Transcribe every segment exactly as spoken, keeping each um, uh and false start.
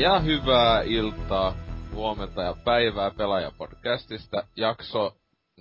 Ja hyvää iltaa, huomenta ja päivää Pelaajapodcastista. Jakso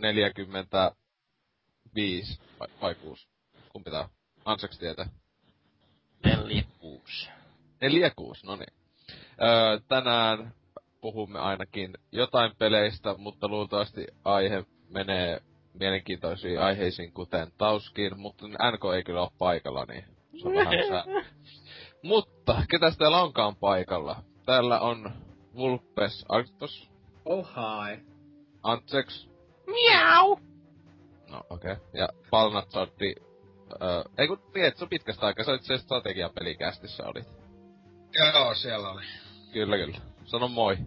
neljäkymmentäviisi vai, vai kuusi? Kumpi tää on? Anseks tietää. neljäkymmentäkuusi. neljäkymmentäkuusi, no niin. Öö, tänään puhumme ainakin jotain peleistä, mutta luultavasti aihe menee mielenkiintoisiin aiheisiin, kuten Tauskiin, mutta N K ei kyllä ole paikalla, niin se on vähän sää. Mutta, ketäs täällä onkaan paikalla? Täällä on Vulpes Arctos. Oh hi. Antseks. Miau! No okei. Okay. Ja Palnatsardi. Öö, ei kun tiedät, se on pitkästä aikaa. Sä olit se strategiapelikästissä olit. Joo, siellä oli. Kyllä, kyllä. Sano moi.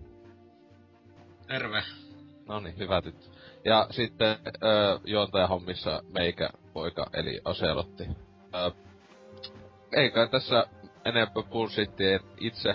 Terve. Noniin, hyvä tyttö. Ja sitten öö, juontajahommissa meikä poika, eli Oselotti. Öö, eikä tässä enempää bullshittia itse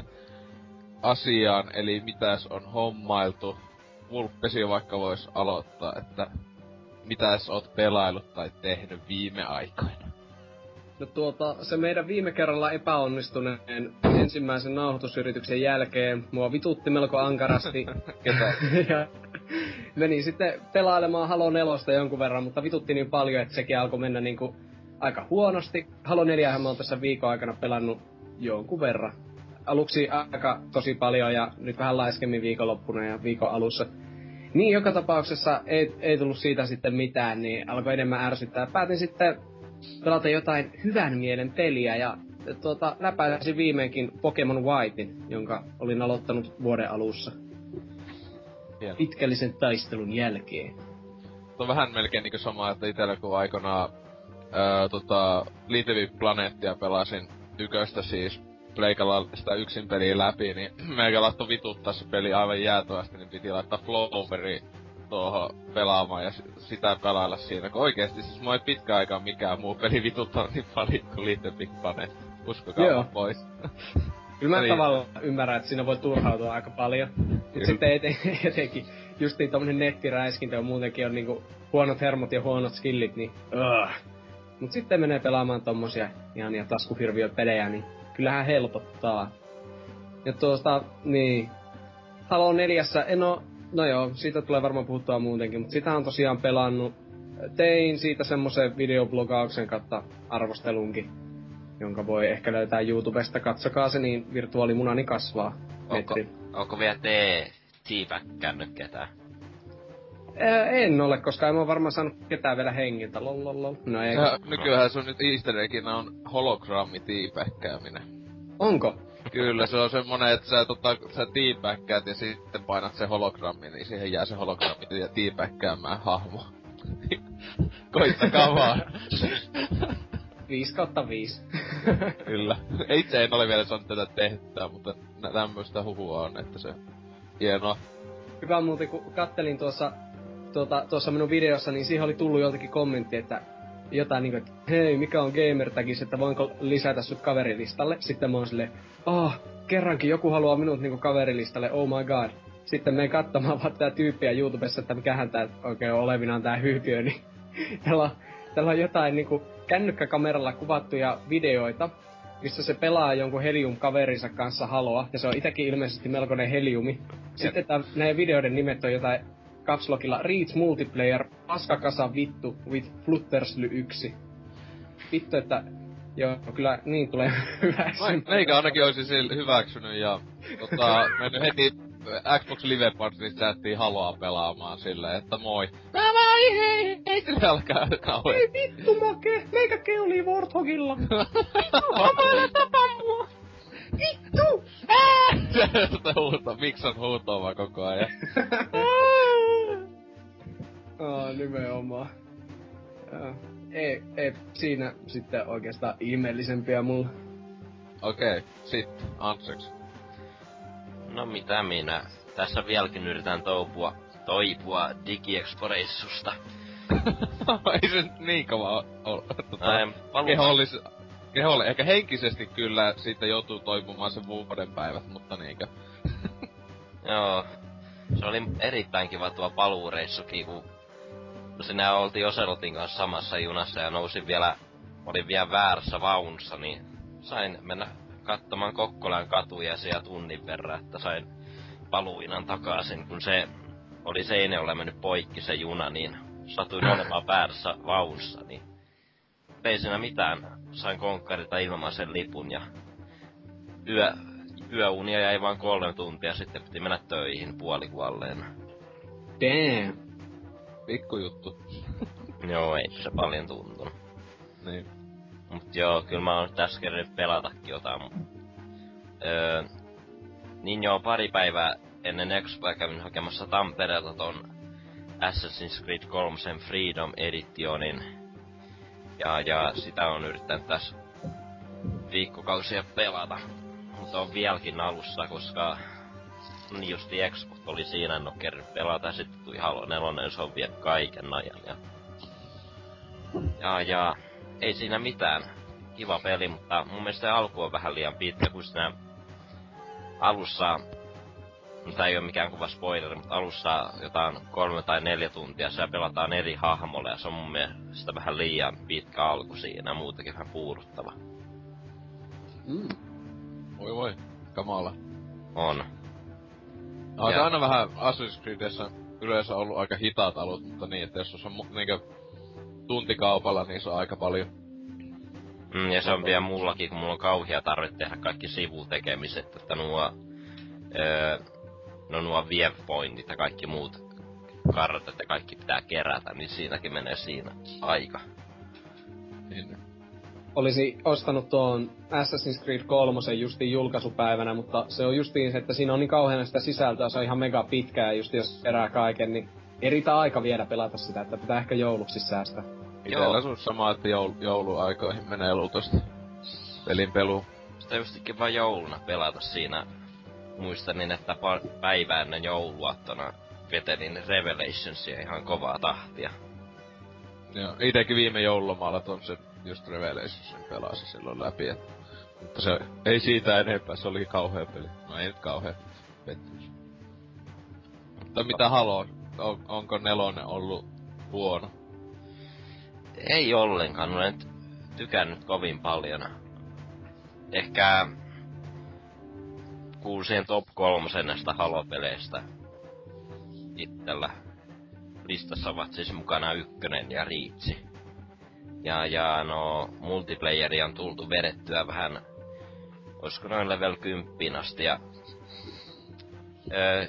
asiaan, eli mitäs on hommailtu. Vulppesi vaikka vois aloittaa, että mitäs oot pelailut tai tehnyt viime aikoina? No tuota, se meidän viime kerralla epäonnistuneen ensimmäisen nauhoitusyrityksen jälkeen mua vitutti melko ankarasti. Ketä? Ja menin sitten pelailemaan Halo nelosta jonkun verran, mutta vitutti niin paljon, että sekin alkoi mennä niinku aika huonosti. Halo neljähän mä oon tässä viikon aikana pelannut jonkun verran. Aluksi aika tosi paljon ja nyt vähän laiskemmin viikonloppuna ja viikon alussa. Niin, joka tapauksessa ei, ei tullut siitä sitten mitään, niin alkoi enemmän ärsyttää. Päätin sitten pelata jotain hyvän mielen peliä ja tuota, läpäisin viimeinkin Pokemon Whitein, jonka olin aloittanut vuoden alussa. Hieno. Pitkällisen taistelun jälkeen. On vähän melkein niinku sama, että itellä kun aikanaan öö, tota, Little Big Planetia pelasin tyköstä siis pleikalla sitä yksin peliä läpi, niin meikä laittoi vituttaa se peli aivan jäätävästi, niin piti laittaa Flowveri tuohon pelaamaan ja sitä pelailla siinä. Kun oikeesti siis mua ei pitkä aikaa mikään muu peli vituttanut niin paljon kuin Little Big Planet. Uskokaa Joo. vaan pois. Kyllä mä Eli... tavallaan ymmärrän, että siinä voi turhautua aika paljon. Mut sitten eten, etenkin justiin tommonen nettiräiskintä on muutenkin on niinku huonot hermot ja huonot skillit, niin uh. Mut sitten menee pelaamaan tommosia ihania taskuhirviöpelejä, niin kyllähän helpottaa. Ja tuosta, niin, Halo neljässä, en oo, no joo, siitä tulee varmaan puhuttua muutenkin, mutta sitä on tosiaan pelannut. Tein siitä semmosen videoblogauksen kautta arvostelunkin, jonka voi ehkä löytää YouTubesta. Katsokaa se, niin virtuaalimunani kasvaa metrin. Onko, onko vielä tee teabaggännyt ketään? Ää, en ole, koska en oo varmaan saanut ketään vielä hengiltä, lololol. No ei. Ja nykyään sun nyt easter egginä on hologrammi teabaggääminen. Onko? Kyllä, se on semmonen, että sä, tota, sä teabaggaat ja sitten painat sen hologrammin, niin siihen jää se hologrammi ja teabaggäämään hahmo. Koittakaa vaan. viisi kautta viisi. Kyllä. Itse en ole vielä saanut tätä tehtyä, mutta tämmöstä huhua on, että se hienoa. Hyvä muuten, kun kattelin tuossa, tuota, tuossa minun videossa, niin siihen oli tullut joltakin kommentti, että jotain niinku, että hei, mikä on gamer-tagis, että voinko lisätä sut kaverilistalle. Sitten mä oon silleen, ah, kerrankin joku haluaa minut niinku kaverilistalle, oh my god. Sitten menen katsomaan vaan tää tyyppiä YouTubessa, että mikähän tää oikein on olevinaan tää hyypiö, niin täällä on, täällä on jotain niinku kännykkäkameralla kuvattuja videoita, missä se pelaa jonkun Helium-kaverinsa kanssa Haloa, ja se on itekin ilmeisesti melkoinen Heliumi. Sitten tää, näiden videoiden nimet on jotain capslogilla Reach Multiplayer, paskakasa vittu, with Fluttersly yksi. Vittu, että joo, kyllä niin tulee hyväksi. Meikä ainakin olisi sille hyväksynyt ja tota, mennyt heti Xbox Live Partysta chattiin Haloa pelaamaan silleen, että moi. Mä vaan hei, ei sille alkaa kauhean. Ei vittu make, meikä keulii Warthogilla. Omalla tapa mua. Vittu! Sitä huutaa, Mikson huutoo vaan koko ajan. Aa, oh, nimenomaan. Ja, ei, ei, siinä sitten oikeastaan ihmeellisempiä mulla. Okei, okay, sit, Antseks. No mitä minä? Tässä vieläkin yritän toipua, toipua DigiExpo-reissusta. Ei se nyt niin kova oo. Tota, Palu... kehollis, keholle, ehkä henkisesti kyllä siitä joutuu toipumaan sen vuoden päivät, mutta niinkö. Joo. Se oli erittäin kiva tuo paluureissukin, kun no sinä oltiin Oselotin kanssa samassa junassa ja nousin vielä, olin vielä väärässä vaunussa, niin sain mennä katsomaan Kokkolan katuja siellä tunnin verran, että sain paluinan takaisin, kun se oli Seinäjoella mennyt poikki se juna, niin satuin olemaan väärässä vaunussa, niin ei siinä mitään. Sain konkkarilta ilmaisen lipun ja yö, yöunia jäi vain kolme tuntia, sitten piti mennä töihin puolikuolleena. Damn. Pikku juttu. Joo, ei se paljon tuntunut. Niin. Mut joo, kyllä mä oon tässä kerran pelatakin jotain. Öö, niin joo, pari päivää ennen Expoa kävin hakemassa Tampereelta ton Assassin's Creed kolme Freedom Editionin. Ja, ja sitä on yrittänyt tässä viikkokausia pelata. Mutta on vieläkin alussa, koska niin justi Expo oli siinä, en oo kerran pelata. Ja sitten tuli Halo neljä, se on vielä kaiken ajan. Ja, ja, ja ei siinä mitään. Kiva peli, mutta mun mielestä se alku on vähän liian pitkä, kun siinä alussa, tää ei oo mikään kuva spoileri, mutta alussa jotain kolme tai neljä tuntia siellä pelataan eri hahmolle, ja se on mun mielestä vähän liian pitkä alku siinä, ja muutenkin vähän puuduttava. Mm. Voi voi, kamala. On. On Ja- aina vähän Assassin's Creedissä yleensä ollut aika hitaat alut, mutta niin, että jos on mu- niinkö tuntikaupalla, niin se on aika paljon. Mm, ja se on vielä mullakin, kun mulla on kauhia tarve tehdä kaikki sivutekemiset, että nuo, öö, no nuo viewpointit ja kaikki muut kartat ja kaikki pitää kerätä, niin siinäkin menee siinä aika. Niin. Olisi ostanut tuon Assassin's Creed kolme justiin julkaisupäivänä, mutta se on justiin se, että siinä on niin kauheana sitä sisältöä, se on ihan mega pitkää, ja just jos erää kaiken, niin ei riitä aika vielä pelata sitä, että pitää ehkä jouluksi säästää. Itellä sun sama, että joul- jouluaikoihin menee luultavasti pelin pelu. Sitä justikin vaan jouluna pelata siinä. Muistan niin, että pa- päivää ennen jouluaattona vetelin Revelationsia ihan kovaa tahtia. Ja itekin viime joululomalla ton se just Revelationsin pelasi silloin läpi, et, mutta se ei siitä enempää, se oli kauhea peli. No ei nyt kauhea pettymys. Mutta mitä Halo, on, onko nelonen ollut huono? Ei ollenkaan, olen nyt tykännyt kovin paljon. Ehkä kuulin top kolmosen näistä Halo-peleistä itsellä. Listassa ovat siis mukana ykkönen ja Reach. Ja, ja no, multiplayeri on tultu vedettyä vähän, olisiko noin level kymmenen asti, ja öö,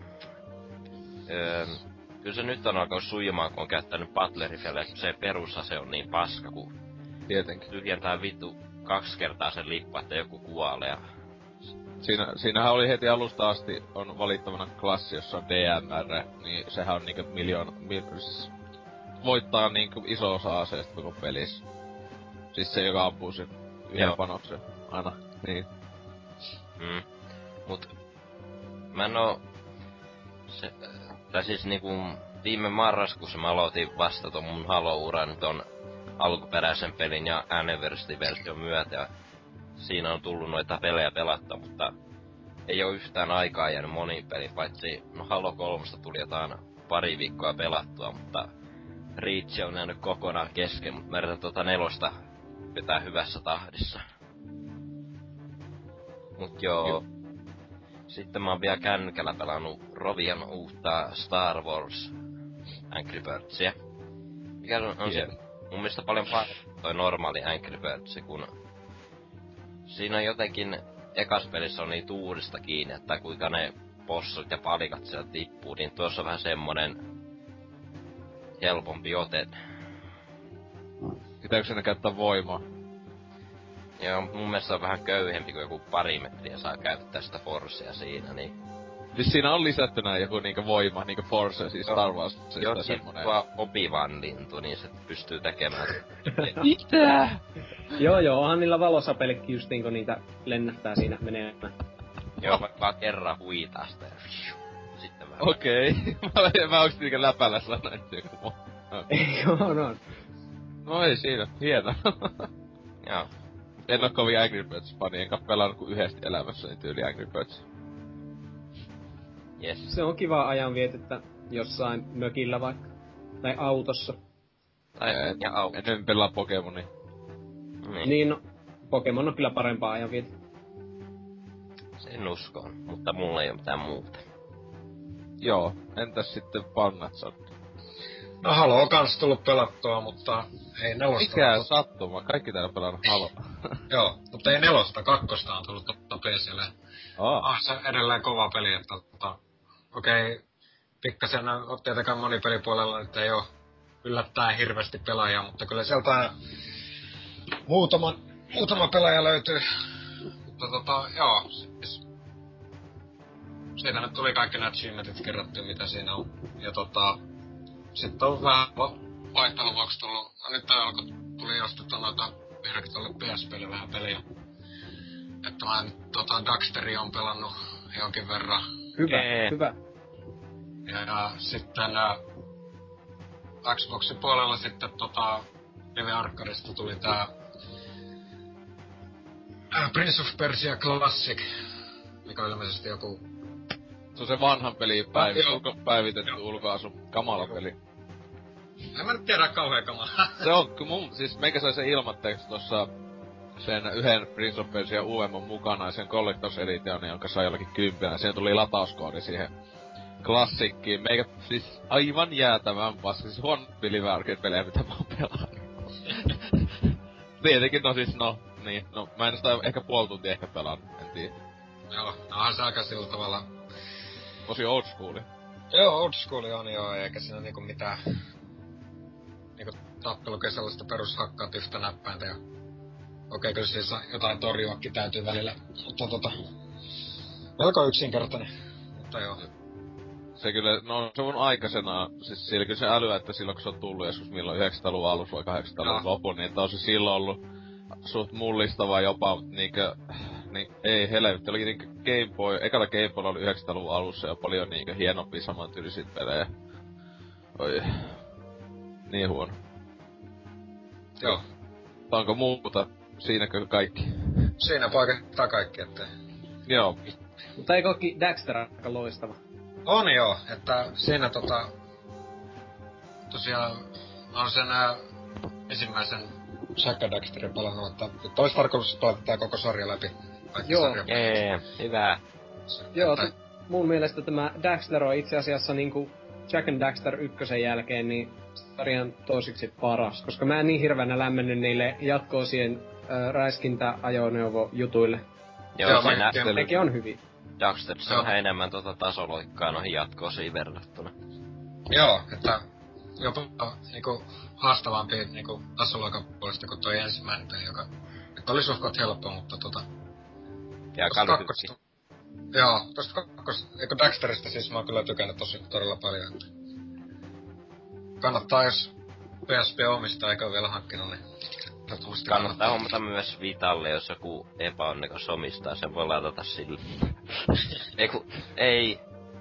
öö, kyllä se nyt on alkanut sujumaan, kun on käyttänyt Butlerifelle, kun se perusase on niin paska, kun Tietenkin. tyhjentää vittu kaksi kertaa sen lippu, että joku kuolee. Ja Siinä, siinähän oli heti alusta asti on valittavana klassi, jossa on D M R, niin sehän on niinku miljoona, mil, siis voittaa niinku iso osa aseesta koko pelissä. Siis se, joka ampuu sen yhden Joo. panoksen aina, niin. Mm. Mut mä en oo se, tai siis niinku viime marraskuussa mä aloitin vasta ton mun Halo-uran ton alkuperäisen pelin ja Anniversary-version myötä, ja siinä on tullut noita pelejä pelattua, mutta ei oo yhtään aikaa jäänyt moniin peliin, paitsi no Halo kolmosta tuli jotain pari viikkoa pelattua, mutta Reach on jäänyt kokonaan kesken, mutta mä yritän tota nelosta vetää hyvässä tahdissa. Mut joo. Joo. Sitten mä oon vielä kännykällä pelannut Rovian uutta Star Wars Angry Birdsia. Mikä on, on se mun mielestä paljon parempi toi normaali Angry Birds, kun siinä on jotenkin ekas pelissä on niin tuurista kiinni, että kuinka ne bossut ja palikat sieltä tippuu, niin tuossa on vähän semmonen helpompi ote. Pitääkö sinne käyttää voimaa? Ja mun mielestä on vähän köyhempi, kuin joku pari metriä saa käyttää sitä Forcea siinä, niin Siis siinä on lisättynä joku niinku voima, niinku Force, siis Star Wars, siis jokin semmonen. tuo Obi-Wan lintu, niin se pystyy tekemään. Mitä? Joo joo, onhan niillä valosapelitkin justiin, kun niitä lennähtää siinä menemään. Joo, va- vaan kerran huitaa sitä ja sitten vähän. Okei. Okay. mä onks niinkö läpällä sanoin, että joku muu. Joo, no. No ei siinä, hieno. Joo. En oo kovin Angry Birds-fani, enkä pelannut kuin yhdesti elämässäni tyyli Angry Birds. Yes. Se on kiva ajanvietettä jossain mökillä vaikka. Tai autossa. Tai, En, ja au. en pelaa Pokemonia. Niin. Niin no, Pokemon on kyllä parempaa ajanvietettä. voisin uskoa, mutta mulla ei oo mitään muuta. Joo, entäs sitten Pannatsat? No Halo on kans tullut pelattua, mutta ei nelosta. Mikä sattuma, kaikki täällä pelannut Halo. Joo, mutta ei nelosta, kakkosta on tullut totta P C:lle. Oh. Ah, se on edelleen kova peli, että tota, okei, okay, pikkasen on tietenkään monipelipuolella nyt ei oo yllättäen hirveästi pelaajia, mutta kyllä sieltä aina muutama, muutama pelaaja löytyy. Mutta tota, joo, siis siitä nyt tuli kaikki nämä achievementit kerrottu, mitä siinä on. Ja tota, sitten on vähän vaihtelun vuoksi tullut, no nyt alkoi, tuli ostettua noita vihdoinkin tuolle P S P:lle vähän peliä. Että mä nyt tota Daxteria on pelannut jonkin verran. Hyvä, Ee. hyvä. Ja, ja sitten ä, Xboxin puolella sitten tota Live Arcadeista tuli tää ä, Prince of Persia Classic, mikä on ilmeisesti joku... Se on se vanhan peli päivi, Ah, joo. ulko, päivitetty Joo. ulkoasu. Kamala peli. En mä nyt tiedä kauhean kamala. Se on, kun mun, siis meikä sai sen ilmatteeksi tossa sen yhden Prince of Persia uudemman mukana ja sen Collectors Edition, jonka sai jollakin kympillä. Siinä tuli latauskoodi siihen klassikkiin. Meikä siis aivan jäätävän paska. Siis huono Live Arcade-pelejä, mitä mä oon pelannut. Tietenkin, no siis no, niin, no mä en sitä ehkä puoli tuntia ehkä pelannut, en tiedä. Joo, onhan se aika sillä tavalla... Tosi old schooli. Joo, old school on joo, eikä siinä niinku mitään... Niinku tappelukea sellaista perushakkaat yhtä näppäintä ja... Okei, kyllä siis jotain torjuakin täytyy välillä, mutta tota... Melko yksinkertainen, mutta joo. Se kyllä, no se on aikaisena, siis sillä kyllä se älyä, että silloin kun se on tullut joskus milloin yhdeksänkymmentäluvun alussa vai kahdeksankymmentäluvun Joo. lopun, niin että on se silloin ollut suht mullistavaa jopa niinkö, niin ei helvetti, olikin niinkö Game Boy, ekalla Game Boylla oli yhdeksänkymmentäluvun alussa ja paljon niinkö hienompia samantyylisiä pelejä. Oi, niin huono. Joo. Onko muuta? Siinäkö kaikki? Siinä oikeastaan kaikki, ettei... Joo. Mutta ei kaikki Daxter aika loistava. On joo, että siinä tota... Tosiaan... Mä oon sen ää, ensimmäisen Jack and Daxterin pelannut, että... Että olis tarkoitus pelata tää koko sarja läpi. Kaikki Joo. sarjan pelit. Jee, hyvä. Joo, Että- t- mun mielestä tämä Daxter on itse asiassa niinku Jack and Daxter ykkösen jälkeen niin sarjan toisiksi paras, koska mä en niin hirveänä lämmennyt niille jatko-osien äh, räiskintä-ajoneuvo-jutuille. Joo, Joo, siinä mä- Nekin on hyviä. Daxterissa on Joo. vähän enemmän tota tasoloikkaa noihin jatko-osiin verrattuna. Joo, että jopa niinku haastavampi niinku tasoloikan puolesta kuin toi ensimmäinen peli, joka nyt oli suhkot helppo, mutta tota... Ja tosta kalytykki. kakkosta- Joo, tosta kakkos... Eikö Daxterista siis mä oon kyllä tykännyt tosi todella paljon, että... Kannattaa, jos P S P omistaa eikä oo vielä hankkinut, niin... ehdottomasti Kannattaa hommata myös Vitalle, jos joku epäonnekas omistaa, sen voi ladata sille. Eiku, ei.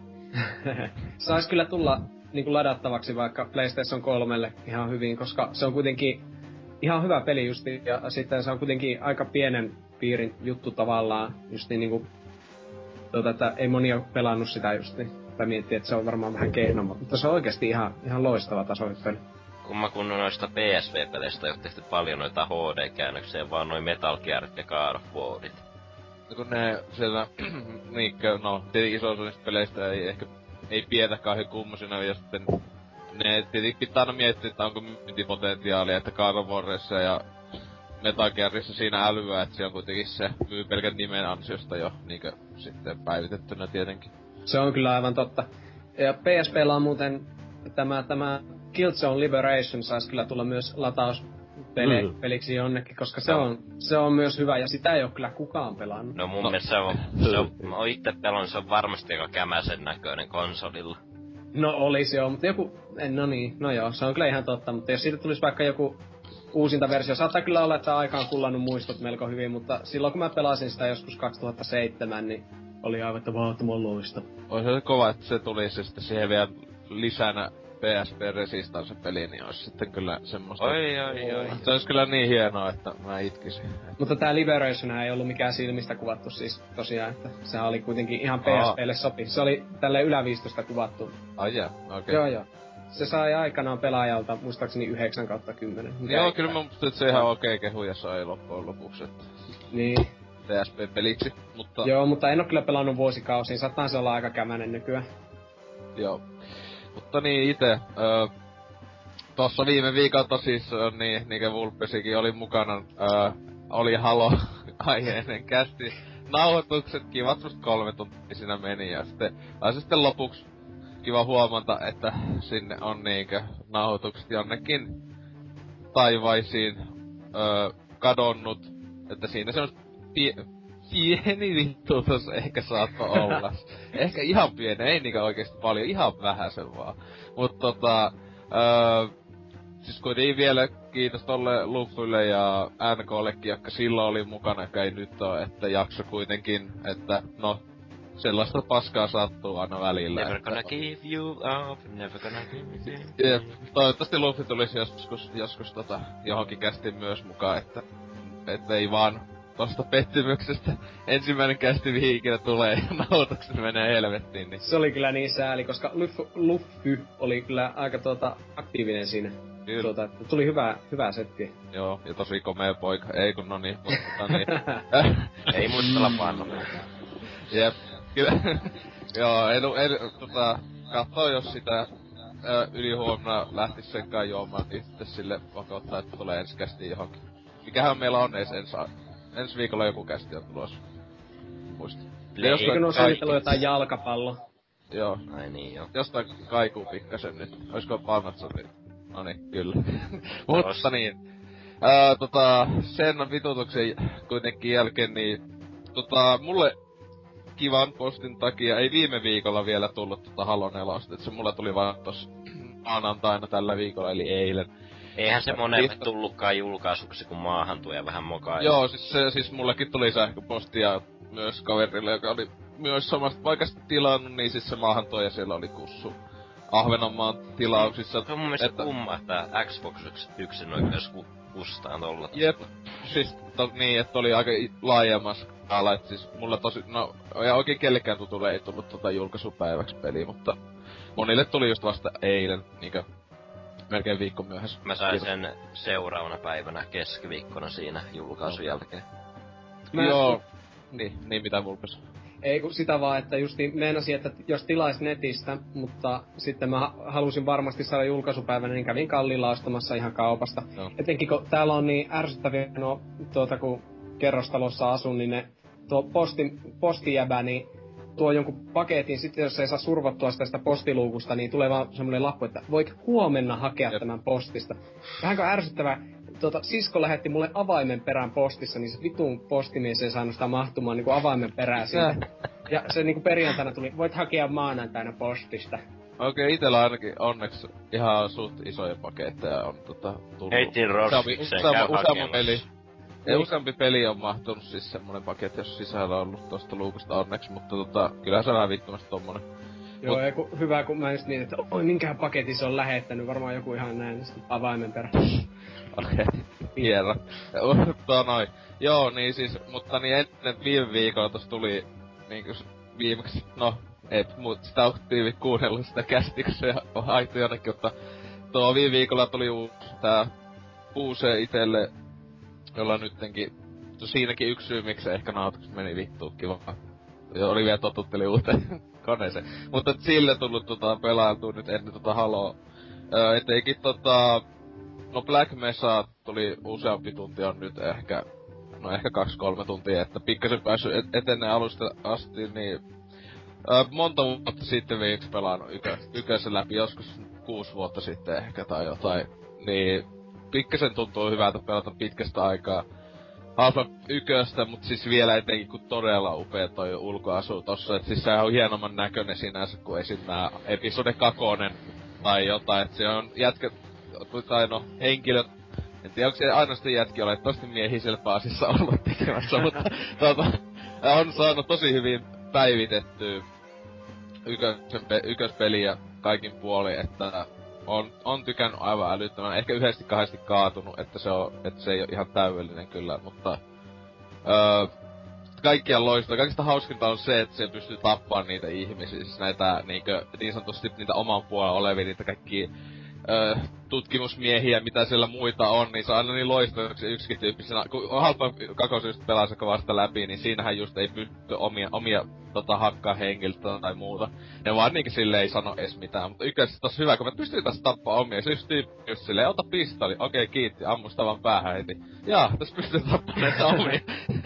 Sais kyllä tulla niinku ladattavaksi vaikka PlayStation kolmelle ihan hyvin, koska se on kuitenkin ihan hyvä peli justi, ja sitten se on kuitenkin aika pienen piirin juttu tavallaan, justi niinku, tuota, että ei moni ole pelannut sitä justi, tai miettii, että se on varmaan vähän kehno, mutta se on oikeesti ihan, ihan loistava tasoispeli. Kumma kun noista P S V-peleistä ei oo tehty paljon noita H D-käännöksiä, vaan noin Metal Gearit ja God of Warit. No kun ne siellä, niinkö, no, tietenkin iso osa niistä peleistä ei ehkä, ei pidetä kauhean kummosina, ja sitten ne tietenkin pitää aina miettiä, että onko myyntipotentiaalia, että God of Warissa ja Metal Gearissa siinä älyä, että se on kuitenkin se myy pelkän nimen ansiosta jo niinkö sitten päivitettynä tietenkin. Se on kyllä aivan totta. Ja P S P:llä on muuten tämä, tämä Killzone Liberation saisi kyllä tulla myös latauspele, Mm. peliksi jonnekin, koska se on, se on myös hyvä, ja sitä ei ole kyllä kukaan pelannut. No mun No. mielestä se on, se on, mä oon itse pelannut, se on varmasti aika kämäsen näköinen konsolilla. No olisi joo, mutta joku, en, no niin, no joo, se on kyllä ihan totta, mutta jos siitä tulisi vaikka joku uusinta versio, saattaa kyllä olla, että aika on kullannut muistot melko hyvin, mutta silloin kun mä pelasin sitä joskus kaksituhattaseitsemän, niin oli aivan, että vaan, että mä oon loistava. Ois se kova, että se tulisi sitten siihen vielä lisänä P S P Resistance peliin, niin olisi sitten kyllä semmoista... Oi, oi, oi. Se olisi kyllä niin hienoa, että mä itkisin. Mutta tää Liberation ei ollut mikään silmistä kuvattu siis tosiaan, että sehän oli kuitenkin ihan P S P:lle sopi. Se oli tälle yläviistosta kuvattu. Ai jaa, okei. Okay. Joo joo. Se sai aikanaan pelaajalta muistaakseni yhdeksän kautta kymmenen. Joo, kyllä mä muistin, että se ihan okei okay kehuja sai loppujen lopuksi, että... Niin. T S P-peliksi, mutta... Joo, mutta en oo kyllä pelannut vuosikausiin, saattaa se olla aika kämänen nykyään. Joo. Mutta niin ite, öö, tossa viime viikolta siis, niin, niin kuin Vulpesikin oli mukana, öö, oli Halo aiheinen kästi. Nauhoitukset kivat just kolme tuntia siinä meni ja sitten, tai sitten lopuksi kiva huomata, että sinne on niinkö nauhoitukset jonnekin taivaisiin öö, kadonnut, että siinä se on pie- pieni vittuutus ehkä saattaa olla. Ehkä ihan pieni, ei niinkö oikeesti paljon, ihan vähäsen vaan. Mut tota, öö, siis kuitenkin vielä kiitos tolle Luffylle ja N K:llekin, jotka silloin oli mukana, joka ei nyt oo, että jakso kuitenkin, että no, sellaista paskaa sattuu aina välillä. Never että... gonna give you up, never gonna give you up. Jep, toivottavasti Luffy tulisi joskus, joskus tota, johonkin kästi myös mukaan, että, että ei vaan tosta pettymyksestä ensimmäinen kästi mihin ikinä tulee ja nauhoitukset menee helvettiin, niin... Se oli kyllä niin sääli, koska Luffy, Luffy oli kyllä aika tuota aktiivinen siinä. Kyllä. Tuota, että tuli hyvää, hyvää settiä. Joo, ja tosi komea poika. Ei kun no niin, mutta tota niin. Ei muistella panna. Jep. Kyllä. Joo, ei, ei tota, kattoo jos sitä ö, ylihuomenna lähtis senkaan juomaan, niin sitten sille vakauttaa, että tulee ensi kästiin johonkin. Mikähän meillä on edes ensi, ensi viikolla joku kästi on tulossa. Muista. Eikö nuo suunnitellut jotain jalkapalloa? Joo. Ai niin joo. Jostain kaikuu pikkasen nyt. Oisko Palmatson nyt? Noniin, kyllä. Mutta niin. Ää, tota, sen vitutuksen kuitenkin jälkeen, niin tota, mulle kivan postin takia ei viime viikolla vielä tullut tota Halo nelosta, et se mulle tuli vaan tossa maanantaina tällä viikolla, eli eilen. Eihän se monelle tullutkaan julkaisuksi, kun maahan tuo vähän mokaa. Joo, siis, se, siis mullekin tuli sähköpostia myös kaverille, joka oli myös samasta paikasta tilannut, niin siis se maahan tuo ja siellä oli kussu Ahvenanmaan tilauksissa. Se on mun mielestä että... kumma, että Xbox yksin oikeus ku, kustaan tolla. Jep, siis to, niin, että oli aika laajemmas ala, et siis mulla tosi, no, ja oikein kellekään tutulle ei tullut tota julkaisupäiväksi peli, mutta monille tuli just vasta eilen, niinkö melkein viikko myöhässä. Mä sain sen seuraavana päivänä keskiviikkona siinä julkaisun jälkeen. Mä... Joo, niin, niin mitä Vulpes? Ei kun sitä vaan, että justi meinasin, että jos tilais netistä, mutta sitten mä halusin varmasti saada julkaisupäivänä, niin kävin kalliilla ostamassa ihan kaupasta. No. Etenkin kun täällä on niin ärsyttäviä, no tuota kun kerrostalossa asun, niin ne tuo postin, postijäbä, niin tuo jonkun paketin, sitten jos ei saa survottua sitä, sitä postiluukusta, niin tulee vaan semmoinen lappu, että voit huomenna hakea Jep. tämän postista. Vähänkö ärsyttävää, tuota, sisko lähetti mulle avaimen perään postissa, niin se vitun postimies ei saanut sitä mahtumaan niinku avaimen perään siitä. Ja se niinku perjantaina tuli, voit hakea maanantaina postista. Okei, okay, itellä ainakin onneksi ihan suht isoja paketteja on tota tullut. Heitin roskikseen, käy useampi peli. Ja useampi peli on mahtunut siis semmonen paketti, jos sisällä on ollut tosta luukusta onneksi, mutta tota, kyllähän se on vähän vittumasti tommonen. Joo, Mut... ku, hyvä kun mä just niin, että oi minkähän paketin se on lähettänyt, varmaan joku ihan näin, niin sitten avaimen perään. Okei, okay. Hieno. Mutta noin. Joo, niin siis, mutta niin ennen viime viikolla tossa tuli niinku viimeksi, no, ei mut sitä on tiivi kuunnellut sitä kästi, kun se on haittu jonnekin, mutta tuo viime viikolla tuli uusi tää Puuse itelle, jolla nyttenkin, no siinäkin yksi syy, miksi ehkä nauhoitukset meni vittuun kiva. Ja oli vielä totutteli uuteen koneeseen. Mutta sille tullut tota pelailtua nyt ennen tota Haloa. Öö, etenkin tota, no Black Mesa tuli useampi tunti on nyt ehkä, no ehkä kaksi kolme tuntia, että pikkasen päässyt et- etenee alusta asti, niin öö, monta vuotta sitten viimeksi pelannut ykö, ykösen läpi, joskus kuusi vuotta sitten ehkä tai jotain, niin pikkasen tuntuu hyvältä pelata pitkästä aikaa Half-Life yköstä, mut siis vielä etenkin kun todella upea toi ulkoasu tossa, et siis sehän on hienomman näköinen sinänsä kuin esim. Nää episode kakonen tai jotain, et se on jätkä, tai no henkilöt, en tiedä onko se ainoastaan jätki ole, että tosti miehiä siellä baasissa ollut tekemässä, mutta tota, on saanut tosi hyvin päivitettyä ykösen, ykköspeliä kaikin puolin, että on, on tykännyt aivan älyttömän. Ehkä yhdesti kahdesti kaatunut, että se, on, että se ei ole ihan täydellinen kyllä, mutta öö, kaikkia loistaa. Kaikista hauskinta on se, että se pystyy tappaamaan niitä ihmisiä, siis näitä niinkö, niin sanotusti niitä oman puolella olevia, niitä kaikki öö, tutkimusmiehiä, mitä siellä muita on, niin se on aina niin loistavaksi yksikin tyyppisenä. Kun Half-Life kaksi just pelasi vasta läpi, niin siinähän just ei pysty omia, omia tota, hakkaa henkilöä tai muuta. Ne vaan niinkin silleen ei sano edes mitään. Mutta ykkösessä tossa hyvä, kun mä pystyin tässä tappaa omia. Se just tyyppi just silleen, ota pistoli, okei kiitti, ammusta vaan päähän heti. Jaa, tässä pystyy tappamaan näitä omia.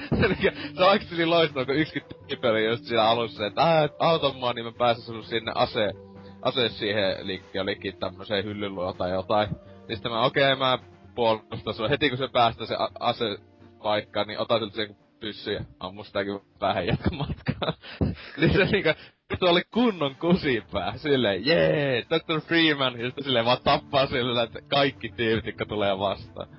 Se on oikeesti niin loistava, kun yksikin tyyppi oli just siinä alussa, että aah, auta mua, niin mä pääsen sun sinne aseen. Ase siihen liikkeen olikin tämmöseen hyllyluoon tai jotain. Niin sitten mä, okei, okay, mä puolustan sua. Heti kun se päästää se a- ase paikkaan, niin otan siltä sen pyssy ja ammu sitäkin päähän jatka matkaa. Niin se niinku, se oli kunnon kusipää. Silleen, jee, doktor Freeman. Ja sitten silleen vaan tappaa sillä, että kaikki tyypit, jotka tulee vastaan.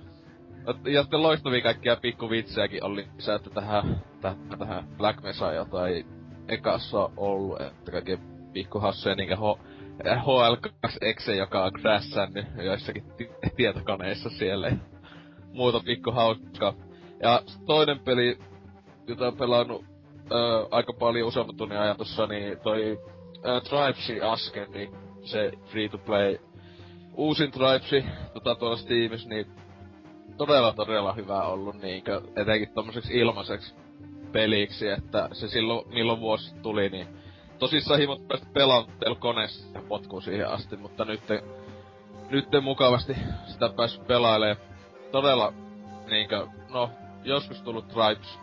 Ja sitten loistavia kaikkia pikkuvitsejäkin oli lisätty tähän, tähän, tähän Black Mesaan, jota ei ekassa ollut, että kaikki pikkuhassuja niinkä H L kaksi X, joka on crashännyt joissakin t- tietokoneissa siellä ja muuta pikku hauskaa. Ja toinen peli, jota on pelannut ö, aika paljon useamman tunnin ajan tossa, niin toi ö, Tribesi Asken, niin se free to play uusin Tribesi tota tuolla Steamissa, niin todella todella hyvä ollut niinkö etenkin tommoseksi ilmaiseksi peliksi, että se silloin milloin vuosi tuli, niin tosissaan himot päästä pelaan koneessa ja potkuu siihen asti, mutta nytte, nytte mukavasti sitä pääs pelailee. Todella niinkö, no, joskus tullut Tribes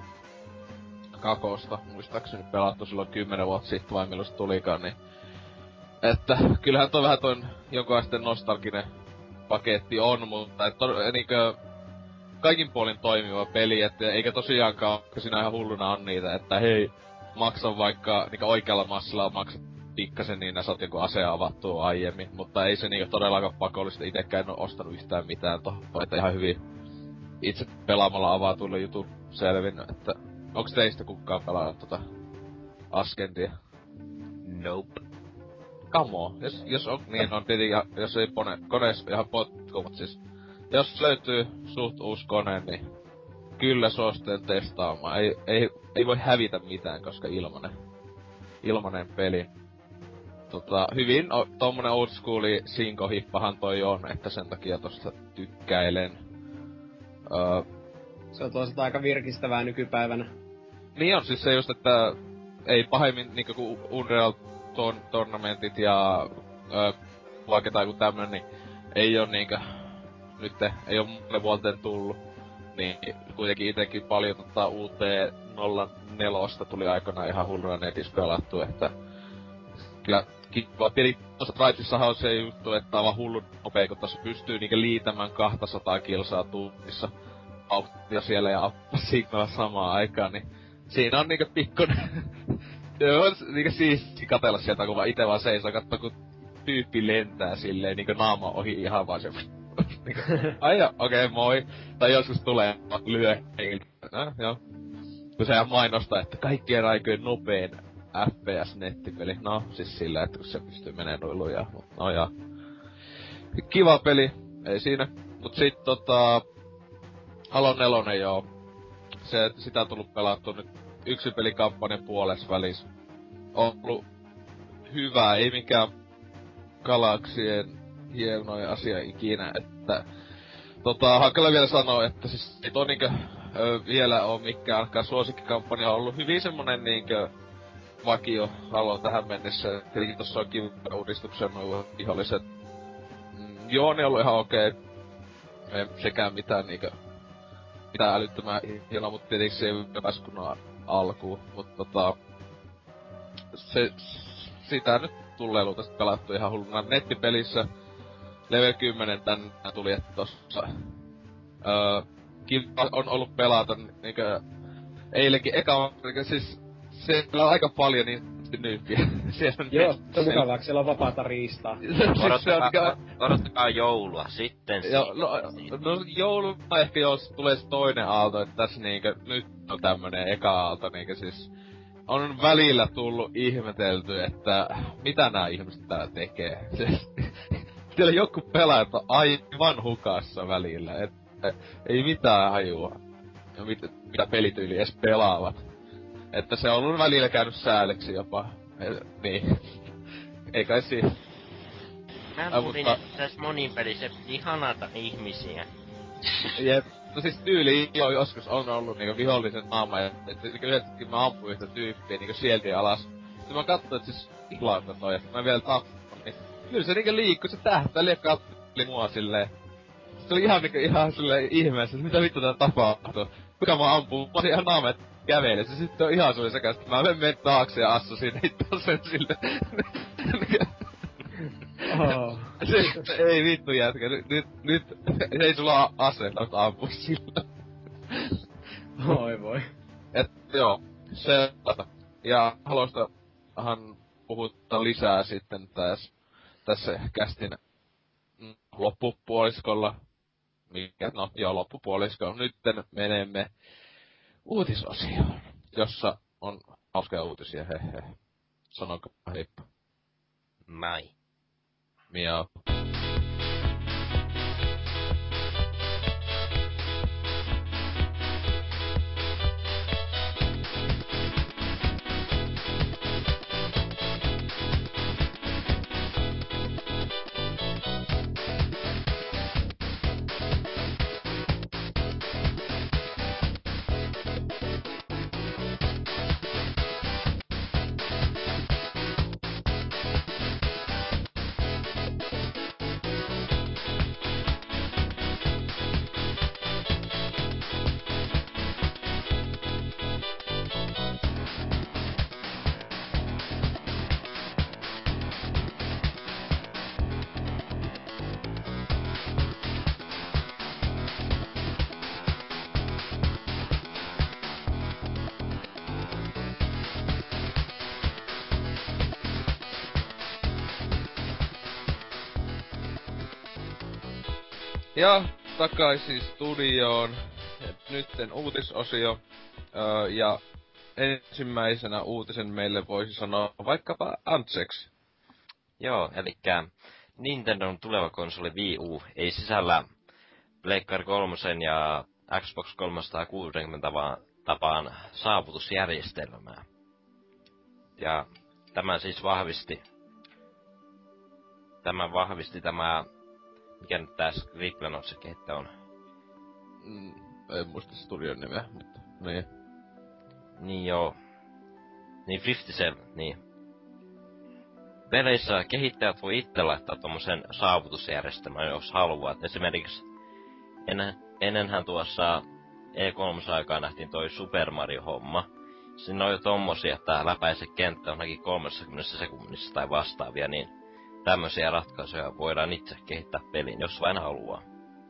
kakosta, muistaakseni pelattu silloin kymmenen vuotta sitten vai milloin se tulikaan, niin että kyllähän toi vähän toi jonkunlaisten nostalginen paketti on, mutta et to, niinkö kaikin puolin toimiva peli, että eikä tosiaankaan, koska siinä ihan hulluna on niitä, että hei, maksa vaikka niinku oikealla massilla maksat pikkasen, niin nää saat joku aseen avattua aiemmin, mutta ei se niinku todellakaan pakollista, itekään en oo ostanut yhtään mitään tohon, että ihan hyvin itse pelaamalla avatuilla jutun selvinnyt, että onks teistä kukaan pelannut tota Askentia? Nope. Come on, jos, jos on, niin on tietenkin, jos ei pone, koneessa ihan potkuvat siis. Jos löytyy suht uusi kone, niin kyllä suosittelen testaamaan. Ei, ei, ei voi hävitä mitään, koska ilmanen, ilmanen peli. Tota, hyvin o, tommonen old schooli sinkohippahan toi on, että sen takia tosta tykkäilen. Öö, Se on toisaalta aika virkistävää nykypäivänä. niin on siis se just, että ei pahemmin niinku kuin Unreal ton, Tournamentit ja öö, vaikka tai joku tämmönen, niin ei oo niinkö nyt ei oo mulle vuoteen tullut. Niin kuitenkin itekin paljon tota U T nolla neljä tuli aikanaan ihan hulluna netissä pelattu, että kyllä kiva peli. Tossa Tribesissahan on se juttu, että on vaan hullun nopea, kun tossa pystyy niinkö liitämään kaksisataa kilsaa tunnissa vauhtia siellä ja appasignalla samaan aikaan, niin siinä on niinkö pikkunen se on niinkö siisti katella sieltä, kun vaan ite vaan seisoo, kattoo kun tyyppi lentää silleen niinkö naama ohi ihan vaan se niinku, aija, okei, okay, moi. Tai joskus tulee lyö heiltä. Äh, joo. Kun sehän mainostaa, että kaikkien aikojen nopein F P S-nettipeli. No, siis sillä, että kun se pystyy menee noin lujaa. No ja. Kiva peli. Ei siinä. Mut sit tota... Halo nelonen joo. Se, sitä on tullut pelattu nyt yksi pelikampanjan puolessa välissä. On ollut hyvä, ei mikään galaksien hienoin asia ikinä, että tota, hankala vielä sanoa, että siis ei toi niinkö ö, vielä oo mikään ainakaan suosikkikampanja on ollut hyvin semmonen niinkö vakio Halo tähän mennessä. Tietenkin tossa on kiva uudistuksen nuo viholliset. Mm, joo, ne on ollut ihan okei. Okay. Ei sekään mitään niinkö mitään älyttömää hienoa, mut tietenkin se ei pääs kunnolla alkuun, mut tota se sitä nyt tulee luultavasti pelattu ihan hulluna nettipelissä. Level kymmenen tänne tuli, että tossa öö, kiva on ollut pelata niinkö eilenkin eka, niinkö siis siellä on aika paljon niin nyyppiä. Joo, se on mukavaa, siellä on vapaata riistaa. Odottakaa, odottakaa joulua, sitten siitä. Joo, no, no jouluna ehkä jos tulee se toinen aalto, että tässä niinkö nyt on tämmönen eka aalto niinkö siis on välillä tullut ihmetelty, että mitä nää ihmiset täällä tekee. Siellä joku pelaajat on aivan hukassa välillä, että ei mitään hajua, mit, mitä pelityyli edes pelaavat. Että se on ollut välillä käynyt sääleksi jopa, et, niin. Ei kai siinä. Mä Ai, luulin, mutta... että tässä monin pelissä ihanata ihmisiä. Jep. No siis tyyli jo joskus on ollut niinku vihollisen naama, ja että yhdessäkin mä ampuin yhtä tyyppiä niinku sieltä alas. Sitten mä katsoin, että siis iklautta toi, ja mä vielä tappan, niin kyllä se niinku liikkui, se tähtäili ja katteli mua silleen. Se oli ihan niinku ihan silleen ihmeessä, että mitä vittu tää tapahtuu. Kuka mä ampuun, mä olin ihan naamet käveli, se sitten on ihan suuri sekä, että mä menen taakse ja assasin sen silleen. Oh. Se, ei vittu jätkä, nyt, nyt, nyt ei sulla aseita ampua sillä. Oi voi. Et joo, se. Ja haluaistahan puhuttaa lisää sitten täs, tässä kästin loppupuoliskolla. Mikä, no joo, loppupuoliskolla. Nytten menemme uutisosioon, jossa on hauskoja uutisia, hehe. Sanonko heippa? Mai. Miau. Ja takaisin studioon. Nytten uutisosio. Öö, ja ensimmäisenä uutisen meille voisi sanoa vaikkapa Antseks. Joo, elikkä Nintendon tuleva konsoli Wii U ei sisällä Pleikkari kolmosen ja Xbox kolmesataakuusikymmentä vaan tapaan saavutusjärjestelmää. Ja tämä siis vahvisti... Tämä vahvisti tämä... Mikä nyt tää Scribblenauts-kehittä on? Mm, en muista studion nimeä, mutta niin. Niin joo. Niin viisikymmentäseitsemän, niin. Peleissä kehittäjät voi itse laittaa tommosen saavutusjärjestelmän, jos haluavat. Esimerkiksi ennen, ennenhän tuossa E kolme-aikaa nähtiin toi Super Mario-homma. Siinä on jo tommosia, että läpäise kenttä onnakin kolmekymmentä sekunnissa tai vastaavia, niin tämmösiä ratkaisuja voidaan itse kehittää peliin, jos vain haluaa.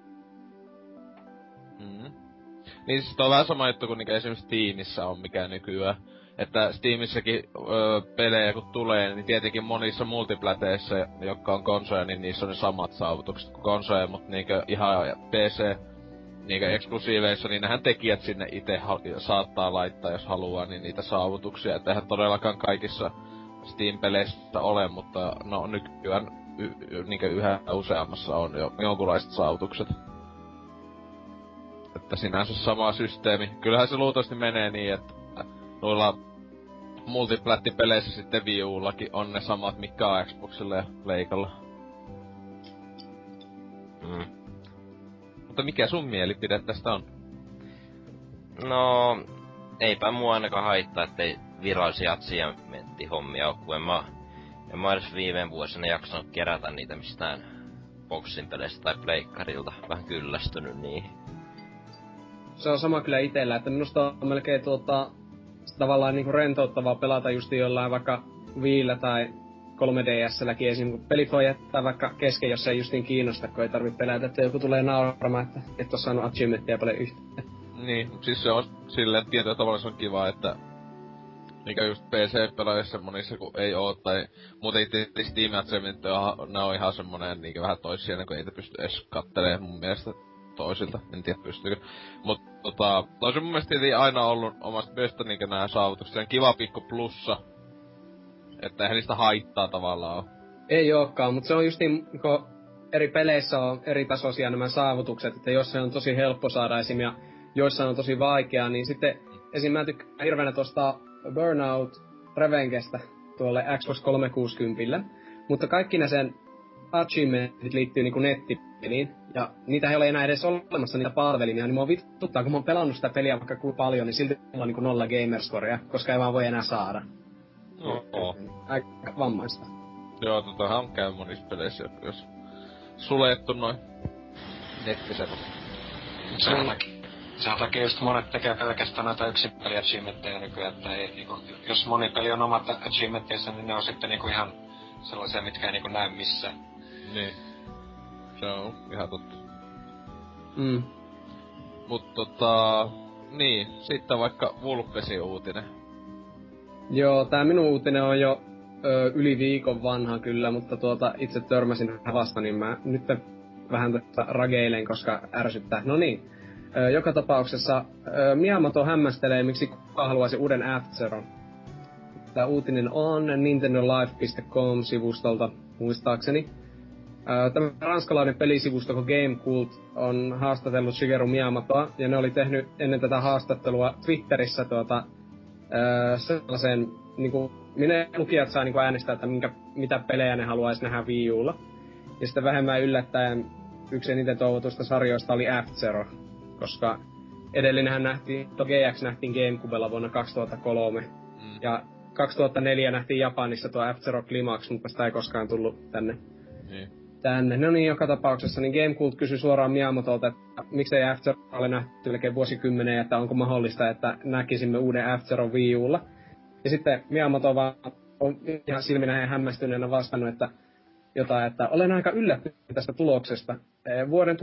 Mm. Niin siis on vähän sama juttu kuin niinku esimerkiksi Steamissa on mikä nykyään. Että Steamissäkin öö, pelejä kun tulee, niin tietenkin monissa multiplateissa, jotka on konsoja, niin niissä on ne samat saavutukset kuin konsoja, mutta niinkö ihan P C niinkö eksklusiiveissa, niin nehän tekijät sinne itse ha- saattaa laittaa, jos haluaa, niin niitä saavutuksia. Että eihän todellakaan kaikissa Steam-peleissä ole, mutta no nykyään y- y- niinkö yhä useammassa on jo jonkunlaiset saavutukset. Että sinänsä sama systeemi. Kyllähän se luultavasti menee niin, että noilla multiplättipeleissä sitten Wii Ullakin on ne samat, mitkä on Xboxilla ja Leikalla. Mm. Mutta mikä sun mielipide tästä on? No, eipä mua ainakaan haittaa, ettei virallisia achievementti-hommia oo, kun en mä, en mä edes viime vuosina jaksanut kerätä niitä mistään boxin peleistä tai pleikkarilta. Vähän kyllästynyt niihin. Se on sama kyllä itellä, että minusta on melkein tuota, tavallaan niinku rentouttavaa pelata just jollain vaikka Wiillä tai kolme D S:lläkin esim. Kun pelit voi jättää vaikka kesken, jos ei justiin kiinnosta, kun ei tarvitse pelätä, että joku tulee nauramaan, että et oo saanut achievementtia paljon yhtään. Niin, siis se on silleen tietyllä tavalla se on kiva, että mikä just P C-pelaajissa monissa kun ei oo, tai muuten itse Steam Achievementti on, nää on ihan semmonen niinkö vähän toissijainen, kun ei pysty edes kattelemaan mun mielestä toisilta, en tiedä pystyykö. Mut tota, toi se mun mielestä tietenkin aina ollut omasta mielestä niinkö nää saavutukset, se on kiva pikku plussa. Että eihän niistä haittaa tavallaan oo. Ei ookaan, mutta se on justiin, kun eri peleissä on eri tasoisia nämä saavutukset, että jos se on tosi helppo saada esim. Ja joissain on tosi vaikeaa, niin sitten esim. Mä tykkään hirveänä tosta Burnout Revengestä tuolle Xbox kolmesataakuusikymmentä. Mutta kaikki ne sen achievementit liittyy niinku nettipeliin. Ja niitä ei ole enää edes olemassa niitä palvelimia, niin mua vituttaa, kun mä oon pelannut sitä peliä vaikka kuinka paljon, niin silti mulla on niinku nolla gamerscorea, koska ei vaan voi enää saada. Oo. Aika vammaista. Joo, totahan käy monissa peleissä, jos suljettu noin nettiset. Sen takia, sen takia just monet tekee pelkästään noita yksin peli achievementteja nykyään, että ei niinku, jos moni peli on omat achievementtinsa, niin ne on sitten niinku ihan sellaisia, mitkä ei niinku näy missään. Niin. Se on ihan totta. Mm. Mut tota... Niin, sitten vaikka Vulpesin uutinen. Joo, tää minun uutinen on jo ö, yli viikon vanha kyllä, mutta tuota itse törmäsin vasta, niin mä nyt vähän tästä rageilen, koska ärsyttää. No niin, ö, joka tapauksessa ö, Miyamoto hämmästelee, miksi kukaan haluaisi uuden F-Zeron. Tää uutinen on nintendo live piste com-sivustolta, muistaakseni. Ö, tämä ranskalainen pelisivusto kuin Gamecult on haastatellut Shigeru Miyamotoa, ja ne oli tehnyt ennen tätä haastattelua Twitterissä tuota, Öö, sellaisen, niinku, minne lukijat saa niinku äänestää, että minkä, mitä pelejä ne haluais nähdä Wii Ulla. Ja sitten vähemmän yllättäen yksi eniten toivotusta sarjoista oli F-Zero, koska edellinenhän nähtiin, G X nähtiin Gamecubella vuonna kaksituhattakolme. Mm. Ja kaksituhattaneljä nähtiin Japanissa tuo F-Zero Climax, mutta sitä ei koskaan tullut tänne. Niin. Tänne. No niin, joka tapauksessa, niin Gamecult kysyi suoraan Miyamotolta, että miksei F-Zero ole nähty melkein vuosikymmenen, että onko mahdollista, että näkisimme uuden F-Zero Wii Ulla. Ja sitten Miyamoto vaan on ihan silminä ja hämmästyneenä vastannut, että jotain, että olen aika yllättynyt tästä tuloksesta. Vuoden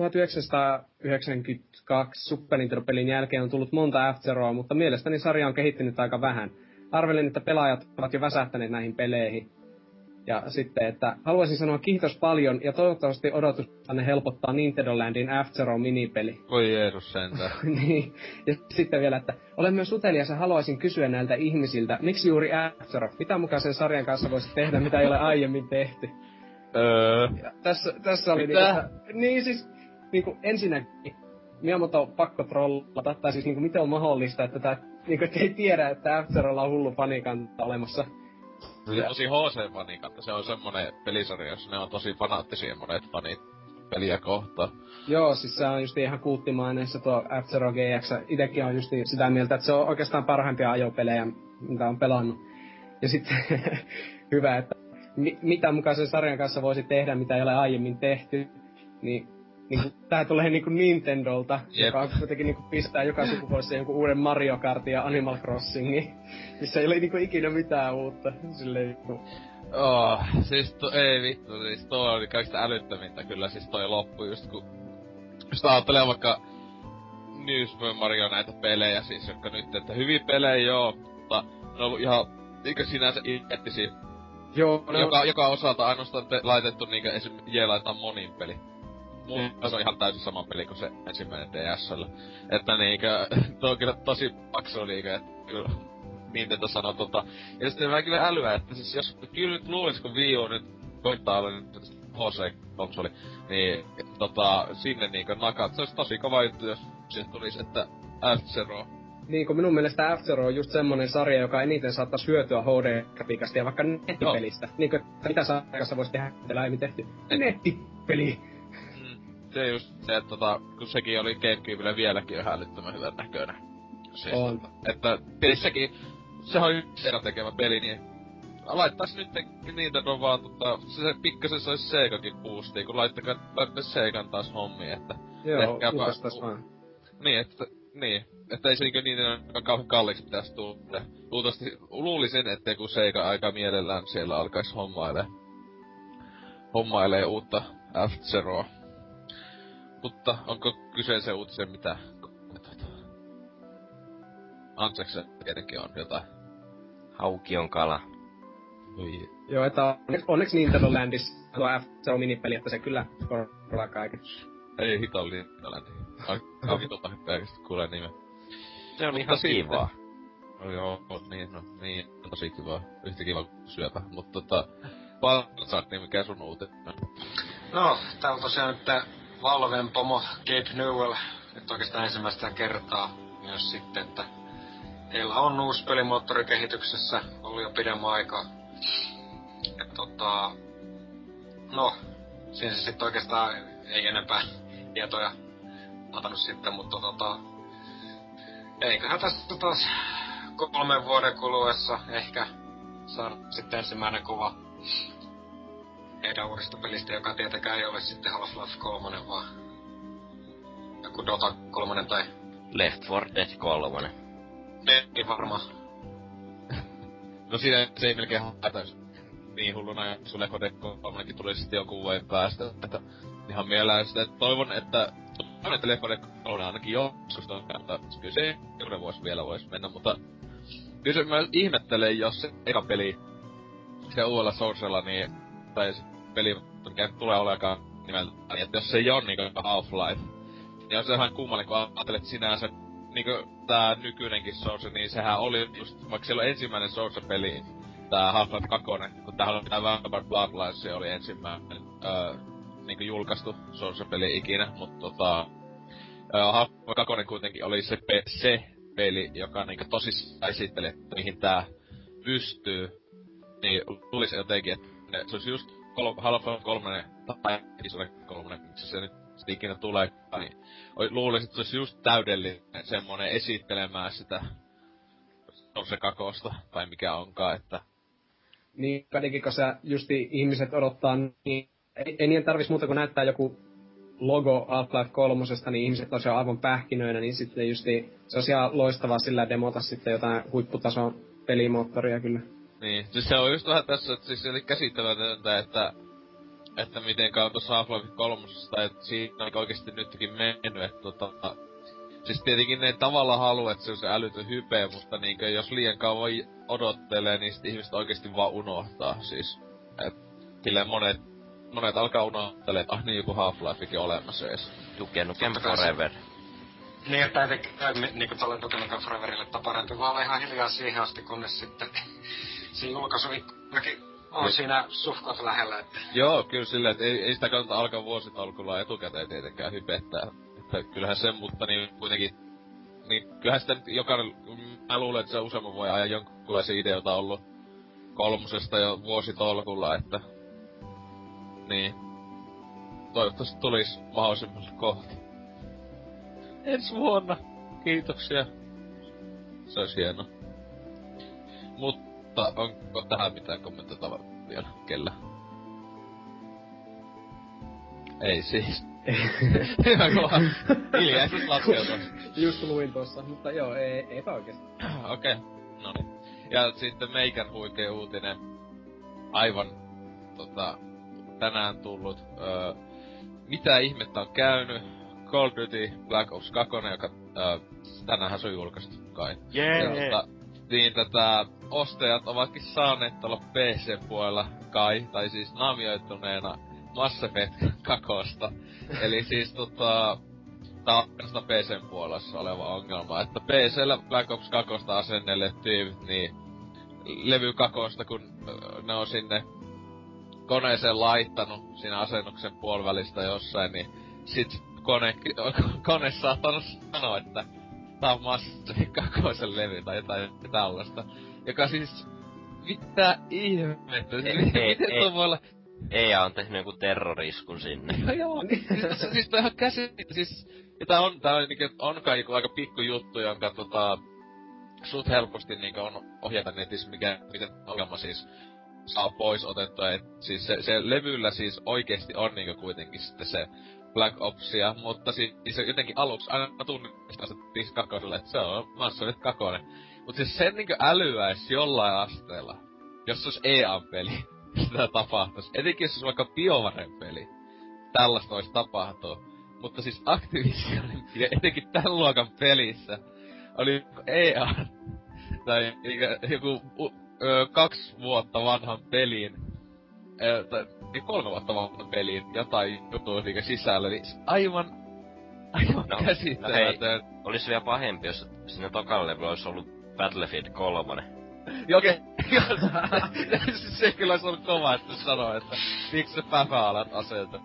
tuhatyhdeksänsataayhdeksänkymmentäkaksi Super Nintendo-pelin jälkeen on tullut monta F-Zeroa, mutta mielestäni sarja on kehittynyt aika vähän. Arvelin, että pelaajat ovat jo väsähtäneet näihin peleihin. Ja sitten, että haluaisin sanoa kiitos paljon ja toivottavasti odotustanne helpottaa Nintendo Landin F-Zero minipeli. Voi Jeesus sentään. Niin. Ja sitten vielä, että olen myös utelias ja haluaisin kysyä näiltä ihmisiltä, miksi juuri F-Zero? Mitä mukaan sen sarjan kanssa voisi tehdä, mitä ei ole aiemmin tehty? Öö... Ja tässä, tässä oli mitä? Niinku, niin siis, niinku ensinnäkin Miyamoto on pakko trollata, tai siis niinku miten on mahdollista, että tää, niinku et ei tiedä, että F-Zerolla on hullu fanikanta olemassa. Se on tosi H C-fanikanta, se on semmonen pelisarja, jossa ne on tosi fanaattisia monet fanit peliä kohtaan. Joo, siis se on just ihan kulttimaineissa tuo F-Zero G X. Itekin on just sitä mieltä, että se on oikeastaan parhaimpia ajopelejä, mitä on pelannut. Ja sitten hyvä, että mi- mitä mukaan sen sarjan kanssa voisi tehdä, mitä ei ole aiemmin tehty. Niin, niin tää tulee niinku Nintendolta, Jep. joka on kuitenkin niinku pistää joka sukupuolessa jonkun uuden Mario Kartin ja Animal Crossingin, missä ei ole niinku ikinä mitään uutta. Silleen niinku... Oh, siis to, ei vittu, siis toi oli kaikista älyttömintä kyllä, siis toi loppu just ku... Just ajattelee vaikka New Super Mario näitä pelejä siis, jotka nyt, että hyviä pelejä joo, mutta ne on ollut ihan niinkö sinänsä iättisiä. Joo, no... joka, joka osalta ainoastaan pe- laitettu niinkö esim. J laitetaan monin peli. Mun mm. se on ihan täysin sama peli kuin se ensimmäinen D S L. Että niinkö, toi on kyllä tosi paksu niinkö, että kyllä Nintendo sanoo tota. Ja sitten mä kyllä älyä, että siis jos kyllä nyt luulis, kun Wii U nyt koittaa olla nyt H C-konsoli, niin tota sinne niinkö nakat. Se olisi tosi kova juttu, jos sieltä tulisi, että F-Zero. Niin, kun minun mielestä F-Zero on just semmonen sarja, joka eniten saattais hyötyä H D-grafiikasta ja vaikka nettipelistä. Joo. Niinkö, mitä sarjassa voisi tehdä, mitä aiemmin tehty? Nettipeli! Se just se, että tota, kun sekin oli Gamecubelle vieläkin ihan älyttömän hyvän näköinen. Siis, on. Että pelissäkin, sehän on Sega tekemä peli, niin laittais nyt Nintendo vaan tota, se, se pikkasen sais Segakin boostiin, kun laittakaa laittaisi Segan taas hommiin, että... Joo, julkaistais vaan. Niin, että, niin, että ei se niinkö niin kauhean kalliiksi pitäis tulla. Luultavasti luulisin, ettei kun Sega aika mielellään siellä alkais hommailee, hommailee uutta F-Zeroa. Mutta onko kyseisen uutisen mitään kommentoitavaa? Anteeksi, tietenkin on jotain. Hauki on kala. Oi. Joo, että onneksi Nintendo Landissa tuo F-Zero minipeli, että se kyllä korvaa kaiken. Ei hito Nintendo Landi. Alkaa hitolta pelkästään kuulee nimen. Se on ihan kivaa. No joo, niin, no niin, tosi kivaa. Yhtä kiva syöpä, mutta tota... Balzart, niin mikä sun uutinen? No, tää on tosiaan nyt Valven pomo Gabe Newell, nyt oikeastaan ensimmäistä kertaa myös sitten, että heillä on uusi pelimoottori kehityksessä, ollut jo pidemmän aikaa. Ja tota, no, siinä se sit oikeastaan ei enempää tietoja antanut sitten, mutta tota... Eiköhän tästä taas kolmen vuoden kuluessa ehkä saada sitten ensimmäinen kuva heidän uudesta pelistä, joka tietenkään ei ole sitten Half-Life kolme, vaan joku Dota kolme tai... Left four Dead kolme. Ei varmaan. No siinä se ei melkein haitaisi niin hulluna, että sun Left four Dead kolmekin tuli sitten joku vuoden päästä, että ihan mielellään sitä, että toivon, että toivon, että Left four Dead kolme ainakin joskus toivon, että kyllä se jokunen vuosi vielä vois mennä, mutta kyllä se myös ihmettelee, jos se eka peli se uudella Sourcella, niin, tai se peli, mikä tulee olekaan nimeltä, niin että jos se ei oo niinku Half-Life, niin on se ihan kummallinen, kun ajattelet sinänsä niinku tää nykyinenkin Source, niin sehän oli just, vaikka siellä on ensimmäinen Source-peli, tää Half-Life kaksi, kun tämähän oli tää Vampire Bloodlines, se oli ensimmäinen öö, niinku julkaistu Source-peli ikinä, mut tota... Öö, Half-Life kaksi kuitenkin oli se, pe- se peli, joka niinku tosissaan esitteli, että mihin tää pystyy. Niin tulisi jotenkin, että se olisi just kol- Half-Life kolme tai Dishonored kolme, miksi se nyt sit ikinä tulee, niin luulisin, että se olisi just täydellinen semmonen esittelemään sitä Source kakosta, tai mikä onkaan, että... Niin, kadinkin, kun sä justi ihmiset odottaa, niin ei, ei niiden tarvis muuta kuin näyttää joku logo Half-Life kolmosesta, niin ihmiset on aivan pähkinöinä, niin sitten justi se on ihan loistavaa sillä demota sitten jotain huipputason pelimoottoria kyllä. Niin, siis se on just vähän tässä, että siis oli käsittämätöntä, että että mitenkä on tossa Half-Life kolmosesta, että siinä on oikeesti nytkin mennyt, että tota... Siis tietenkin ne tavallaan haluaa, että se on se älytön hype, mutta niinkö jos liian kauan odottelee, niin sit ihmiset oikeesti vaan unohtaa, siis. Et silleen monet, monet alkaa unohtelee, että ah niin joku Half-Lifekin olemassa ees. Duke Nukem Forever. Niin, että ei käy niinku tolle Duke Nukem Foreverille, että parempi vaan olla ihan hiljaa siihen asti, kunnes sitten se julkaisuikkunakin on siinä suhkot lähellä, että... Joo, kyllä silleen, että ei, ei sitä kannata alkaa vuositaululla etukäteen tietenkään hypettää. Että kyllähän sen, mutta niin kuitenkin... Niin kyllähän sitä nyt jokainen... Mä luulen, että se useamman voi ajan jonkunlaisia ideoita ollut kolmosesta jo vuositolkulla, että... Niin. Toivottavasti tulis mahdollisimman kohta. Ensi vuonna. Kiitoksia. Se olisi hieno. Mutta onko tähän mitään kommentoitavaa vielä? Kellä? Ei siis. Hyvä kova. Hiljaisuus laskeutua. Just luin tossa, mutta joo, ei, eipä oikeesti. Okei, okay. Noniin. Ja sitten meikän huikea uutinen. Aivan tota, tänään tullut. Öö, mitä ihmettä on käynyt? Call of Duty Black Ops kaksi, joka öö, tänäänhän se on julkaistu kai. Jee! Ja, tota, niin tätä ostajat ovatkin saaneet tuolla P C-puolella kai, tai siis naamioituneena Mass Effect kakosta. Eli siis tota... Tää on oikeastaan P C:n puolessa oleva ongelma, että P C:llä Black Ops kaksi asennelle tyypit, niin levy kakosta, kun ne on sinne koneeseen laittanut siinä asennuksen puolivälistä jossain, niin sit kone, kone saattanut sanoa, että tää on Mass Effect kakosen levy tai jotain tällaista. Joka siis, mitä ihmettä, Ei, miten, ei, miten ei. tuo voi olla... E A on tehnyt joku terroriskun sinne. Joo, joo. siis, siis tää on ihan käsi... Siis... Ja tää on, tää on, niinku, on kai joku aika pikku juttu, jonka tota... Suht helposti niinku on ohjata netissä, mikä, miten ongelma siis saa pois otettua. Et siis se, se levyllä siis oikeesti on niinku kuitenkin sitten se Black Opsia, mutta siis se jotenkin aluksi aina tunnistaa se Disc kakoselle, että se on Mass Effect kakonen. Mut siis sen niinku älyäis jollain asteella, jos se ois E A-peli. Sitä tapahtuisi. Etenkin jos se vaikka BioWaren peli. Tällaista olisi tapahtua. Mutta siis Activisionin, ja etenkin tän luokan pelissä, oli E A, tai joku ö, kaksi vuotta vanhan pelin, ö, tai kolme vuotta vanhan pelin, jotain juttua niinku sisällä, niin aivan, aivan no, käsittämätön. No olis vielä pahempi, jos siinä tokalla levyllä olisi ollut Battlefield kolme. Okei, okay. Se kyllä olisi ollut kova, että sanoo, että miksi se päfä-alat aseelta.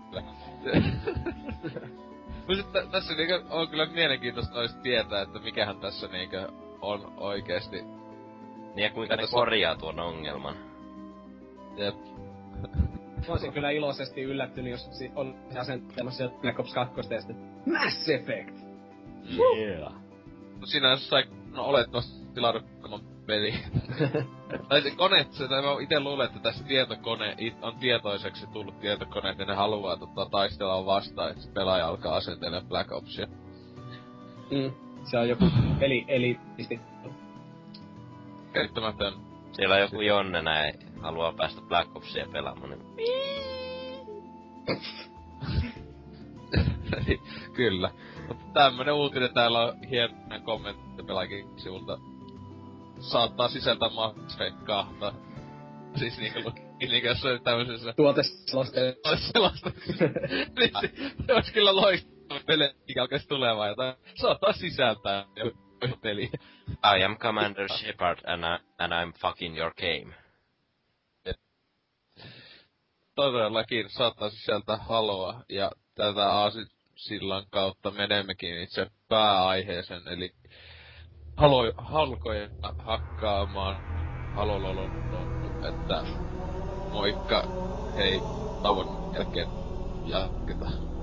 Mut sit t- tässä niinkö on kyllä mielenkiintoista olisi tietää, että mikähän tässä niinkö on oikeesti. Niin ja kuinka ne tässä... korjaa tuon ongelman. Jep. Mä olisin kyllä iloisesti yllättynyt, jos si- on asentamassa Black Ops kaksi ja sitten Mass Effect! Yeah. No sinänsä sai, no olettavasti laadukkaamman peli. Tai se kone, se, tai mä ite luulen, että tässä tietokone it, on tietoiseksi tullut tietokone, että ne haluaa tota, taistella vastaan, että se pelaaja alkaa asentelemaan Black Opsia. Mm, se on joku peli elitisti. Käyttämätön. Siellä joku Jonne näin haluaa päästä Black Opsia pelaamaan, niin... Kyllä. Mutta tämmönen uutinen täällä on hieno kommentti pelaakin sivulta. Saattaa sisältää Mass Effect kaksi. Siis niinku luki niinku jossain tämmöisessä... Tuoteselosteessa. Tuoteselosteessa. Niin se ois kyllä loistava peli, mikä alkaisi tulemaan jotain. Saattaa sisältää joku peli. I am Commander Shepard and, I, and I'm fucking your game. Todellakin saattaa sisältää Haloa, ja tätä aasinsillan kautta menemmekin itse pääaiheeseen, eli halo, halkoja hakkaamaan halololon, että moikka, hei, tauon jälkeen jatketaan.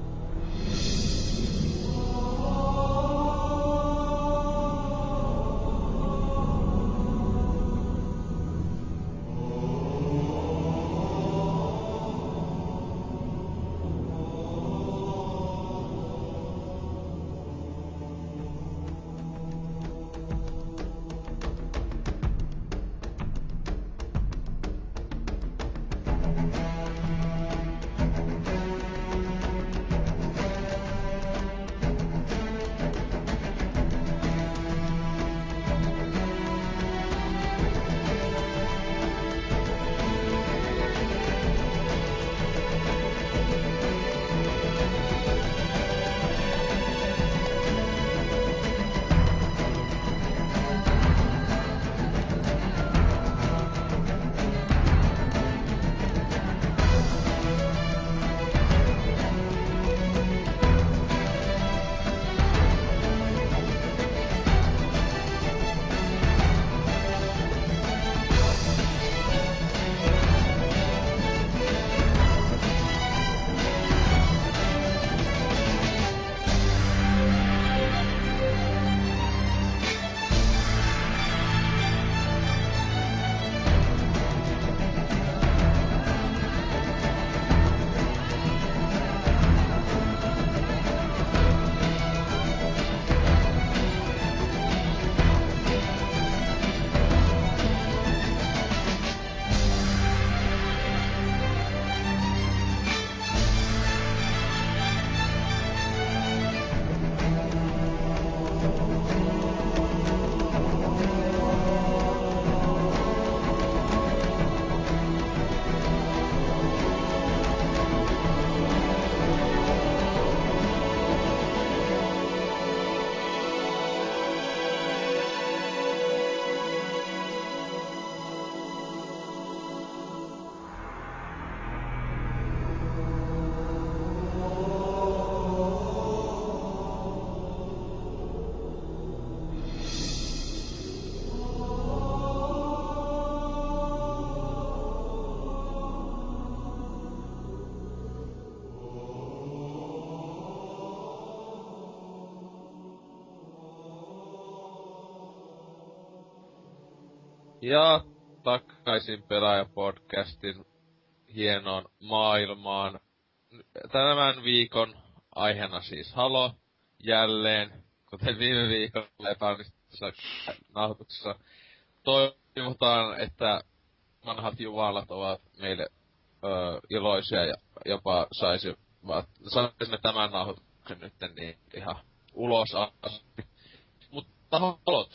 Ja takaisin Pelaaja-podcastin hienoon maailmaan. Tämän viikon aiheena siis Halo jälleen, kuten viime viikolla epäonnistuessa nauhoituksessa. Toivotaan, että vanhat jumalat ovat meille öö, iloisia ja jopa saisivat, saisimme tämän nauhoituksen nyt niin ihan ulos asti. Mutta Halot.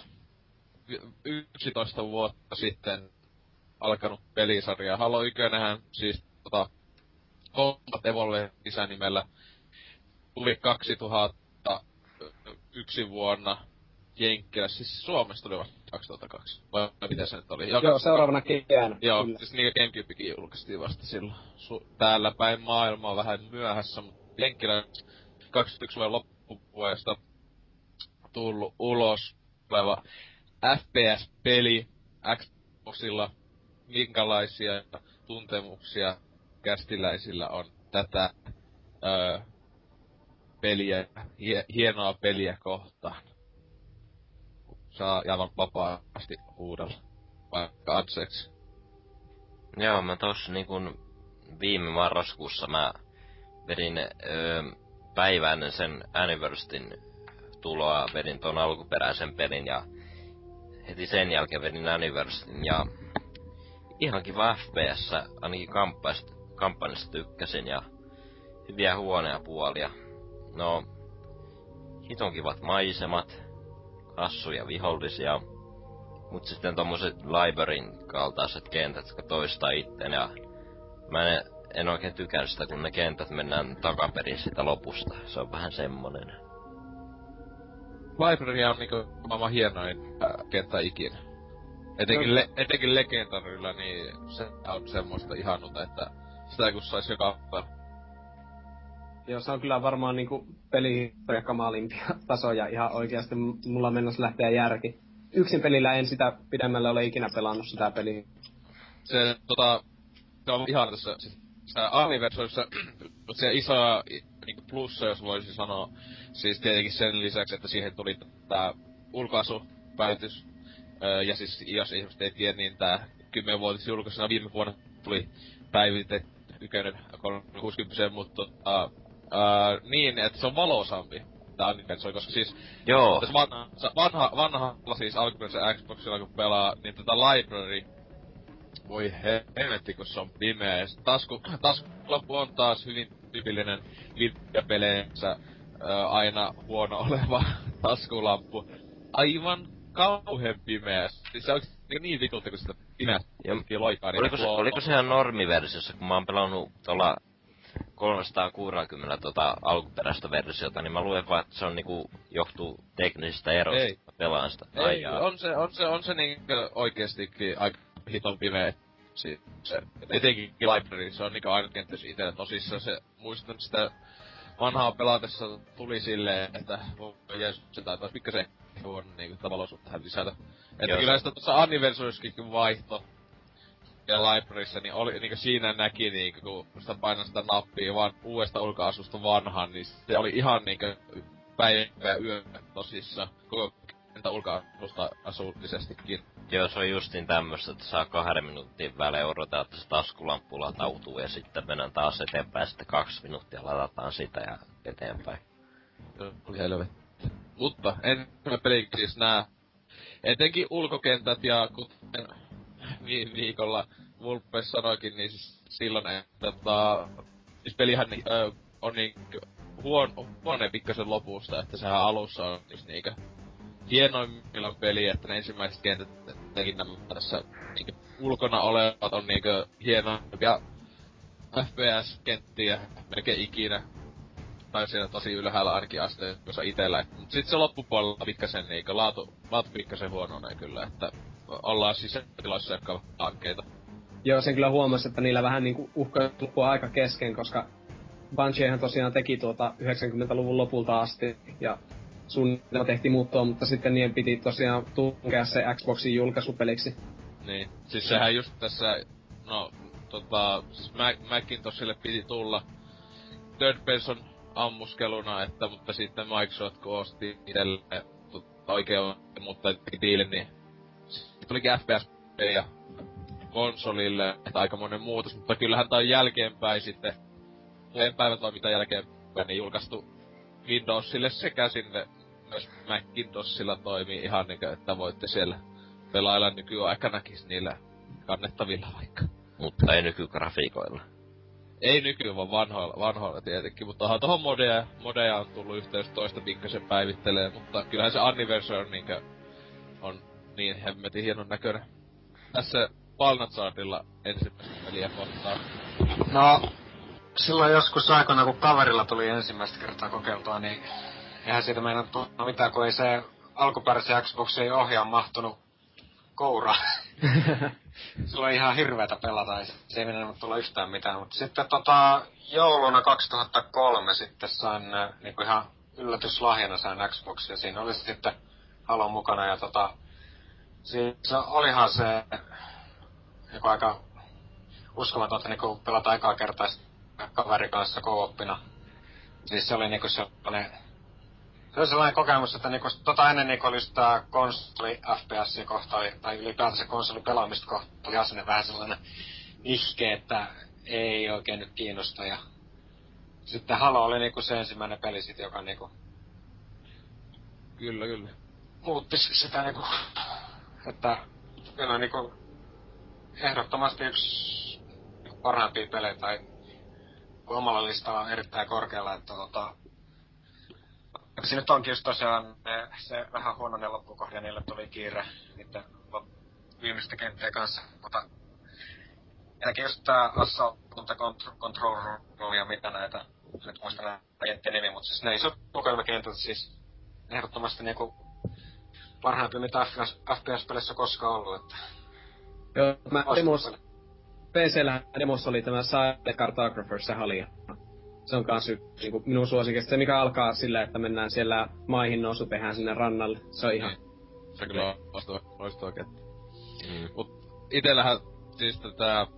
yksitoista vuotta sitten alkanut pelisarja. Halo ykönenhän siis tota Combat Evolve lisänimellä tuli kaksituhattayksi vuonna Jenkkilässä, siis Suomessa tuli vasta kaksituhattakaksi. Vai mitä se nyt oli? Joo, Joo seuraavana keväänä. Joo, kyllä. Siis niin Gamecubekin julkaistiin vasta silloin. Su- täällä päin maailmaa vähän myöhässä, mutta Jenkkilässä kaksikymmentäyksi vuoden loppuvuodesta tullut ulos oleva F P S-peli Xboxilla, minkälaisia tuntemuksia kästiläisillä on tätä öö, peliä, hie, hienoa peliä kohtaan. Saa aivan vapaasti huudella, vaikka anseeksi. Joo, mä tossa niinkun viime marraskuussa mä vedin öö, päivän sen Anniversaryn tuloa, vedin ton alkuperäisen pelin ja heti sen jälkeen vedin Anniversaryn ja ihan kiva F P S, ainakin kamppaista, kampanjasta tykkäsin ja hyviä huoneja puolia. No, hiton kivat maisemat, hassuja vihollisia, mut sitten tommoset Libraryn kaltaiset kentät, jotka toistaa itteen ja mä en, en oikein tykännyt sitä, kun ne kentät mennään takaperin sitä lopusta. Se on vähän semmonen. Library on niinku maailman hienoin äh, kenttä ikinä. Etenkin, le- etenkin Legendaryllä, niin se on semmoista ihanuutta, että sitä kun sais joka päivä. Joo, se on kyllä varmaan niinku pelihistorian kamalimpia tasoja ihan oikeasti. Mulla on menossa lähteä järki. Yksin pelillä en sitä pidemmälle ole ikinä pelannut sitä peliä. Se, tota, se on ihan tässä, siis Anniversarissa se iso niinku plussa, jos voisi sanoa. Siis tietenkin sen lisäksi, että siihen tuli tää ulkoasupäivitys. Öö, ja siis, jos ihmiset ei tiedä, niin tää kymmenvuotis julkaisena viime vuonna tuli päivitetty ykönen kolmesataakuusikymmentä, mutta tota, öö, niin, että se on valoisampi. Tää Anniversary, koska siis Joo. Tässä vanha, vanha, vanhalla siis alkuperäisellä Xboxilla kun pelaa, niin tätä Library, voi helvetti kun se on pimeä. Ja tasku, taskulappu on taas hyvin tyypillinen videopeleissä ää, aina huono oleva taskulappu. Aivan kauhean pimeä. Siis se on niin vituutta, kun sitä pimeästi loikaa. Niin oliko, se, oliko se ihan normiversiossa, kun mä oon pelannut tuolla kolmesataakuusikymmentä tota alkuperäistä versiota, niin mä luen vaan, että se on niinku johtuu teknisistä eroista. Ei. Pelaan sitä. Ei, on se, on se, on se niinku oikeestikin aika hiton pimeä. Si- se, etenkin Library, se on niinku ainut kenttäs itellä tosissaan. Se, muistan sitä vanhaa pelatessa tuli silleen, että voi jeesus, se taitaa pikkasen huono niinku tavallisuutta tähän lisätä. Että Joo, kyllä se... sitä tuossa Anniversaryskin vaihto ja Libraryssa, niin oli, niinku siinä näki niinku, kun sitä painaa sitä nappia vaan uudesta ulkoasusta vanhaan, niin se oli ihan niinku päivä ja yö tosissaan. Koko entä ulkoasusta asuullisestikin. Joo, se on justiin tämmöstä, että saa kahden minuutin välein odottaa, että se taskulamppu latautuu ja sitten mennään taas eteenpäin, sitten kaksi minuuttia ladataan sitä ja eteenpäin. Joo, oli helvetti. Mutta ensimmäinen peli siis nää, etenkin ulkokentät ja kuten vi- viikolla Vulpes sanoikin, niin siis silloin, että tota, siis pelihän ö, on niin huon, huoneen pikkasen lopusta, että sehän alussa on siis niinkö hienoimmillaan peli, että ne ensimmäiset kentät tekin nämä tässä niinkö ulkona olevat on niinkö hienoimpia F P S-kenttiä melkein ikinä. Tai siellä tosi ylhäällä ainakin asteikossa itellä. Mut sit se loppupuolella pikkasen niinkö laatu, laatu pikkasen huononee kyllä, että ollaan sisätiloissa jotka hankkeita. Joo, sen kyllä huomasi, että niillä vähän niinku uhkaa loppua aika kesken, koska Bungiehan tosiaan teki tuota yhdeksänkymmentäluvun lopulta asti, ja suunnitelma tehtiin muuttua, mutta sitten niiden piti tosiaan tunkea se Xboxin julkaisupeliksi. Niin, siis sehän just tässä, no, tota, siis Mac- Macintosille piti tulla third person ammuskeluna, että, mutta sitten Microsoft kun osti itelle oikein, mutta teki diilin, niin sitten tulikin F P S-peliä konsolille, että aikamoinen muutos, mutta kyllähän tää on jälkeenpäin sitten, en päivätoiminta jälkeenpäin, niin julkaistu Windowsille sekä sinne myös Macintosilla toimii ihan niinkö, että voitte siellä pelailla nykyaikanakin niillä kannettavilla vaikka. Mutta ei nykygrafiikoilla. Ei nykyään, vaan vanhoilla, vanhoilla tietenkin, mutta onhan tohon modeja, modeja on tullut yhteys toista pikkasen päivittelee, mutta kyllähän se Anniversary on niinkö, on niin hemmetin hienon näköinen. Tässä Palnazardilla ensimmäistä peliä kohtaan. No, silloin joskus aikana, kun kaverilla tuli ensimmäistä kertaa kokeiltua, niin eihän siitä meinaa tulla mitään, kun ei se alkuperäisen Xbox ei ohjaan mahtunut kouraan. Se oli ihan hirveetä pelata, ei se ei mennä tulla yhtään mitään. Mutta sitten tota, jouluna kaksituhattakolme sitten sain äh, niinku ihan yllätyslahjana sain Xbox ja siinä oli sitten Halo mukana ja tota, siis olihan se joku aika uskomatonta niinku pelata ekaa kertaa kaverin kanssa co-oppina. Siis se oli niinku sellainen... Se oli sellainen kokemus, että niinku tota ennen niinku oli sitä konsoli F P S kohta oli, tai ylipäätänsä konsoli pelaamista kohta oli ihan sellainen vähän sellainen ihke, että ei oikein nyt kiinnosta ja... Sitten Halo oli niinku se ensimmäinen peli sit, joka niinku... Kyllä, kyllä. Muutti sitä niinku... Että... Kyllä niinku... Ehdottomasti yksi parhaimpia pelejä tai... Omalla listalla on erittäin korkealla, että tota... Se nyt onkin just tosiaan ne, se vähän huono ne loppukohde ja niille tuli kiire niitten viimeistä kenttien kanssa, mutta... Ainakin just tää Assault Control Room ja mitä näitä... Nyt muistan näitä kenttien nimi, mutta siis ne isot kokoelmakentät siis... Ehdottomasti niinku... Parhaimpia mitä F P S-pelissä koskaan ollut, että... Joo, mä demos... P C:llä demossa oli tämä Silent Cartographer, se oli. Se on kans y, niinku minun suosikista. Se mikä alkaa sillä, että mennään siellä maihin nousu tehdään sinne rannalle. Se on ihan... Mm. Se kyllä on loistava, loistava kettä. Mm. Mut itellähän siis tätä...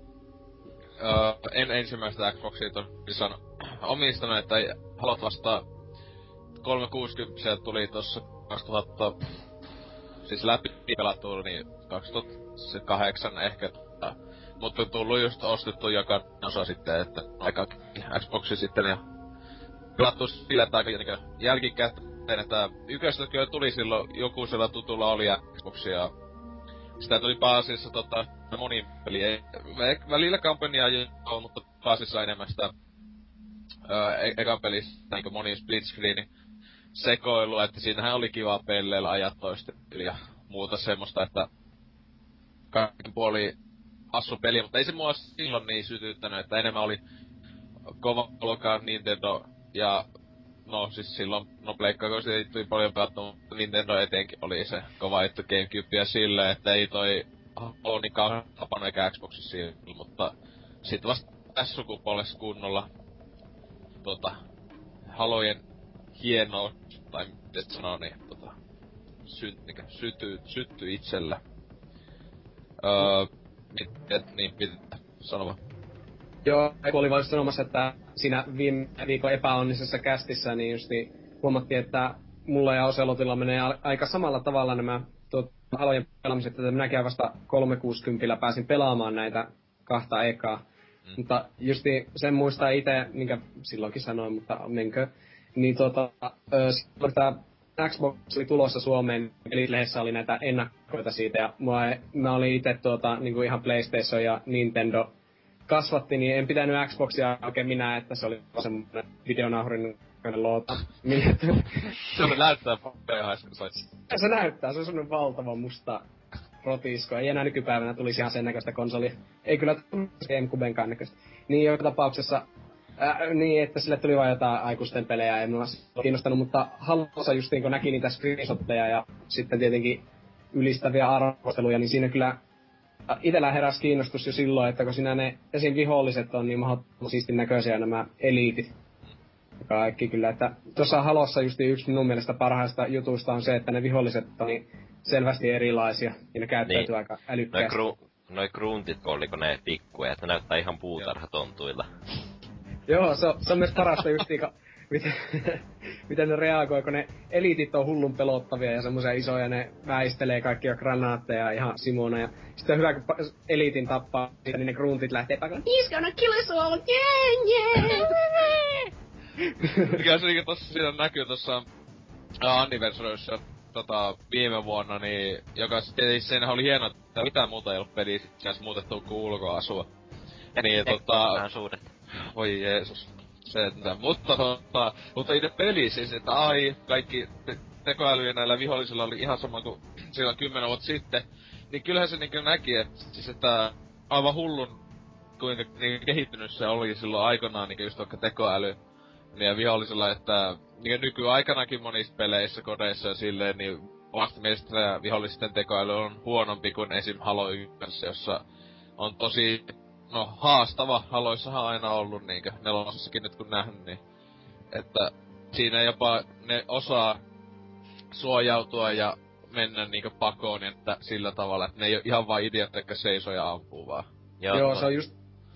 Uh, en ensimmäistä Xboxia tosissaan omistanut, että haluat vasta kolmesataakuusikymmentä tuli tossa kaksituhatta... Siis läpi pelattu, niin kaksituhattakahdeksan ehkä. Mutta on tullut just ostettu joka osa sitten, että aika Xboxi sitten ja pelattu sillä, että aika niinku jälkikäteen, että yköstä kyllä tuli silloin joku sillä tutulla oli Xboxia ja sitä tuli pääasiassa tota moni peli, ei, välillä kampanjaa joo, mutta pääasiassa enemmän sitä öö, e- ekan pelissä niinku moni split screeni sekoilua, että siinähän oli kiva pelleillä ajat toisten ja muuta semmoista, että kaikki puoli hassu peli, mutta ei se mua silloin niin sytyttänyt, että enemmän oli kova luokkaa Nintendo ja no siis silloin, no pleikkaa kun siitä tuli paljon pelattu, mutta Nintendo etenkin oli se kova juttu GameCube ja silleen, että ei toi Halo niin kauhean tapana eikä Xboxissa silloin, mutta sit vasta tässä sukupolvessa kunnolla tota Halojen hienoa, tai miten sanoo niin, tota sy, niinkö, sytyy, sytty itsellä. Öö, mit, niin, pitää sanoa. Joo, kun oli vaan sanomassa, että siinä viime viikon epäonnisessa kästissä, niin just niin huomattiin, että mulla ja Oselotilla menee a- aika samalla tavalla nämä tuot, Halojen pelaamiset, että minäkin vasta kolmesataakuusikymmentä pääsin pelaamaan näitä kahta ekaa. Mm. Mutta justi sen muistaa itse, minkä silloinkin sanoin, mutta menkö, niin tota, ö, silloin tää Xbox oli tulossa Suomeen, eli lehdessä oli näitä ennakkoita siitä, ja mua, mä olin itse tuota, niinku ihan PlayStation ja Nintendo kasvatti, niin en pitänyt Xboxia oikein minä, että se oli semmoinen videonauhurin loota. Se näyttää paljon sait. Se näyttää, se on semmoinen valtava musta rotisko. Ei enää nykypäivänä tulisi ihan sen näköistä konsolia. Ei kyllä GameCubenkaan näköistä. Niin joka tapauksessa, ää, niin että sille tuli vain jotain aikuisten pelejä, ei minua kiinnostanut, mutta Halossa justiin kun näki niitä screenshotteja ja sitten tietenkin ylistäviä arvosteluja, niin siinä kyllä itellä heräsi kiinnostus jo silloin, että kun siinä ne esim. Viholliset on niin mahdottoman siistin näköisiä nämä eliitit. Kaikki kyllä, että tuossa Halossa just yksi minun mielestä parhaista jutuista on se, että ne viholliset on niin selvästi erilaisia ja ne käyttäytyy niin aika älykkäästi. Noi, gru- noi gruntit, oliko ne pikkuja, että ne näyttää ihan puutarhatontuilla. Joo, se on, se on myös parasta justiin, miten, miten ne reagoi, kun ne eliitit on hullun pelottavia ja semmoisia isoja, ne väistelee kaikkia granaatteja ihan Simona. Ja sitten on hyvä, kun eliitin tappaa, niin ne gruntit lähtee paikalle. He's gonna kill us all, yeah, yeah! Mikä se niinku tossa siinä näkyy tossa uh, Anniversaryssa tota viime vuonna, niin joka sitten siinä oli hieno, että mitään muuta ei ollut pelissä itseasiassa muutettu kuin ulkoasua. Niin tota... suuret. Voi Jeesus. Se, että, mutta tota, mutta itse peli siis, että ai, kaikki te- tekoälyjä näillä vihollisilla oli ihan sama kuin silloin kymmenen vuotta sitten. Niin kyllähän se niinku näki, että siis, että aivan hullun kuinka niin kehittynyt se oli silloin aikanaan niinku just vaikka tekoäly. Niin ja vihollisilla, että niin nykyaikanakin monissa peleissä, kodeissa ja silleen, niin omasta mielestä vihollisten tekoäly on huonompi kuin esim. Halo yksi, jossa on tosi, no haastava. Haloissahan on aina ollut niinkö, nelosessakin nyt kun nähnyt, niin että siinä jopa ne osaa suojautua ja mennä niinkö pakoon, että sillä tavalla, että ne ei oo ihan vaan idiot, jotka seisoo ja ampuu vaan. Joo, Joo se on just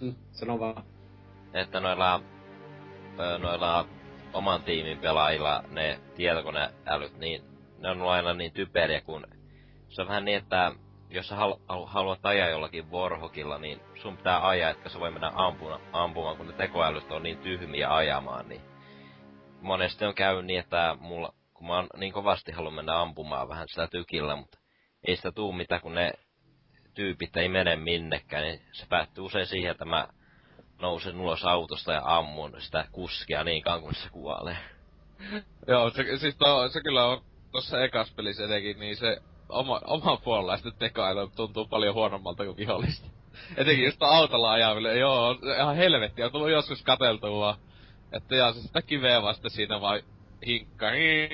Mm, sano vaan. Että noilla, ö, noilla oman tiimin pelaajilla ne tietokoneälyt, niin ne on ollut aina niin typeriä, kun se on vähän niin, että jos sä halu- haluat ajaa jollakin Warhawkilla, niin sun pitää ajaa, etkä sä voi mennä ampuna, ampumaan, kun ne tekoälyt on niin tyhmiä ajamaan, niin monesti on käynyt niin, että mulla, kun mä oon niin kovasti halunnut mennä ampumaan vähän sitä tykillä, mutta ei sitä tuu mitään, kun ne tyypit ei mene minnekään, niin se päättyy usein siihen, että mä nousen ulos autosta ja ammun sitä kuskia niin kauan, kun se kuolee. Joo, se, siis to, se kyllä on tossa ekas pelissä etenkin, niin se oma, oma puolalaisten tekoäly tuntuu paljon huonommalta kuin vihollista. Etenkin just autolla ajamille, joo, ihan helvettiä, on tullut joskus katseltua vaan, että jaa, se sitä kiveä vasta siinä vaan hinkkaa,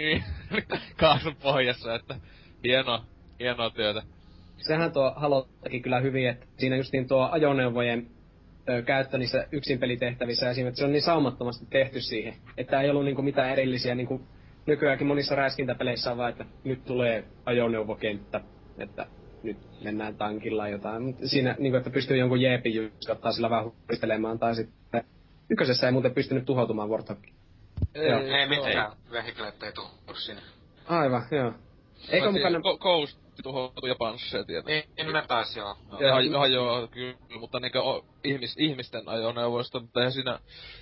kaasun pohjassa, että hieno, hienoa työtä. Sehän tuo Halotakin kyllä hyvin, että siinä justiin tuo ajoneuvojen ö, käyttö niissä yksin pelitehtävissä esimerkiksi, se on niin saumattomasti tehty siihen, että ei ollut niinku mitään erillisiä niinku nykyäänkin monissa räiskintäpeleissä on vaan, että nyt tulee ajoneuvokenttä, että nyt mennään tankilla jotain, mutta siinä niinku, että pystyy jonkun jeepin just ottaa sillä vähän huistelemaan, tai sitten ykkösessä ei muuten pystynyt tuhoutumaan Warthog. Ei, ei, ei mitkään vehikleet ei tuhoutu sinne. Aivan, joo. Eikö mukana... Ko- Ghost tuhoutui ja pansseja tietenkin. Niin ne pääs joo. Ja hajoaa kyllä, mutta niinkö o, ihmis, ihmisten ajoneuvoista, mutta eihän siinä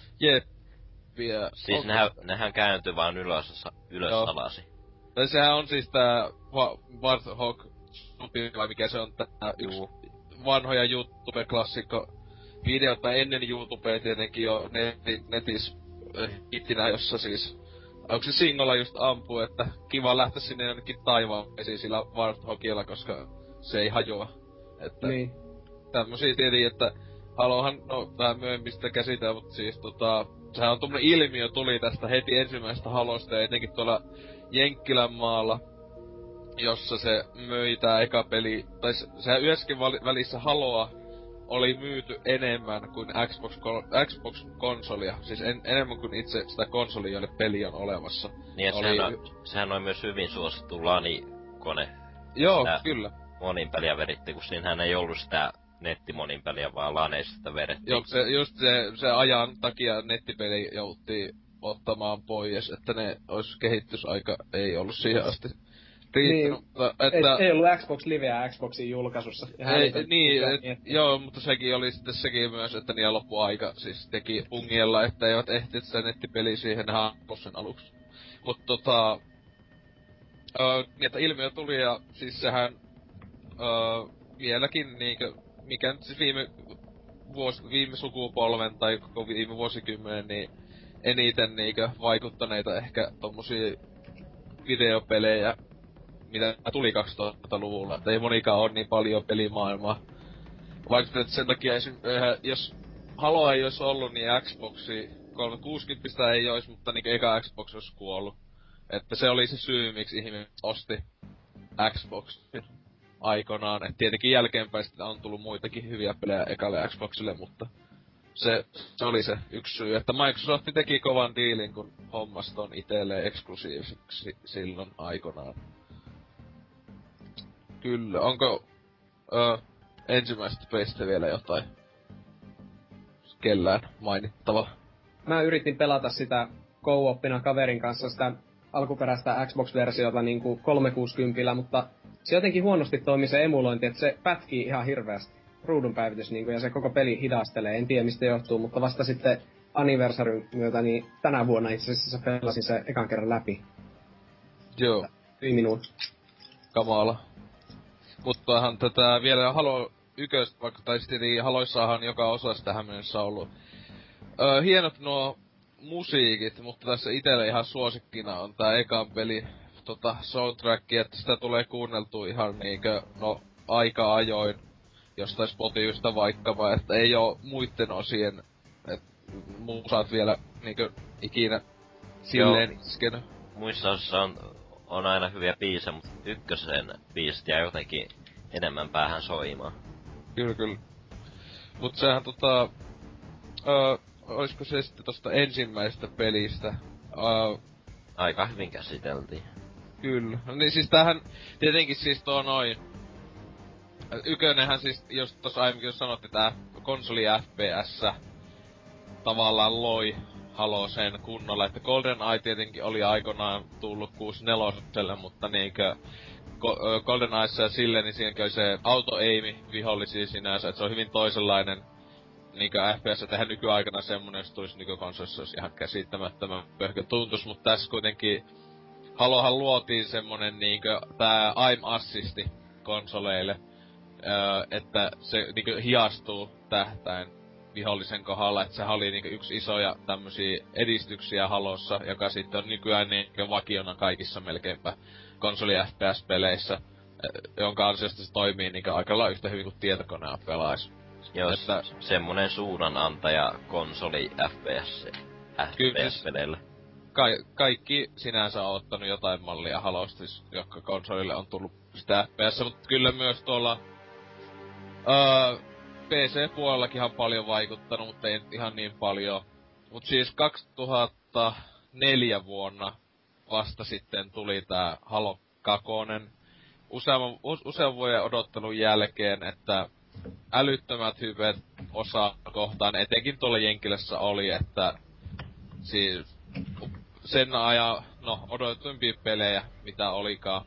jeppiä... Siis on... nehän, nehän kääntyy vaan ylös, ylös Joo. alasi. Tai sehän on siis tää Va- Warthog Stupi, vai mikä se on tää yksi vanhoja YouTube-klassikko videota ennen YouTubea tietenkin jo neti, netis äh, hittinä, jossa siis onko se Singolla just ampuu, että kiva lähteä sinne jonnekin taivaisiin sillä Warthogilla, koska se ei hajoa. Että Niin. tämmösiä tietenkin, että Halohan, no vähän myöhemmin sitä käsitellä, mutta siis tota, sehän on tommonen ilmiö tuli tästä heti ensimmäisestä Halosta ja etenkin tuolla Jenkkilän maalla, jossa se möi tää eka peli, tai se, sehän yhdessäkin välissä Haloa oli myyty enemmän kuin Xbox, Xbox-konsolia. Siis en, enemmän kuin itse sitä konsolia, jolle peli on olemassa. Niin, oli... sehän, on, sehän on myös hyvin suosittu LAN-kone. Joo, sitä kyllä. Monin peliä veritti, kun siinähän ei ollut sitä nettimonin peliä, vaan LANeista sitä verettiin. Joo, se, just se, se ajan takia nettipeli jouttiin ottamaan pois, että ne ois kehitysaika ei ollut siihen asti riittänyt. Niin, mutta, että... ei, ei ollut Xbox Liveä Xboxin julkaisussa. Ei, niin, et, joo, mutta sekin oli sitten sekin myös, että niillä loppu aika siis teki pungiella, että eivät ehtineet sitä nettipeliä siihen halusi sen aluksi. Mut tota... Öö, niin, että ilmiö tuli ja siis sehän... Öö, vieläkin niinkö... Mikä nyt siis viime... Vuos, viime sukupolven tai koko viime vuosikymmenen, niin eniten niinkö vaikuttaneita ehkä tommosia videopelejä, mitä tuli kaksituhattaluvulla, että ei monikaan oo niin paljon pelimaailmaa. Vaikka sen takia esim, jos Halo ei ois ollut, niin Xboxi kolmesataakuusikymmentä ei ois, mutta niinku eka Xbox ois kuollut. Että se oli se syy, miksi ihmiset osti Xboxin aikanaan. Et tietenkin jälkeenpäin sitten on tullut muitakin hyviä pelejä ekalle Xboxille, mutta se, se oli se yksi syy, että Microsoft teki kovan diilin, kun hommas ton itelleen eksklusiiviseksi silloin aikanaan. Kyllä, onko ö, ensimmäisestä peistä vielä jotain kellään mainittava? Mä yritin pelata sitä co-opina kaverin kanssa sitä alkuperäistä Xbox-versiota niinku kolmesataakuusikymmentä, mutta se jotenkin huonosti toimii se emulointi, että se pätkii ihan hirveästi. Ruudunpäivitys niinku, ja se koko peli hidastelee. En tiedä mistä johtuu, mutta vasta sitten Anniversaryn myötä, niin tänä vuonna itse asiassa pelasin se ekan kerran läpi. Joo. Yli minuutti. Kamala. Muttahan tätä vielä Halo yköstä, vaikka tai sitten Haloissahan joka osassa tähän mennessä ollut öö, hienot nuo musiikit, mutta tässä itelle ihan suosikkina on tää ekan peli tota soundtrack, että sitä tulee kuunneltua ihan niinkö, no aika ajoin jostain Spotifysta vaikkapa, että ei oo muitten osien, et musat vielä niinkö ikinä silleen Joo. iskenyt. Muissa osissa on, on aina hyviä biisejä, mutta ykkösen biisit jää jotenkin enemmän päähän soimaan. Kyllä, kyllä. Mut sehän tota... Öö, oisko se sitten tosta ensimmäisestä pelistä? Öö, Aika hyvin käsiteltiin. Kyllä. No niin siis tämähän, tietenkin siis tuo noin... Ykönenhän siis, jos tossa aiemminkin sanottiin tää konsoli F P S tavallaan loi Halo sen kunnolla, että GoldenEye tietenkin oli aikoinaan tullut kuusikymmentäneljä, mutta niinkö Go- GoldenEyessa ja silleen, niin siinäkin oli se auto-aimi vihollisia sinänsä, että se on hyvin toisenlainen niinkö F P S, että eihän nykyaikana semmonen, jos tulisi nykykonsolissa, olisi ihan käsittämättömän pöhkö tuntus, mutta tässä kuitenkin Halohan luotiin semmonen niinkö tää aim assisti konsoleille, öö, että se niinkö hiastuu tähtäin vihollisen kohdalla, että sehän oli niinkö yksi isoja tämmösiä edistyksiä Halossa, joka sitten on nykyään niinkö vakiona kaikissa melkeinpä konsoli F P S-peleissä, jonka ansiosta se toimii niinkö aika lailla yhtä hyvin kuin tietokonea pelais. Joo, että semmonen suunnanantaja konsoli F P S, F P S-peleillä. Ka- kaikki sinänsä on ottanut jotain mallia Halosta, siis, jotka konsolille on tullut sitä F P S, mutta kyllä myös tuolla öö, P C-puolellakin on paljon vaikuttanut, mutta ei ihan niin paljon. Mut siis kaksituhattaneljä vuonna vasta sitten tuli tää Halo kakonen. Useamman, usean vuoden odottelun jälkeen, että älyttömät hypet osa kohtaan, etenkin tuolla Jenkilässä oli, että siis sen ajan, no, odotetuimpia pelejä, mitä olikaan.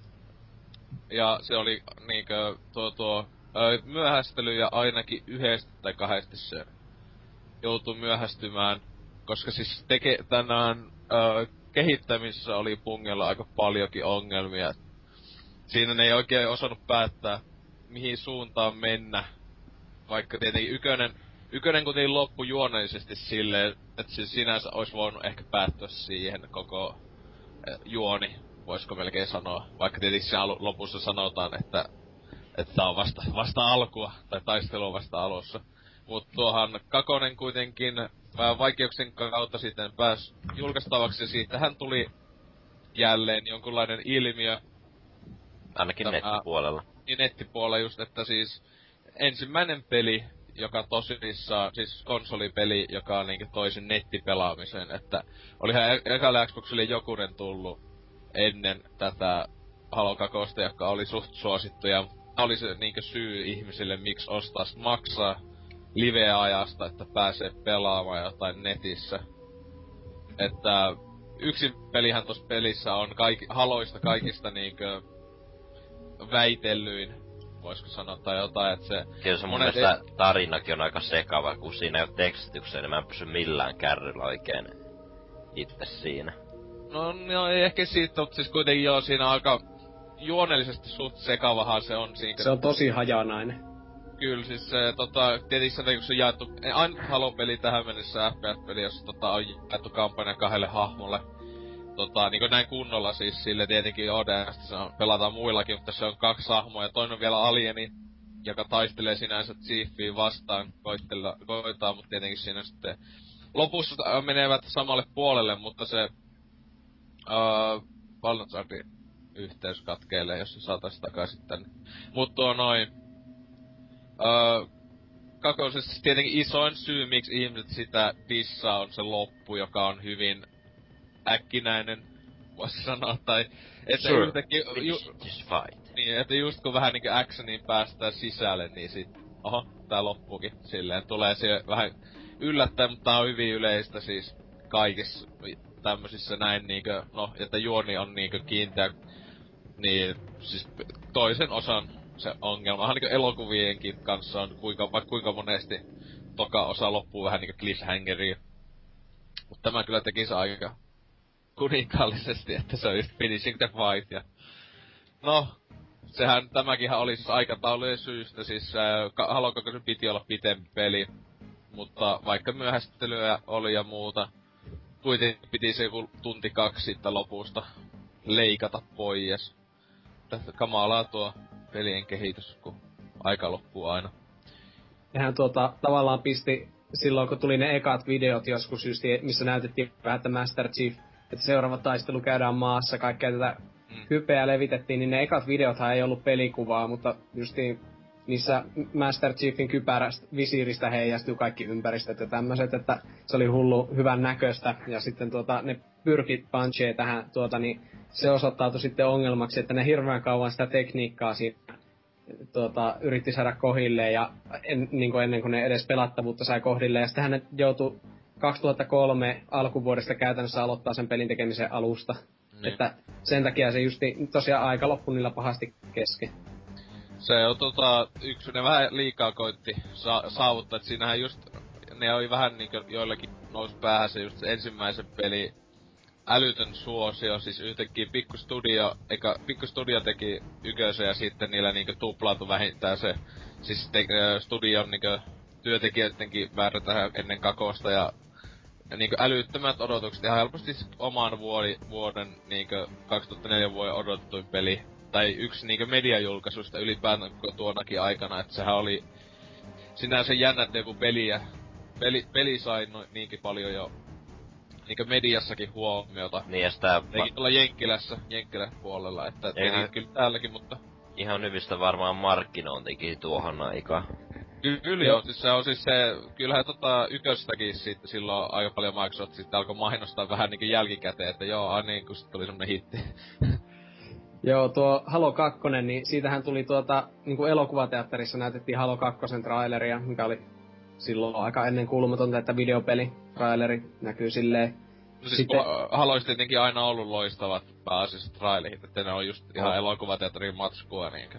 Ja se oli niinkö tuo tuo ö, myöhästely ja ainakin yhdesti tai kahdesti se joutui myöhästymään, koska siis teke, tänään ö, kehittämisessä oli Pungella aika paljonkin ongelmia. Siinä ne ei oikein osannut päättää, mihin suuntaan mennä. Vaikka tietenkin ykönen, ykönen kuitenkin loppui juonellisesti silleen, että siis sinänsä olisi voinut ehkä päättyä siihen koko juoni, voisiko melkein sanoa. Vaikka tietenkin siinä lopussa sanotaan, että että tää on vasta, vasta alkua, tai taistelu on vasta alussa. Mut tuohan kakonen kuitenkin ää, vaikeuksien kautta sitten pääsi julkaistavaksi, ja siitähän tuli jälleen jonkunlainen ilmiö. Ainakin tämä, nettipuolella. Niin nettipuolella just, että siis ensimmäinen peli, joka tosissaan, siis konsolipeli, joka niinkö toi sen nettipelaamisen, että olihan e- ekalle Xboxille jokunen tullut ennen tätä Halo kakosta, joka oli suht suosittu, ja oli se niinkö syy ihmisille, miksi ostaa maksaa live-ajasta, että pääsee pelaamaan jotain netissä. Että yksin pelihän tossa pelissä on kaikki, Haloista kaikista niinkö väitellyin, voisiko sanoa, tai jotain, että se... Kyllä se mun mielestä ei... tarinakin on aika sekava, kun siinä ei oo tekstityksiä, niin mä en pysy millään kärryllä oikein itse siinä. No, no ei ehkä siitä, mutta siis kuitenkin joo, siinä aika juonellisesti suht sekavahan se on siinä. Se on tosi hajanainen. Kyllä, siis se tota, tietysti se, kun se on jaettu, ainut Halo-peli tähän mennessä F P S-peli, jossa tota on jaettu kampanja kahdelle hahmolle. Tota, niinku näin kunnolla siis sille tietenkin O D S:stä se on, pelataan muillakin, mutta se on kaksi hahmoa ja toinen on vielä alieni, joka taistelee sinänsä Chiefiin vastaan, koittella, koittaa, mutta tietenkin siinä sitten lopussa menevät samalle puolelle, mutta se uh, Balnazzardin yhteys katkeilee, jos se saatais takaisin tänne. Mut tuo noin uh, kakosessa tietenkin isoin syy, miksi ihmiset sitä dissaa, on se loppu, joka on hyvin äkkinäinen, voisi sanoa, tai että sure. yhtäkkiä... Ju, niin, että just kun vähän niinkö actioniin päästään sisälle, niin sit... Oho, tää loppuukin. Silleen tulee se vähän yllättäen, mutta tää on hyvin yleistä siis kaikissa tämmösissä näin niinkö... No, että juoni on niinkö kiinteä, niin siis toisen osan se ongelma. Vähän niinkö elokuvienkin kanssa on kuinka, vaikka kuinka monesti toka osa loppuu vähän niinkö cliffhangeriin. Mut tämä kyllä tekis aika kuninkaallisesti, että se on just finishing the fight ja... No, sehän tämäkinhän oli siis aikataulujen syystä, siis äh, Halo kaksi piti olla pitempi peli, mutta vaikka myöhästelyä oli ja muuta, kuitenkin piti se joku tunti kaksi sitten lopusta leikata pois. Tästä kamalaa tuo pelien kehitys, kun aika loppuu aina. Nehän tuota tavallaan pisti silloin, kun tuli ne ekat videot joskus just, missä näytettiin vähän, että Master Chief, että seuraava taistelu käydään maassa, kaikkea tätä mm. hypeä levitettiin, niin ne ekat videothan ei ollut pelikuvaa, mutta justiin niissä Master Chiefin kypärästä, visiiristä heijastui kaikki ympäristöt ja tämmöset, että se oli hullu hyvän näköistä, ja sitten tuota, ne pyrki punchee tähän, tuota, niin se osoittautui sitten ongelmaksi, että ne hirveän kauan sitä tekniikkaa siinä tuota, yritti saada kohdilleen ja en, niin kuin ennen kuin ne edes pelattavuutta sai kohdilleen. Ja sitten hän joutui kaksituhattakolme alkuvuodesta käytännössä aloittaa sen pelin tekemisen alusta. Niin. Että sen takia se justi tosiaan aika loppui niillä pahasti kesken. Se on tota, yksi, ne vähän liikaa koitti sa- saavuttaa, et siinähän just, ne oli vähän niinkö joillakin nousi päähän se just se ensimmäisen peli älytön suosio, siis yhtäkkiä pikkustudio, eikä pikkustudio teki ykösen ja sitten niillä niinkö tuplaantui vähintään se, siis te, studion niinkö työntekijöidenkin määrä tähän ennen kakosta ja ja niinkö älyttömät odotukset, ihan helposti oman vuodi, vuoden niinkö kaksituhattaneljä vuoden odotettuin peli. Tai yksi niinkö mediajulkaisuista ylipäätään tuonakin aikana, että sehän oli sinänsä jännä, että joku peli, ja, peli, peli sai no, niinkin paljon jo niinkö mediassakin huomiota. Niin ja sitä... Eikin tuolla Jenkkilässä, Jenkkilän puolella, että ihan... kyllä täälläkin, mutta... Ihan hyvistä varmaan markkinointikin tuohon aikaan. Ky- kyllä joo, siis se on siis se, kyllähän tota yköstäkin sit silloin aika paljon Microsoft sitten alkoi mainostaa vähän niinku jälkikäteen, että joo, ai niin, kun sit tuli semmonen hitti. Joo, tuo Halo kaksi, niin siitähän tuli tuota, niinku elokuvateatterissa näytettiin Halo kaksi traileria, mikä oli silloin aika ennen kuulumatonta, että videopeli traileri näkyy silleen. No siis Sitten... Haloissa tietenkin aina ollut loistavat pääasiassa trailerit, että ne on just ihan oh. elokuvateatterin matskua niinkö.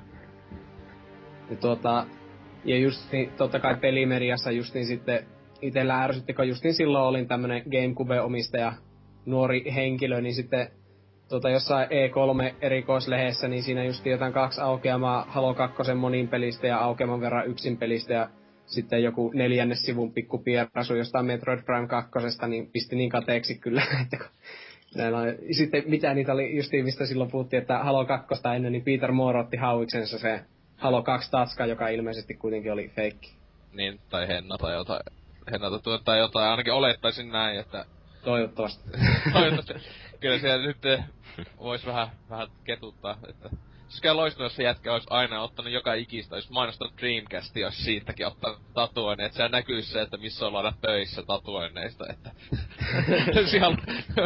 Ja tuota, ja just niin, totta kai pelimediassa justiin sitten itellä ärsytti, kun justiin silloin olin tämmönen GameCube-omistaja, nuori henkilö, niin sitten tuota, jossain E kolme erikoislehdessä, niin siinä just jotain kaksi aukeamaa Halo kaksi monin pelistä ja aukeaman verran yksin pelistä ja sitten joku neljännes sivun pikku pierasu jostain Metroid Prime kaksi, niin pisti niin kateeksi kyllä, että kun näin on. Sitten mitä niitä oli justiin, mistä silloin puhuttiin, että Halo kaksi ennen, niin Peter Moore otti hauiksensa se Halo kaksi tatska, joka ilmeisesti kuitenkin oli feikki. Niin, tai Henna tai jotain. Henna tai jotain, ainakin olettaisin näin, että... Toivottavasti. Toivottavasti. Kyllä siellä nyt vois vähän, vähän ketuttaa, että... Siis kyllä loistavaa, jos se jätkä olisi aina ottanut joka ikistä, jos mainostanut Dreamcastia, jos siitäkin ottanut tatuoinnin, että siellä näkyisi se, että missä ollaan töissä tatuoinneista, että... siellä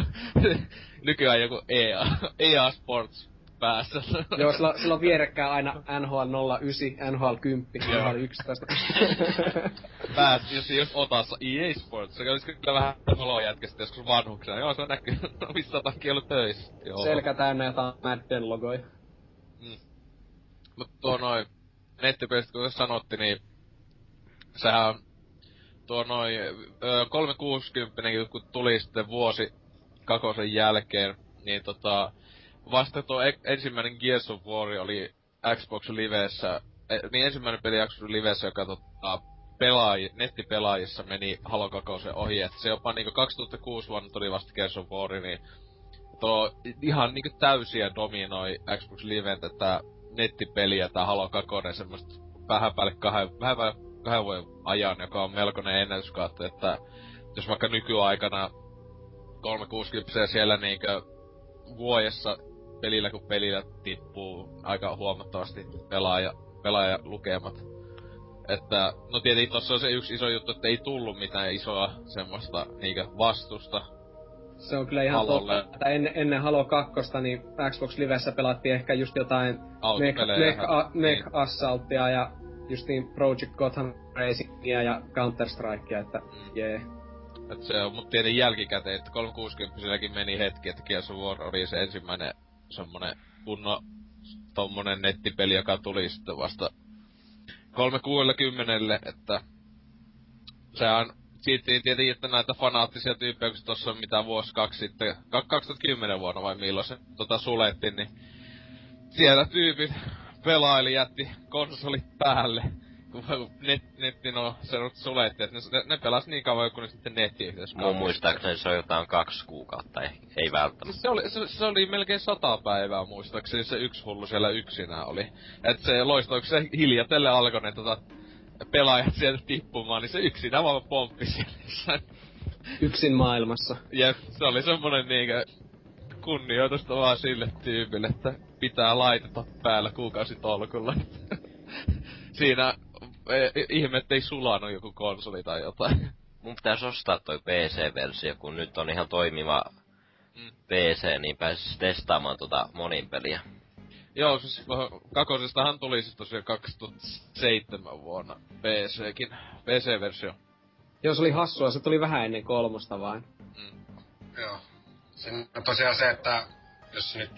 nykyään joku E A, E A Sports päässä. Joo, sillä, sillä on vierekkäin aina N H L nolla yhdeksän, N H L kymmenen, N H L yksitoista. Pääs, jos, jos otassa E A Sports, se olisi kyllä vähän noloa jätkästä joskus vanhuksena. Joo, se on näkyy, no missä otankin ollut töissä. Joo. Selkä täynnä jotain Madden logoja. Mm. Mut tuo noin, nettipelistä kun sanotti, niin sehän on tuo noin kolmesataakuusikymmentä, kun tuli sitten vuosi kakosen jälkeen, niin tota, vasta tuo e- ensimmäinen Gears of War oli Xbox Livessä, e- niin ensimmäinen peli Xbox Livessä, joka tota, pelaaji, nettipelaajissa meni Halo kaksi ohi, että se jopa niinku kaksituhattakuusi vuonna tuli vasta Gears of War, niin tuo ihan niinku täysiä dominoi Xbox Liven tätä nettipeliä, tää Halo kaksi semmoista vähän päälle kahden, vähän päälle kahden vuoden ajan, joka on melkoinen ennätyskaatto, että jos vaikka nykyaikana kolmesataakuusikymmentä siellä niinkö vuodessa pelillä kun pelillä tippuu aika huomattavasti pelaaja, pelaajalukemat. Että, no tietenkin tossa on se yksi iso juttu, että ei tullut mitään isoa semmoista niinkö vastusta. Se on kyllä ihan Halolle. totta, että ennen, ennen Halo kaksi, niin Xbox Livessä pelattiin ehkä just jotain Mech, Mech, a, Mech niin. Assaultia ja justiin Project Gotham Racingia ja Counter-Strikea, että mm. jee. Et se on mut tietenkin jälkikäteen, että kolmesataakuusikymmentä meni hetki, että Gears of War oli se ensimmäinen semmonen kunno tommonen nettipeli, joka tuli sitten vasta kolmesataakuusikymmentä, että sehän siitä tietenkin, että näitä fanaattisia tyyppejä, kun tossa on mitä vuosi kaksi sitten, kaksituhattakymmenen vuonna vai milloin se tota sulettiin, niin siellä tyypit pelaili, jätti konsolit päälle, kun net, netti no se suletti, että ne, ne pelas niin kauan, kun ne sitten nettiyhteys. Mun muistaakseni se on jotain kaksi kuukautta, ei, ei välttämättä. Se oli, se, se oli melkein sata päivää muistaakseni, se yksi hullu siellä yksinään oli. Et se loistoi, kun se hiljatelle alkoi ne tota pelaajat sieltä tippumaan, niin se yksinään vaan pomppi siellä. Yksin maailmassa. Jep, se oli semmonen niinkö kunnioitusta vaan sille tyypille, että pitää laitetta päällä kuukausitolkulla. Siinä e, ihme, ettei sulanut joku konsoli tai jotain. Mun pitäis ostaa toi P C-versio, kun nyt on ihan toimiva mm. P C, niin pääsis testaamaan tota monin peliä. Joo, siis kakosestahan tuli siis tosiaan kaksituhattaseitsemän vuonna P C:kin, P C-versio. Joo, se oli hassua, se tuli vähän ennen kolmosta vain. Mm. Joo. Siinä on tosiaan se, että jos nyt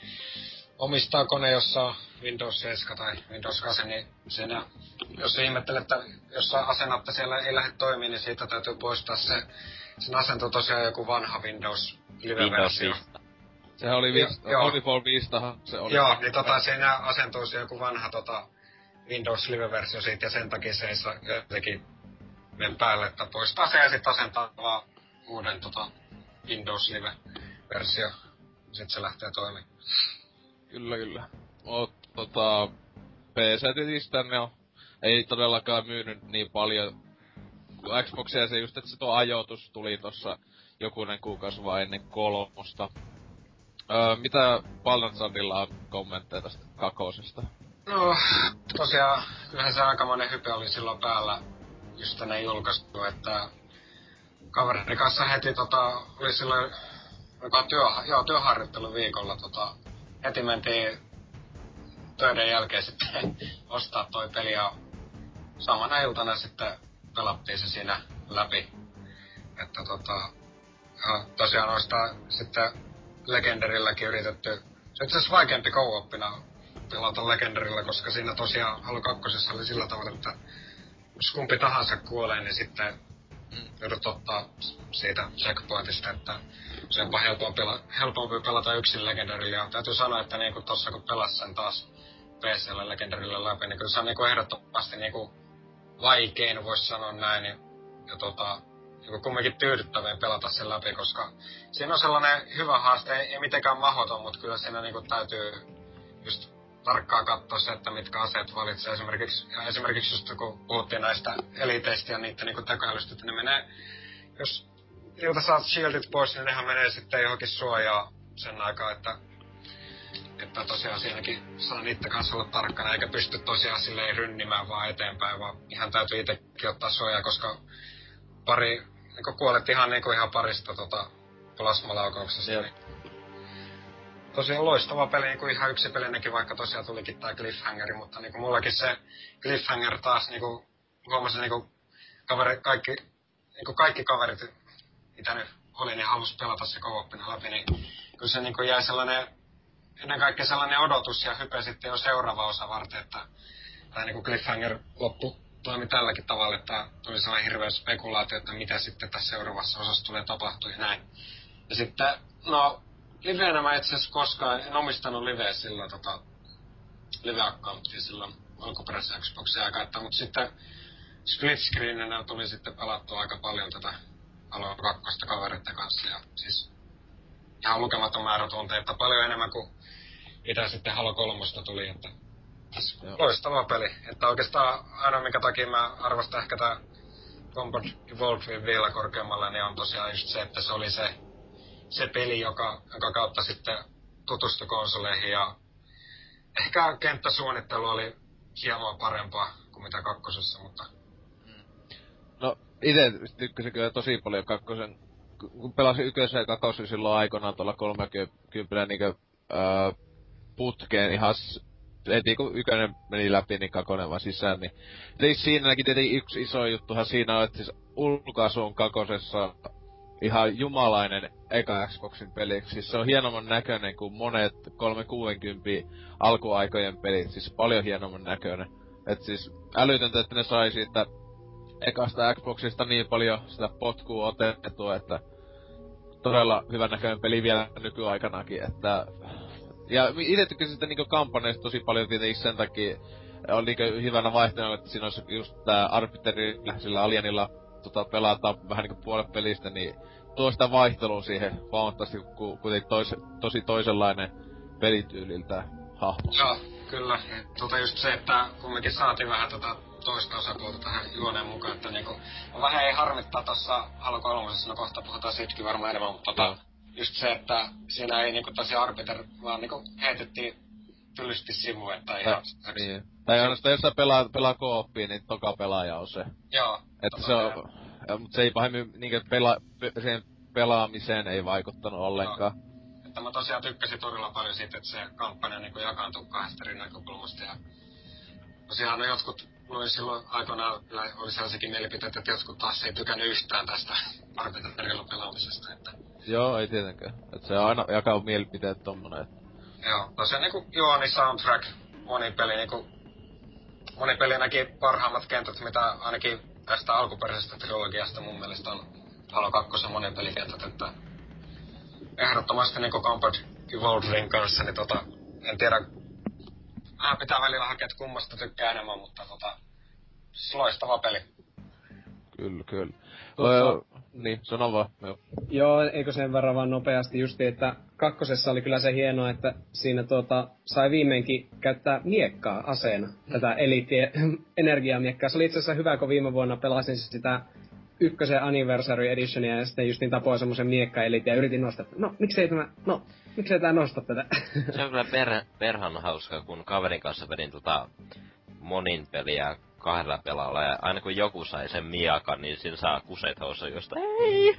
omistaa kone, jossa on Windows seitsemän tai Windows kahdeksan, niin siinä, jos ihmettelee, että jos asennatte siellä ei lähde toimimaan, niin siitä täytyy poistaa se, sen asento tosiaan joku vanha Windows live-versio. Windows Vista. Sehän oli Vista, oli for Vistahan se oli. Joo, niin tota siinä asentuisi joku vanha tota Windows live-versio siitä, ja sen takia se ei saa jotenkin mene päälle, että poistaa se ja sit asentaa vaan uuden tota Windows live-versio. Sit se lähtee toimimaan. Kyllä, kyllä. Mut tota, P C tänne on, ei todellakaan myynyt niin paljon kuin Xboxia, se just, että se tuo ajoitus tuli tossa jokunen kuukausi vaan ennen kolmosta. Öö, mitä Balnazzardilla on kommentteja tästä kakosesta? No, tosiaan, kyllähän se aikamoinen hype oli silloin päällä, just tänne julkaistu, että kaverin kanssa heti tota, oli silloin, joka työ, joo, työharjoittelu viikolla, tota, heti mentiin töiden jälkeen sitten ostaa toi peli ja samana iltana sitten pelattiin se siinä läpi. Että tota, ja tosiaan noista sitten Legendarilläkin yritetty, se on itse asiassa vaikeampi co-oppina pelata Legendarilla, koska siinä tosiaan Halo kakkosessa oli sillä tavalla, että jos kumpi tahansa kuolee, niin sitten joudut ottaa siitä checkpointista, että se on helpompi, pela- helpompi pelata yksin Legendarilla. Ja täytyy sanoa, että niinku tossa kun pelas sen taas P C:llä Legendarilla läpi, niin kyllä se on niinku ehdottomasti niinku vaikein, vois sanoa näin. Ja, ja tota, niinku kumminkin tyydyttävää pelata sen läpi, koska siinä on sellainen hyvä haaste, ei, ei mitenkään mahdoton, mutta kyllä siinä niinku täytyy just tarkkaan katsoa se, että mitkä aseet valitsee esimerkiksi. Ja esimerkiksi just kun puhuttiin näistä eliteistä ja niiden niinku tekoälystä, että ne menee, jos niiltä saat shieldit pois, niin nehän menee sitten johonkin suojaa sen aikaa, että että tosiaan siinäkin saa niitten kanssa olla tarkkana, eikä pysty tosiaan silleen rynnimään vaan eteenpäin, vaan ihan täytyy itsekin ottaa suojaa, koska pari, niinku kuolet ihan niinku ihan parista tota plasmalaukauksesta. Niin. Tosiaan loistava peli, niinku ihan yksipelinenkin, vaikka tosiaan tulikin tää cliffhangeri, mutta niinku mullakin se cliffhanger taas niinku huomasin niinku kaveri, kaikki, niinku kaikki kaverit, mitä nyt oli, niin halusi pelata se co-opina läpi, niin kyllä se niinku jäi sellainen ennen kaikkea sellainen odotus ja hype sitten jo seuraava osa varten, että tai niinku cliffhanger loppu toimi tälläkin tavalla, että tuli sellainen hirveä spekulaatio, että mitä sitten tässä seuraavassa osassa tulee tapahtua ja näin. Ja sitten, no, liveenä mä itse asiassa koskaan, en omistanut liveä silloin tota, live-accountia silloin alkuperäisen Xboxin aikaa, että, mutta sitten split screeninä tuli sitten pelattua aika paljon tätä Halo kakkosta kavereiden kanssa ja siis ihan lukematon määrä tunteita, paljon enemmän kuin mitä sitten Halo kolmosta tuli, että siis loistava peli. Että oikeastaan aina minkä takia mä arvostan ehkä tää Combat Evolved vielä korkeammalle, niin on tosiaan just se, että se oli se, se peli, joka, joka kautta sitten tutustui konsoleihin ja ehkä kenttäsuunnittelu oli hieman parempaa kuin mitä kakkosessa, mutta No, ite tykkäsin kyllä tosi paljon kakkosen, kun pelasin ykösen ja kakkosen silloin aikanaan tuolla kolmekymmentä niinkö ää, putkeen ihan s- heti kun ykönen meni läpi, niin kakonen vaan sisään, niin siis siinäkin tietenkin yksi iso juttuhan siinä on, että siis ulkaisu on kakosessa ihan jumalainen eka Xboxin peliksi. Siis se on hienomman näköinen kuin monet kolmesataakuusikymmentä alkuaikojen pelit, siis paljon hienomman näköinen. Et siis älytöntä, että ne sai siitä ekasta Xboxista niin paljon sitä potkua otettua, että todella hyvän näköinen peli vielä nykyaikanakin, että ja ite tykkäsin sitten niinku kampanjasta tosi paljon tietenkin sen takia on niinku hyvänä vaihtoehtona, että siinä olisi just tää Arbiterillä, sillä Alienilla tota pelata vähän niinku puolet pelistä, niin tuo sitä vaihtelua siihen huomattavasti, kun kuitenkin tois, tosi toisenlainen pelityyliltä hahmo. joo, kyllä. Tota just se, että kumminkin saatiin vähän tota toista osapuolta tähän juoneen mukaan, että niinku vähän ei harmittaa tossa Halo kolmosessa, no kohta puhutaan siitäkin varmaan enemmän, mutta tota, just se, että siinä ei niinku tosiaan Arbiter vaan niinku heitettiin tyllysti sivuun, että ihan... Tai, niin. Tai ainoastaan jos sä pelaa, pelaa co-opia, niin toka pelaaja on se. Joo. Että tota se on, ja, mut se ei pahemmin niinkö pela, pe, sen pelaamiseen ei vaikuttanut ollenkaan. Joo. Että mä tosiaan tykkäsin todella paljon siitä, että se kampanja niinku jakaantui kahdesta eri näkökulmasta. Ja tosiaan no jotkut, luin silloin aikoinaan, oli sellaisikin mielipiteet, että jotkut taas ei tykännyt yhtään tästä Arbitrarilla pelaamisesta. Että... Joo, ei tietenkään. Et se aina jakaa mielipiteet tommonen. Että... Joo, tosiaan niinku Juoni Soundtrack, monipeli niinku... Monipeli näki parhaimmat kentät, mitä ainakin tästä alkuperäisestä trilogiasta mun mielestä on Halo kakkosen monipelikentät, että... Ehdottomasti niinku Combat Evolvedin kanssa, niin tota... En tiedä... Vähän pitää välillä hakea, että kummasta tykkää enemmän, mutta tota... Siis loistava peli. Kyllä, kyllä. Tuossa... Öö, niin, sano vaan, joo. Joo, eikö sen verran vaan nopeasti justi, että kakkosessa oli kyllä se hienoa, että siinä tuota, sai viimeinkin käyttää miekkaa aseena, mm. tätä eliittien energiamiekkaa. Se oli itse asiassa hyvä, kun viime vuonna pelasin sitä ykkösen Anniversary Editionia ja sitten just niin tapoin semmosen miekka-eliitin ja yritin nostaa, no miksei tämä, no miksei tää nosta tätä. Se on kyllä per, perhan hauska, kun kaverin kanssa vedin tota monin peliä kahdella pelalla ja aina kun joku sai sen miakan, niin siinä saa kuset housu josta ei.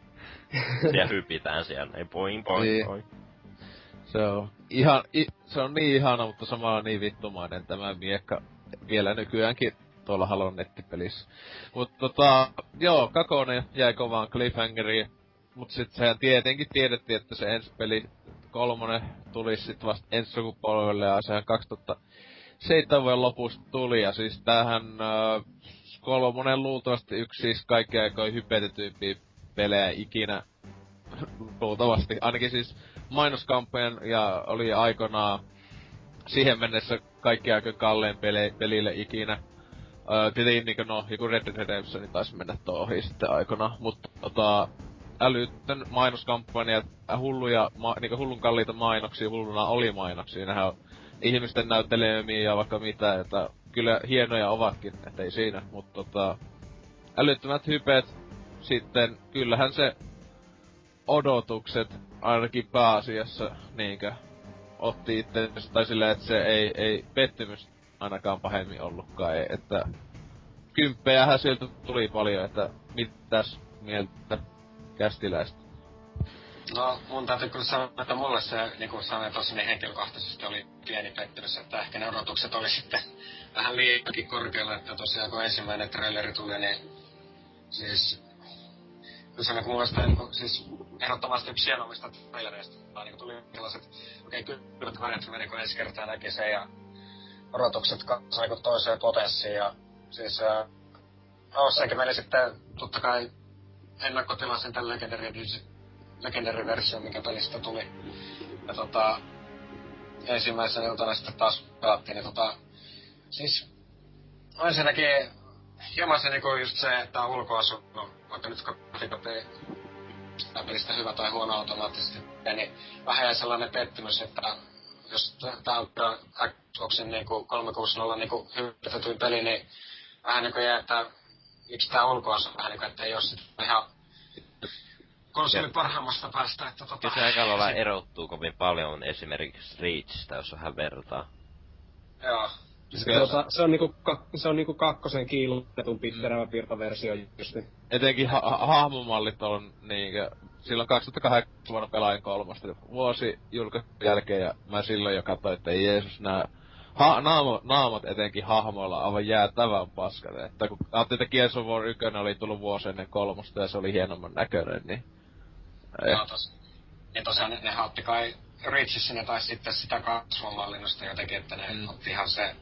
Siellä hypitään siellä, ei poin poin niin. poin. Se on ihan, i, se on niin ihana, mutta samalla niin vittumainen tämä miekka vielä nykyäänkin tuolla Halon nettipelissä. Mut tota, joo, Kakone jäi kovaan cliffhangeriin, mut sit sehän tietenkin tiedettiin, että se ensi peli kolmonen tulisi sit vasta ensi sukupolvelle ja sehän kaksituhattaseitsemän vuoden lopussa tuli ja siis tämähän äh, kolmonen luultavasti yksi siis kaikkien aikojen hypetetyimpiä pelejä ikinä luultavasti. Ainakin siis mainoskampanjan ja oli aikanaan siihen mennessä kaikkien aikojen kalleen peli, pelille ikinä. Öö, tietenkin niinku no, joku Red Dead Redemption taisi mennä tohon sitten aikanaan, mutta tota älytön mainoskampanjat, hulluja, ma, niinku hullun kalliita mainoksia, hulluna oli mainoksia, nehän on ihmisten näyttelemiä ja vaikka mitä, että kyllä hienoja ovatkin, ettei siinä, mutta tota älyttömät hypet, sitten kyllähän se odotukset ainakin pääasiassa niinkö otti itse, tai silleen, että se ei, ei pettymys ainakaan pahemmin ollutkaan, ei, että kymppejähän sieltä tuli paljon, että mitäs mieltä kästiläistä? No, mun täytyy kyllä sanoa, että mulle se, niin kuin sanoin tosi niin henkilökohtaisesti oli pieni pettymys, että ehkä ne odotukset oli sitten vähän liiankin korkealla, että tosiaan kun ensimmäinen traileri tuli, niin siis kyllä se niin kuin muista, niin kuin, siis ehdottomasti yksi hienommista trailereista, niin tuli sellaiset, okei, okay, kyllä väret meni, kun ensi kertaa näki sen ja odotukset kanssa niin toiseen potenssiin ja siis ää, no senkin meni sitten totta kai ennakkotilasin tän Legendary-versio, mikä pelistä tuli. Ja tota, ensimmäisenä iltana sitten taas pelattiin, niin tota, siis ensinnäkin hieman se niinku just se, että ulkoasu, no vaikka nyt grafiikat ei sitä pelistä hyvä tai huono automaattisesti, niin vähän jäi sellainen pettymys, että jos tää on Xboxin niinku kolmesataakuusikymmentä niinku hyvätetyin peli, niin vähän niinku jää, että miksi tää ulkoasu vähän niinku, että ei oo sit ihan konsolin parhaimmasta päästä, että tota... Kyllä se aika lailla erottuu kovin paljon esimerkiksi Reachistä, jos vähän vertaa. Joo. Se, tuota, se on niinku, ka, se on niinku kakkosen kiillotetun mm. teräväpiirtoversio justi. Etenkin ha- ha- hahmomallit on niinkö... Silloin kaksituhattakahdeksan vuonna pelaajan kolmosta vuosi julkaisun jälkeen ja mä silloin jo katsoin, että Jeesus nää... Ha- naamo, naamat etenkin hahmoilla aivan jäätävän paskat. Että kun ajattelin, että Gears of War yksi oli tullut vuosi ennen kolmosta ja se oli hienomman näköinen, niin... Joo, tos. Ja tosiaan ne, ne otti kai Reachissä ne taisi sitten sitä kasvomallinnosta jotenkin, että ne mm. otti ihan se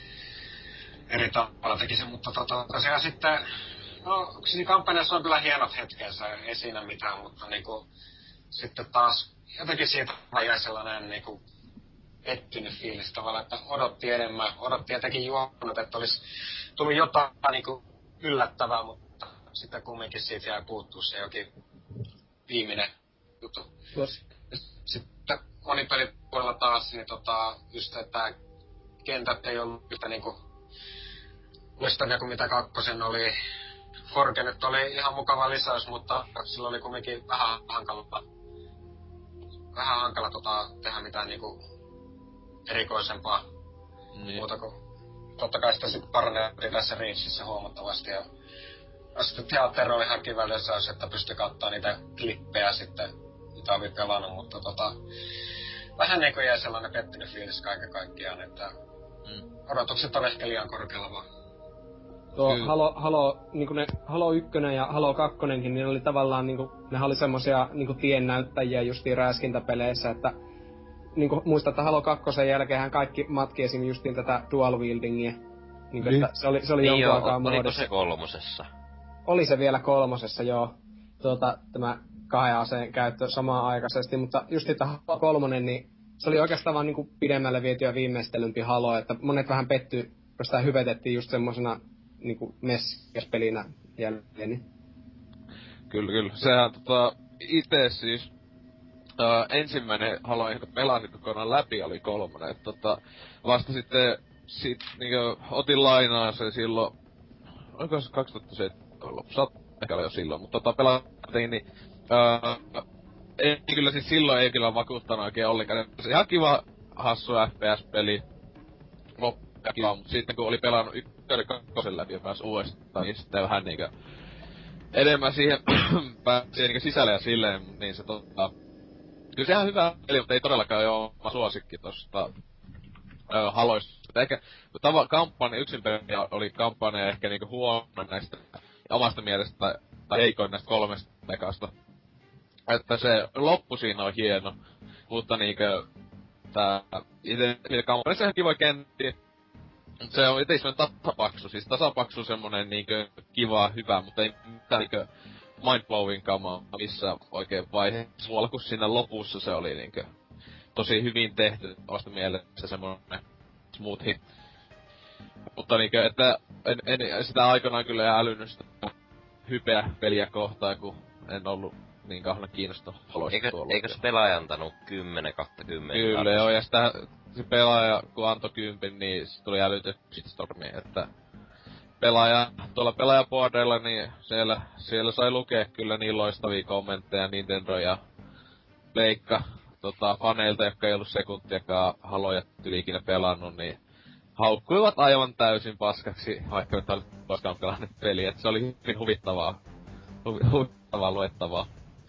eri tavalla teki sen, mutta tota, tosiaan sitten, no siinä kampanjassa on kyllä hienot hetkensä, ei siinä mitään, mutta niinku sitten taas jotenkin siitä jäi sellainen niinku pettynyt fiilis tavallaan, että odotti enemmän, odotti jotenkin juonut, että olisi tullut jotain niinku yllättävää, mutta sitten kumminkin siitä jäi puuttuu se jokin viimeinen juttu. Tuossa. Sitten monipelipuolella taas, niin tota, just että kentät ei ollut yhtä niinku loistavia kuin mitä kakkosen oli. Forge nyt oli ihan mukava lisäys, mutta sillä oli kumminkin vähän hankala, vähän hankala tota, tehdä mitään niinku erikoisempaa. Niin. Muuta kuin totta kai sitä sit parannettiin tässä Reachissä huomattavasti. Ja sitten teatteri oli ihan kiva lisäys, että pystyi katsoa niitä klippejä sitten, puhtaammin pelannut, mutta tota... Vähän niinku jäi sellainen pettynyt fiilis kaiken kaikkiaan, että... Mm. Odotukset on ehkä liian korkealla vaan. Tuo Halo, Halo, niinku ne Halo yksi ja Halo kaksi, niin ne oli tavallaan niinku... Ne oli semmosia niinku tiennäyttäjiä justiin räiskintäpeleissä, että... Niinku muistan, että Halo kaksi jälkeenhän kaikki matki esim. Justiin tätä dual wieldingia. Niinku niin. Että se oli, se oli niin jonkun aikaa muodissa. Oliko se kolmosessa? Oli se vielä kolmosessa, joo. Tuota, tämä kahden aseen käyttö samaan aikaisesti, mutta just että Halo kolmonen, niin se oli oikeastaan vaan niinku pidemmälle viety ja viimeistelympi Halo, että monet vähän petty, kun sitä hyvetettiin just semmosena niinku messiaspelinä jälleen. Niin. Kyllä, kyllä. Sehän tota, ite siis uh, ensimmäinen Halo, jonka pelasin kokonaan läpi, oli kolmonen. Et, tota, vasta sitten sit, niinku, otin lainaa se silloin, oliko se kaksituhattaseitsemän lopussa, ehkä oli jo silloin, mutta tota, pelattiin, niin uh, ei kyllä siis silloin ei kyllä vakuuttanut oikein ollenkaan. Se ihan kiva, hassu F P S-peli, loppuja kiva, mut sitten kun oli pelannut ykkönen kakkosen läpi ja pääsi uudestaan, niin sitten vähän niinkö enemmän siihen pääsi niinkö sisälle ja silleen, niin se tota... Kyllä se ihan hyvä peli, mutta ei todellakaan oo oma suosikki tosta ö, Haloista. Ehkä tava, kampanja, yksin peli oli kampanja ehkä niinku huono näistä omasta mielestä, tai, tai heikoin näistä kolmesta ekasta. Että se loppu siinä on hieno, mutta niinkö tää ite, ite kampanjassa ihan kiva kentti. Se on ite semmonen tasapaksu, siis tasapaksu semmonen niinkö kiva, hyvä, mutta ei mitään niinkö mindblowing kamaa missä oikein vaiheessa muualla, kun siinä lopussa se oli niinkö tosi hyvin tehty omasta mielestä semmonen smooth hit. Mutta niinkö, että en, en sitä aikanaan kyllä ei älynyt sitä hypeä peliä kohtaan, kun en ollut niin kauheena kiinnostunut Haloista. Eikö, eikös pelaaja antanut kymmenen kautta kymmenen? Kyllä joo, ja sitä se pelaaja kun antoi kympin, niin se tuli älytön shitstormi, että pelaaja, tuolla pelaajapuodeilla, niin siellä, siellä sai lukea kyllä niin loistavia kommentteja Nintendo ja Pleikka tota, faneilta, jotka ei ollut sekuntiakaan Haloja tyliikinä pelannut, niin haukkuivat aivan täysin paskaksi, vaikka nyt oli koskaan pelannut peli, et se oli hyvin huvittavaa, huvi, huvittavaa luettavaa.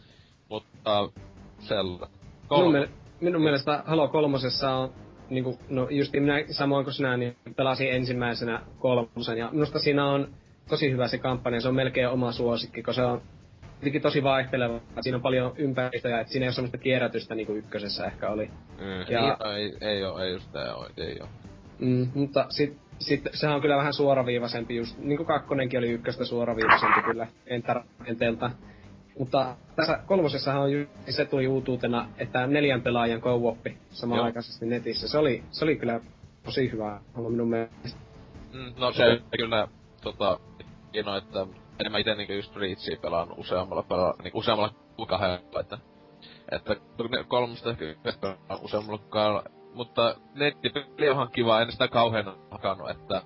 Mutta sella. Minun, miel- minun mielestä Halo kolmosessa on niinku, no justi minä samoin kuin sinä, niin pelasin ensimmäisenä kolmosen, ja minusta siinä on tosi hyvä se kampanja, se on melkein oma suosikki, kun se on jotenkin tosi vaihteleva, siinä on paljon ympäristöjä, että siinä ei ole semmoista kierrätystä niinku ykkösessä ehkä oli. Mm, ja... ei, ei oo, ei just tää oo, ei oo. Mm, mutta sit, sit sehän on kyllä vähän suoraviivaisempi just, niinku kakkonenkin oli ykköstä suoraviivaisempi kyllä entärakenteelta. Mutta tässä kolmosessahan on just, se tuli uutuutena, että neljän pelaajan co-oppi samanaikaisesti netissä. Se oli, se oli kyllä tosi hyvä homma minun mielestä. Mm, no se kyllä tota, hienoa, että enemmän ite niinku just Reachia pelaan useammalla pelaa, niinku useammalla kuin kahdella, että että kolmosta ehkä pelaan useammalla kuin kahdella. Mutta nettipeli onhan kiva, en sitä kauheena hakannut, että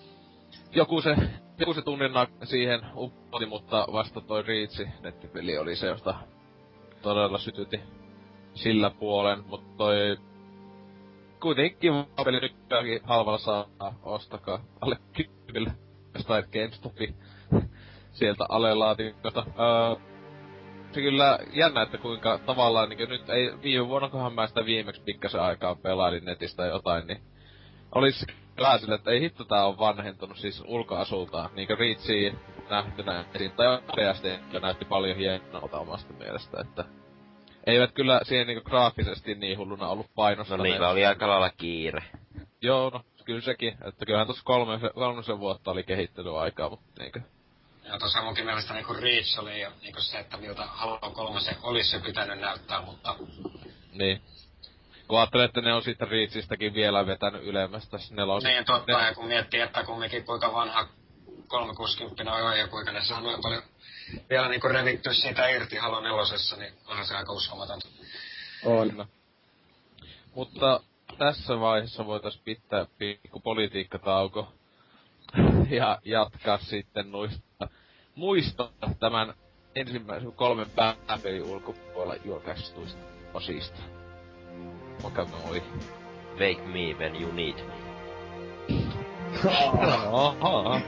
joku se, joku se tunnin siihen uppoti, mutta vasta toi Reachi nettipeli oli se, josta todella sytyti sillä puolen, mutta toi kuitenkin kiva peli nykyäänkin halvalla saa, ostakaa alle kymmillä jostain GameStopin sieltä alelaatikosta. Öö, se kyllä jännä, että kuinka tavallaan niin nyt ei, viime vuonnakohan mä sitä viimeksi pikkasen aikaa pelailin netistä jotain, niin olis vähän sille, että ei hitto tää on vanhentunut siis ulkoasultaan, niinkö Reachia nähtynä esiin, tai O D S T näytti paljon hienolta omasta mielestä, että eivät kyllä siihen niinku graafisesti niin hulluna ollut painostaneet. No niillä oli aika lailla kiire. Joo, no kyllä sekin, että kyllähän tossa kolmisen, kolmisen vuotta oli kehittelyaikaa, mutta niinkö. Ja tossa munkin mielestä niinku Reach oli jo niinku se, että miltä Halo kolmosen olisi jo pitänyt näyttää, mutta... Niin. Kun ajattelee, että ne on sitten Reachistäkin vielä vetänyt ylemmäs tässä nelosen. Niin, totta, ne... ja kun miettii, että kumminkin kuinka vanha kolmesataakuusikymmentä on ja kuinka ne saa noin paljon vielä niinku revittyä siitä irti Halo nelosessa, niin onhan se aika uskomatonta. On. Mutta tässä vaiheessa voitais pitää pikku politiikkatauko ja jatkaa sitten noista muista tämän ensimmäisen kolmen pääpelin ulkopuolella julkaistuista osista. Moka moi. Wake me when you need me. Aha.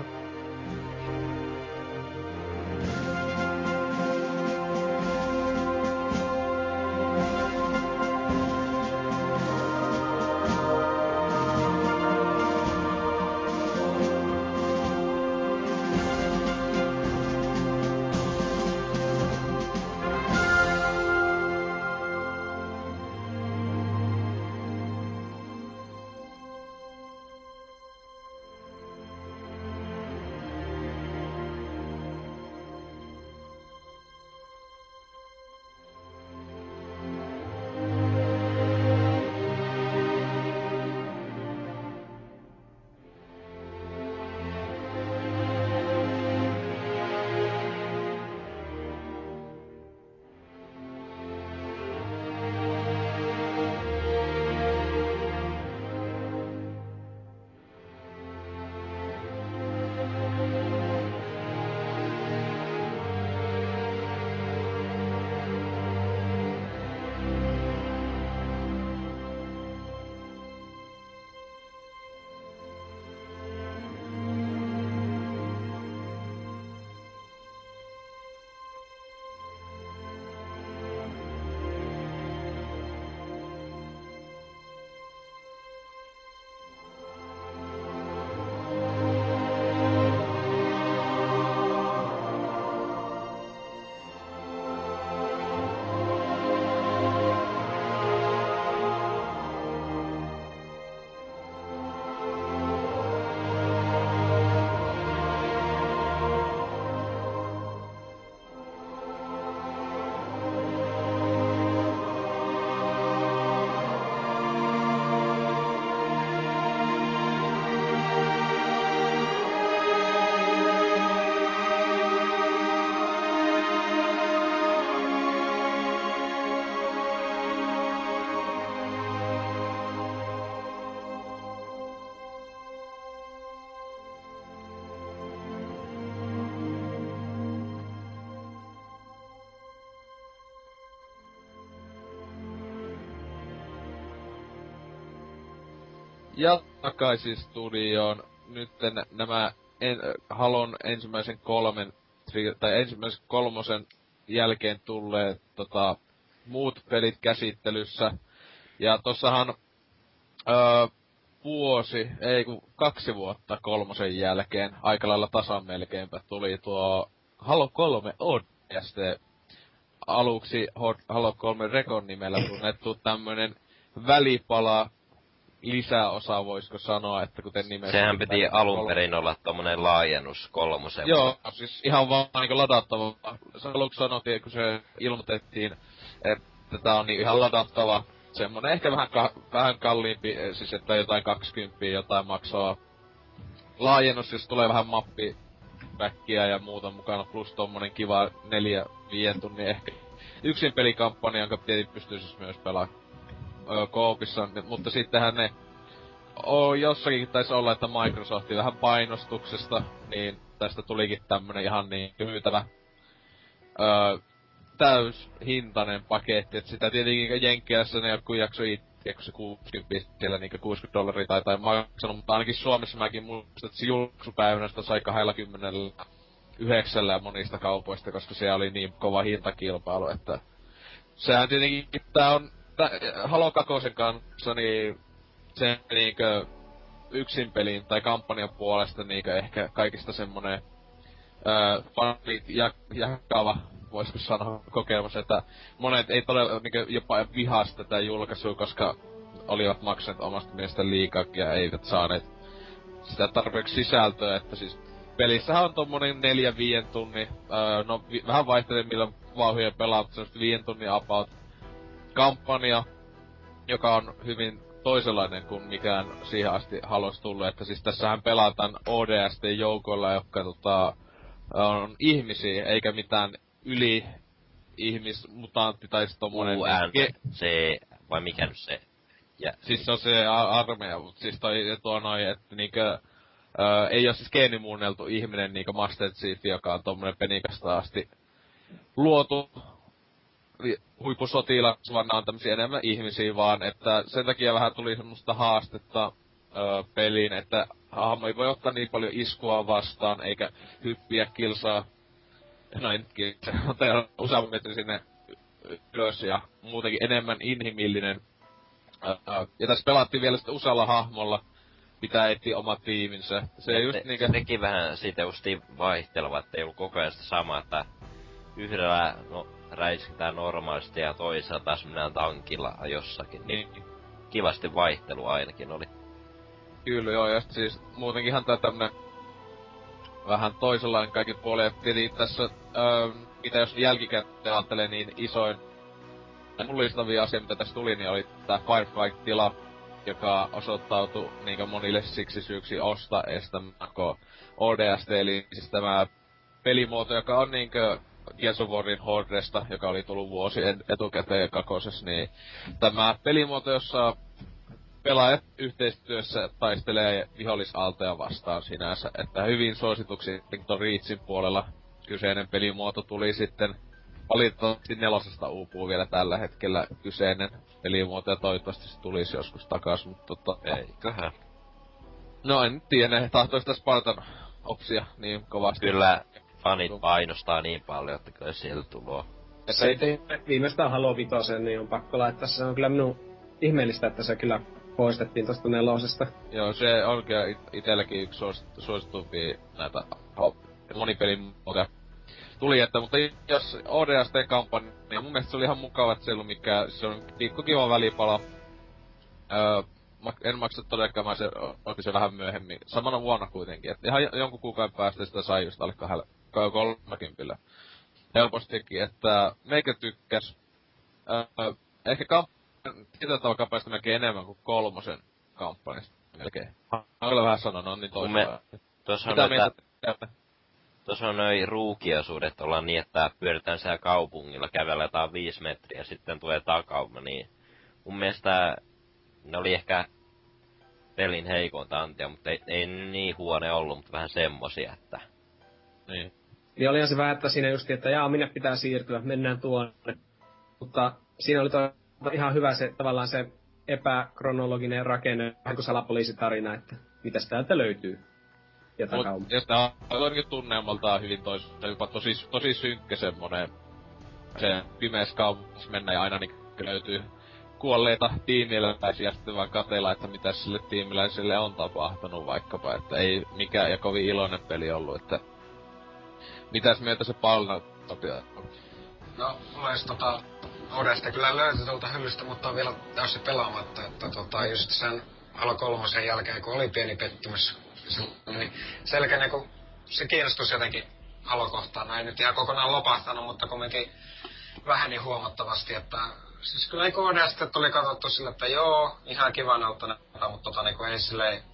Ja takaisin studioon. Nytten nämä en, Halon ensimmäisen kolmen, tai ensimmäisen kolmosen jälkeen tulleet tota, muut pelit käsittelyssä. Ja tossahan öö, vuosi, ei kun kaksi vuotta kolmosen jälkeen, aika lailla tasan melkeinpä, tuli tuo Halo kolme O D S T. Aluksi Halo kolme Recon nimellä tunnettu tämmönen välipala lisäosa, voisiko sanoa, että kuten nimessä... Sehän piti alun perin olla tommonen laajennus kolmosen. Joo, siis ihan vaan niinku ladattava. Se aluksi sanottiin, kun se ilmoitettiin, että tää on niin ihan ladattava. Semmonen ehkä vähän, ka- vähän kalliimpi, siis että jotain kaksikymmentä jotain maksaa laajennus, jos tulee vähän mappi väkkiä ja muuta mukana, plus tommonen kiva neljä viiden tunnin ehkä yksin pelikampanja, jonka tietysti pystyy siis myös pelaamaan öö, koopissa, mutta sittenhän ne oo, jossakin taisi olla, että Microsoftin vähän painostuksesta, niin tästä tulikin tämmönen ihan niin myytävä öö, täyshintainen paketti, et sitä tietenkin Jenkkilässä ne joku jakso itse, kun se kuusikymmentä siellä niinkö kuusikymmentä dollaria tai tai maksanut, mutta ainakin Suomessa mäkin muistan, että se julkaisupäivänä sitä sai kaksikymmentä yhdeksällä monista kaupoista, koska se oli niin kova hintakilpailu, että sehän tietenkin, tää on, tää, Halo kakosen kanssa, niin se niinkö yksin pelin tai kampanjan puolesta niinkö ehkä kaikista semmonen öö, fanit ja, jakava, voisiko sanoa, kokemus, että monet ei todella niinkö jopa vihas tätä julkaisua, koska olivat maksaneet omasta mielestä liikaa ja eivät saaneet sitä tarpeeksi sisältöä, että siis pelissähän on tommonen neljä viien tunnin, öö, no vi- vähän vaihtelee millä vauhia pelaa, mutta semmoista viien tunnin about kampanja, joka on hyvin toisenlainen kuin mikään siihen asti Halos tullut, että siis tässähän pelataan O D S T-joukoilla, jotka tota, on ihmisiä, eikä mitään yli ihmismutantti tai sit tommonen... U N Ge- se, vai mikä nyt se? Ja, siis se on se a- armeija, mut siis toi tuo noin, että niinkö... Öö, ei oo siis geenimuunneltu ihminen niinkö Master Chief, joka on tommonen penikasta asti luotu huippusotilas, vaan nää on tämmösiä enemmän ihmisiä vaan, että sen takia vähän tuli semmoista haastetta öö, peliin, että hahmo ei voi ottaa niin paljon iskua vastaan, eikä hyppiä kilsaa, no en kilsaa, mutta useamman metrin sinne ylös ja muutenkin enemmän inhimillinen. Öö, ja tässä pelattiin vielä sitten usealla hahmolla, pitää etsiä oma tiiminsä. Se just te, niinkö... Teki vähän siitä justiin vaihteleva, että ei ollut koko ajan sitä samaa, että yhdellä no, räiskitään normaalisti ja toisella taas mennään tankilla jossakin, niin kivasti vaihtelu ainakin oli. Kyllä joo, ja sit siis muutenkinhan tää tämmönen vähän toisenlainen kaikin puolin, et tietenkin tässä, öö, mitä jos jälkikäteen ajattelee, niin isoin mullistavia asia, mitä tässä tuli, niin oli tää Firefight-tila, joka osoittautui niinkö monille siksi syyksi ostaa estämäkö O D S T, eli siis tämä pelimuoto, joka on niinkö Gears of Warin Hordesta, joka oli tullut vuosi etukäteen kakosessa, niin tämä pelimuoto, jossa pelaajat yhteistyössä taistelee vihollisalteja vastaan sinänsä, että hyvin suosituksi Rington Reachin puolella kyseinen pelimuoto tuli sitten. Valitettavasti nelosesta uupuu vielä tällä hetkellä kyseinen pelimuoto ja toivottavasti se tulisi joskus takas, mutta tota... Eiköhän. No en tiedä, ne tahtois tässä Spartan opsia niin kovasti. Kyllä fanit painostaa niin paljon, että kyllä sieltä tuloa. Se ei tee viimeistään Halo vitosen, niin on pakko laittaa. Se on kyllä minun ihmeellistä, että se kyllä poistettiin tosta nelosesta. Joo, se on kyllä it- itelläkin yksi suos- suositumpia näitä monipelimuotoja tuli, että mutta jos O D S T-kampanja, niin mun mielestä se oli ihan mukava, että se ei ollut mikään, se on pikku kiva välipala. Öö, en maksa todellakaan, mä se, otin se vähän myöhemmin, samana vuonna kuitenkin, että ihan jonkun kuukauden päästä sitä sai just alle kahdella, kolmekymmentä helpostikin, että meikä tykkäs. Öö, ehkä kampanjan, tietyllä tavalla kampanjasta melkein enemmän kuin kolmosen kampanjasta melkein. Mä kyllä vähän sanon, on niin toisella. Tuossa on Mitä noita... mieltä? Tuossa on noi ruukiosuudet ollaan niin, että pyöritään siellä kaupungilla, kävellään viisi metriä ja sitten tulee takauma, niin mun mielestä ne oli ehkä pelin heikointa antia, mutta ei, ei niin huone ollut, mutta vähän semmosia, että... Niin. Niin olihan se vähän, että siinä justi, että jaa, minne pitää siirtyä, mennään tuonne. Mutta siinä oli to, ihan hyvä se, tavallaan se epäkronologinen rakenne, vähän kuin salapoliisitarina, että mitäs täältä löytyy. Ja Mut, takauma. ja sitä on niinku tunnelmaltaan hyvin tois, jopa tosi, tosi synkkä semmonen, se pimeässä kaupungissa mennä ja aina niinku löytyy kuolleita tiimiläisiä sitten vaan katella, että mitä sille tiimiläiselle on tapahtunut vaikkapa, että ei mikään ja kovin iloinen peli ollut, että mitäs mieltä se Palna Tapia? No, mulla olisi tota Odesta kyllä löytyi tuolta hyllystä, mutta on vielä täysin pelaamatta, että tota just sen Halo kolmosen jälkeen, kun oli pieni pettymys, niin selkeä niinku se kiinnostus jotenkin Halo-kohtaan, no ei nyt ihan kokonaan lopahtanut, mutta kumminkin väheni huomattavasti, että siis kyllä niinku Odesta tuli katsottu sille, että joo, ihan kiva näyttää näyttää, mutta tota niinku ei silleen.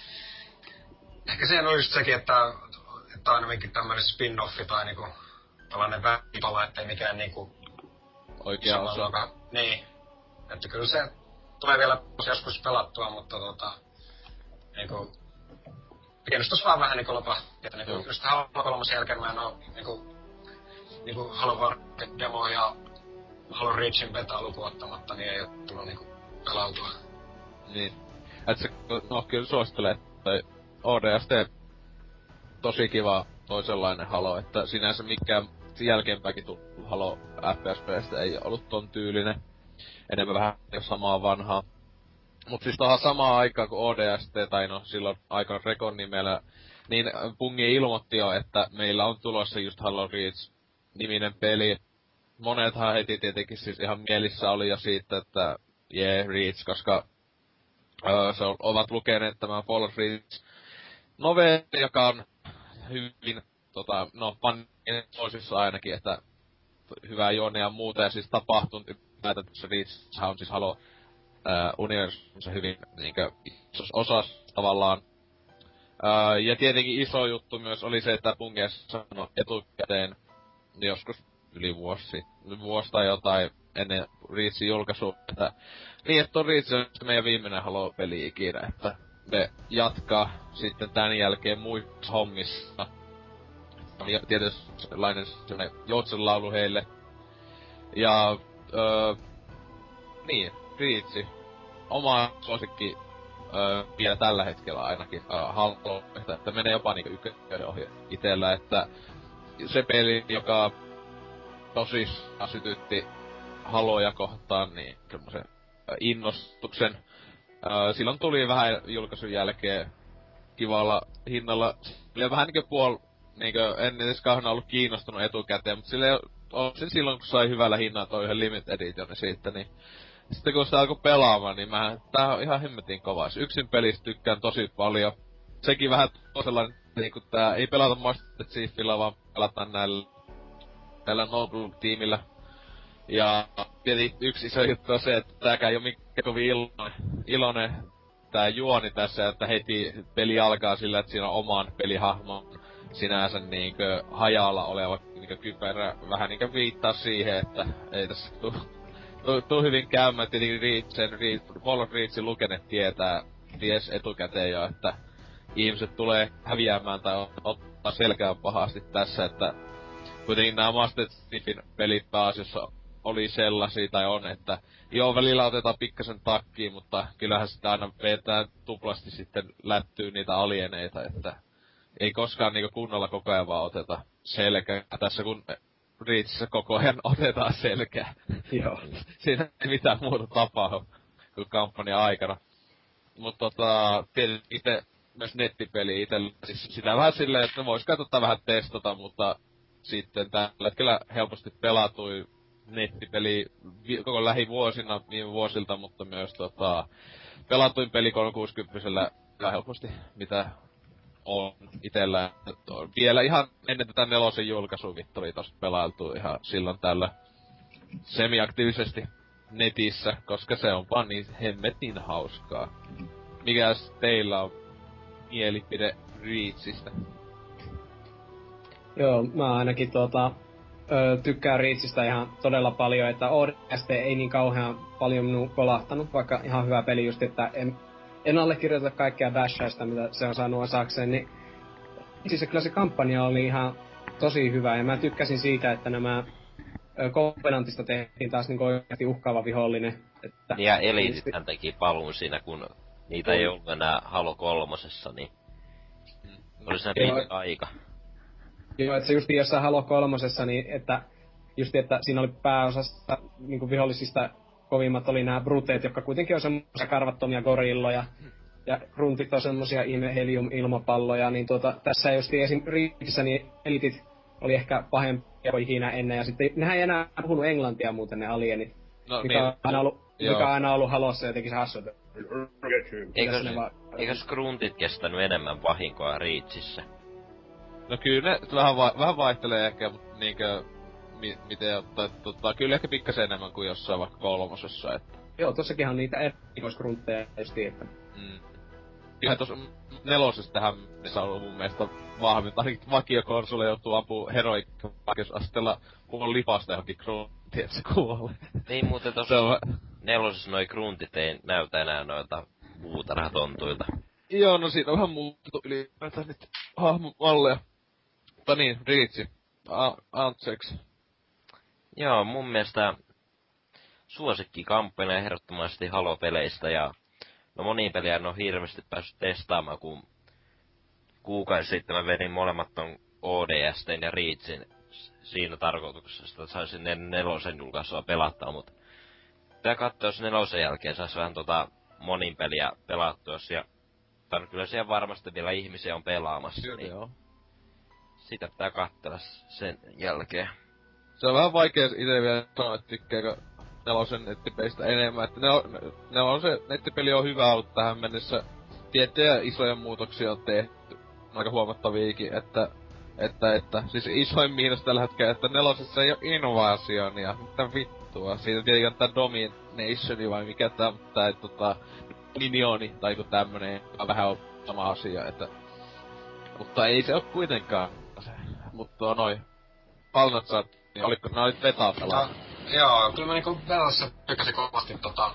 Ehkä siihen on just sekin, että, että aina minkin tämmönen spin-offi tai niinku tällainen väipala, ettei mikään niinku oikea osa. Luokan, niin. Että kyllä se tulee vielä joskus pelattua, mutta tota niinku kiinnostus vaan vähän niinku lopahti, että niinku just Halo kolmosen jälkeen mä en oo niinku niinku Halo Warcraft demo ja Halo Reachin beta lukuun ottamatta, niin ei oo tullut niinku pelautua. Niin. Et se, no kyllä suosittelee, että O D S T tosi kiva toisenlainen Halo, että sinänsä mikään jälkeenpäinkin tullut Halo F P S:stä ei ollut ton tyylinen. Enemmän vähän samaa vanhaa. Mut siis tohon samaan aikaan kuin O D S T, tai no silloin aikana Rekon nimellä, niin Bungi ilmoitti jo, että meillä on tulossa just Halo Reach-niminen peli. Monethan heti tietenkin siis ihan mielissä oli jo siitä, että jee, yeah, Reach, koska öö, se on, ovat lukeneet tämän Fall of Reach novelli, joka on hyvin, tota, no, pannin toisissa ainakin, että hyvää juonea ja muuta, ja siis tapahtunut ylipäätään tässä Reach on siis Halo ää, universumissa hyvin niinkö isos osas tavallaan. Ää, ja tietenkin iso juttu myös oli se, että Bungie sanoi etukäteen joskus yli vuosi, vuosi tai jotain ennen Reachin julkaisua, että niin, että on Reach on meidän viimeinen Halo-peli ikinä, että me jatkaa sitten tän jälkeen muissa hommissa. Ja tietysti sellainen sellainen joutsenlaulu heille. Ja öö, niin, Reach. Oma suosikki öö, vielä tällä hetkellä ainakin öö, Halo, että, että menee jopa niinku ykkönen ohi itellä, että se peli, joka tosissaan sytytti Haloja kohtaan, niin semmosen innostuksen. Öö, silloin tuli vähän julkaisun jälkeen kivalla hinnalla, oli vähän niinkö puol, niinkö en edes kauhean ollut kiinnostunut etukäteen, mut sille on se silloin kun sai hyvällä hinnalla toi yhden limited edition siitä, niin sitten kun sitä alkoi pelaamaan, niin mä, tää on ihan hemmetin kova. Yksin pelistä tykkään tosi paljon. Sekin vähän sellainen, niinku tää ei pelata Master Chiefillä, vaan pelataan näillä, näillä Noble-tiimillä. Ja tietysti yksi iso juttu on se, että tääkään ei oo mikään kovin iloinen, iloinen tää juoni tässä, että heti peli alkaa sillä, että siinä on oman pelihahmon sinänsä niinkö hajalla oleva niinkö kypärä vähän niinkö viittaa siihen, että ei tässä tuu, tuu, tuu hyvin käymään. Tietenkin Reachen, Fall of Reachin lukeneet tietää, ties etukäteen jo, että ihmiset tulee häviämään tai ottaa selkään pahasti tässä, että kuitenkin nämä Master Chiefin pelit pääasiassa oli sellaisia tai on, että joo, välillä otetaan pikkasen takkiin, mutta kyllähän sitä aina vetää tuplasti sitten lättyy niitä alieneita, että ei koskaan niinku kunnolla koko ajan vaan oteta selkää. Tässä kun Reachissä koko ajan otetaan selkää. Joo. Siinä ei mitään muuta tapahdu kuin kampanja aikana. Mut tota, tietysti ite myös nettipeli itellä, siis sitä vähän silleen, että vois katsottaa vähän testata, mutta sitten tällä hetkellä helposti pelatui nettipeli vi- koko lähivuosina, viime vuosilta, mutta myös tota, pelatuin peli kolmesataakuusikymmentä helposti, mitä on itellä. Vielä ihan ennen tätä nelosen julkaisua vittu oli tosta pelailtu ihan silloin tällä semiaktiivisesti netissä, koska se on vaan niin hemmetin hauskaa. Mikäs teillä on mielipide Reachistä? Joo, mä ainakin tuota, ö, tykkään Reachistä ihan todella paljon, että O D S T ei niin kauhean paljon minun kolahtanut, vaikka ihan hyvä peli just, että en, en allekirjoita kaikkea bashaista, mitä se on saanut osakseen, niin siis kyllä se kampanja oli ihan tosi hyvä, ja mä tykkäsin siitä, että nämä Covenantista tehtiin taas niinku oikeasti uhkaava vihollinen. Että niin ja Elitithän teki paluun siinä, kun niitä on. ei ollut enää Halo kolmosessa, niin Mm. oli se Joo. pitkä aika. Joo, että se justi jossain Halo kolmosessa, niin että justi, että siinä oli pääosasta niinku vihollisista kovimmat oli nämä bruteet, jotka kuitenkin on semmoisia karvattomia gorilloja. Ja gruntit on semmosia ihme helium-ilmapalloja, niin tuota, tässä justi esim. Reachissä niin elitit oli ehkä pahempia kuin ikinä ennen, ja sitten nehän ei enää puhunut englantia muuten ne alienit. No mikä, niin, on aina ollut, joo. mikä on aina ollut Halossa jotenkin se hassu, että... Eikö, ne vaan... eikös gruntit kestänyt enemmän vahinkoa Reachissä? No kyllä ne vähän, va- vähän vaihtelee ehkä, mutta niinkö... Mi- miten ottaa, tota, kyllä ehkä pikkasen enemmän kuin jossain vaikka kolmosessa, että... Joo, tossakinhan on niitä erikoisgruntteja justi, että... Mm. Kyllähän tossa nelosessa tähän se on ollut mun mielestä vahvin, ainakin vakiokonsole joutuu ampuu heroikka-vaikeusasteella kun lipasta johonkin gruntiin, että se kuolee. Niin muuten tossa Se on... nelosessa noi gruntit ei näytä enää noilta puutarhatontuilta. Joo, no siinä on vähän muuttu ylipäätään nyt hahmomalleja. Mutta niin, Reachi. A- Antseks. Joo, mun mielestä suosikkikampanja ehdottomasti Halo-peleistä ja no moniin peliä en oo hirveästi päässyt testaamaan, kun kuukausi sitten mä vedin molemmat ton O D S T:n ja Reachin siinä tarkoituksessa, että saisin ne nelosen julkaisua pelattua, mut pitää katsoa, jos nelosen jälkeen sais vähän tota monin peliä pelattua, ja tai kyllä siellä varmasti vielä ihmisiä on pelaamassa, Kyllä niin joo. sitä pitää katsella sen jälkeen. Se on vähän vaikea ite vielä sanoa, että tykkääkö nelosen nettipelistä enemmän, että ne on, ne, ne on se nettipeli on hyvä ollut tähän mennessä. Tiettyjä isoja muutoksia on tehty, aika huomattaviakin, että, että, että, siis isoin miinus tällä hetkellä, että nelosessa ei oo innovaasionia, mitä vittua. Siitä tietenkin on tää Dominationi vai mikä tää, tää tota, Minioni tai joku tämmönen, joka vähän on sama asia, että, mutta ei se oo kuitenkaan se, mutta noi, Palnatsat, niin oliko, nää olit beta-pelaa? No, joo, kyllä mä niinku Belassa tykkäsin kovasti tota...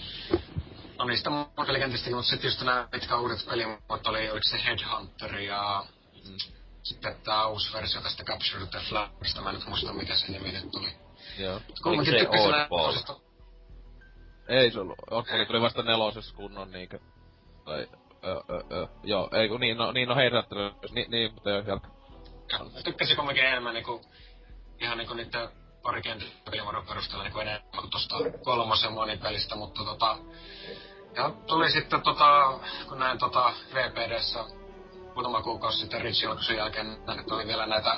No niistä mun pelikentistäkin, mut sit just nää mitkä uudet pelimuot oli, oliko se Headhunter ja... Mm. Sitten tää uusi versio tästä Capture the Flagista, mä en nyt muista mikä se nimi nyt tuli. Joo. Kumminkin se tykkäsin Oddball? nelosesta. Ei se ollut. Oddball tuli vasta nelosessa kunnon niinkö... Tai... Ö, ö, ö. Joo, ei kun niin, no, niin no Headhunter, niin, niin, mutta joo, jatka. Tykkäsin kumminkin enemmän niinku... Ihan niinku niitten parikenttäpelimuodon perusteella niinku enemmän kuin tosta kolmosen monipelistä, mutta tota... Ja tuli sitten tota, kun näin tota V P D:ssä muutama kuukausi sitten Reach julkaisun jälkeen, että oli vielä näitä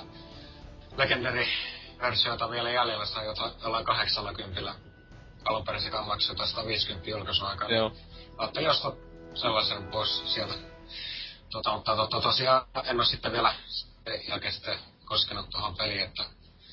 Legendary-versioita vielä jäljellä, sai jota, jollain kahdeksallakymmenellä. Alunperäisekaan maksoi jotain sata viisikymmentä julkaisun aikaa. Joo. Ajattelin ostaa sellaisen pois sieltä. Tota, mutta tota, tosiaan en oo sitten vielä jälkeen sitten koskenut tuohon peliin, että...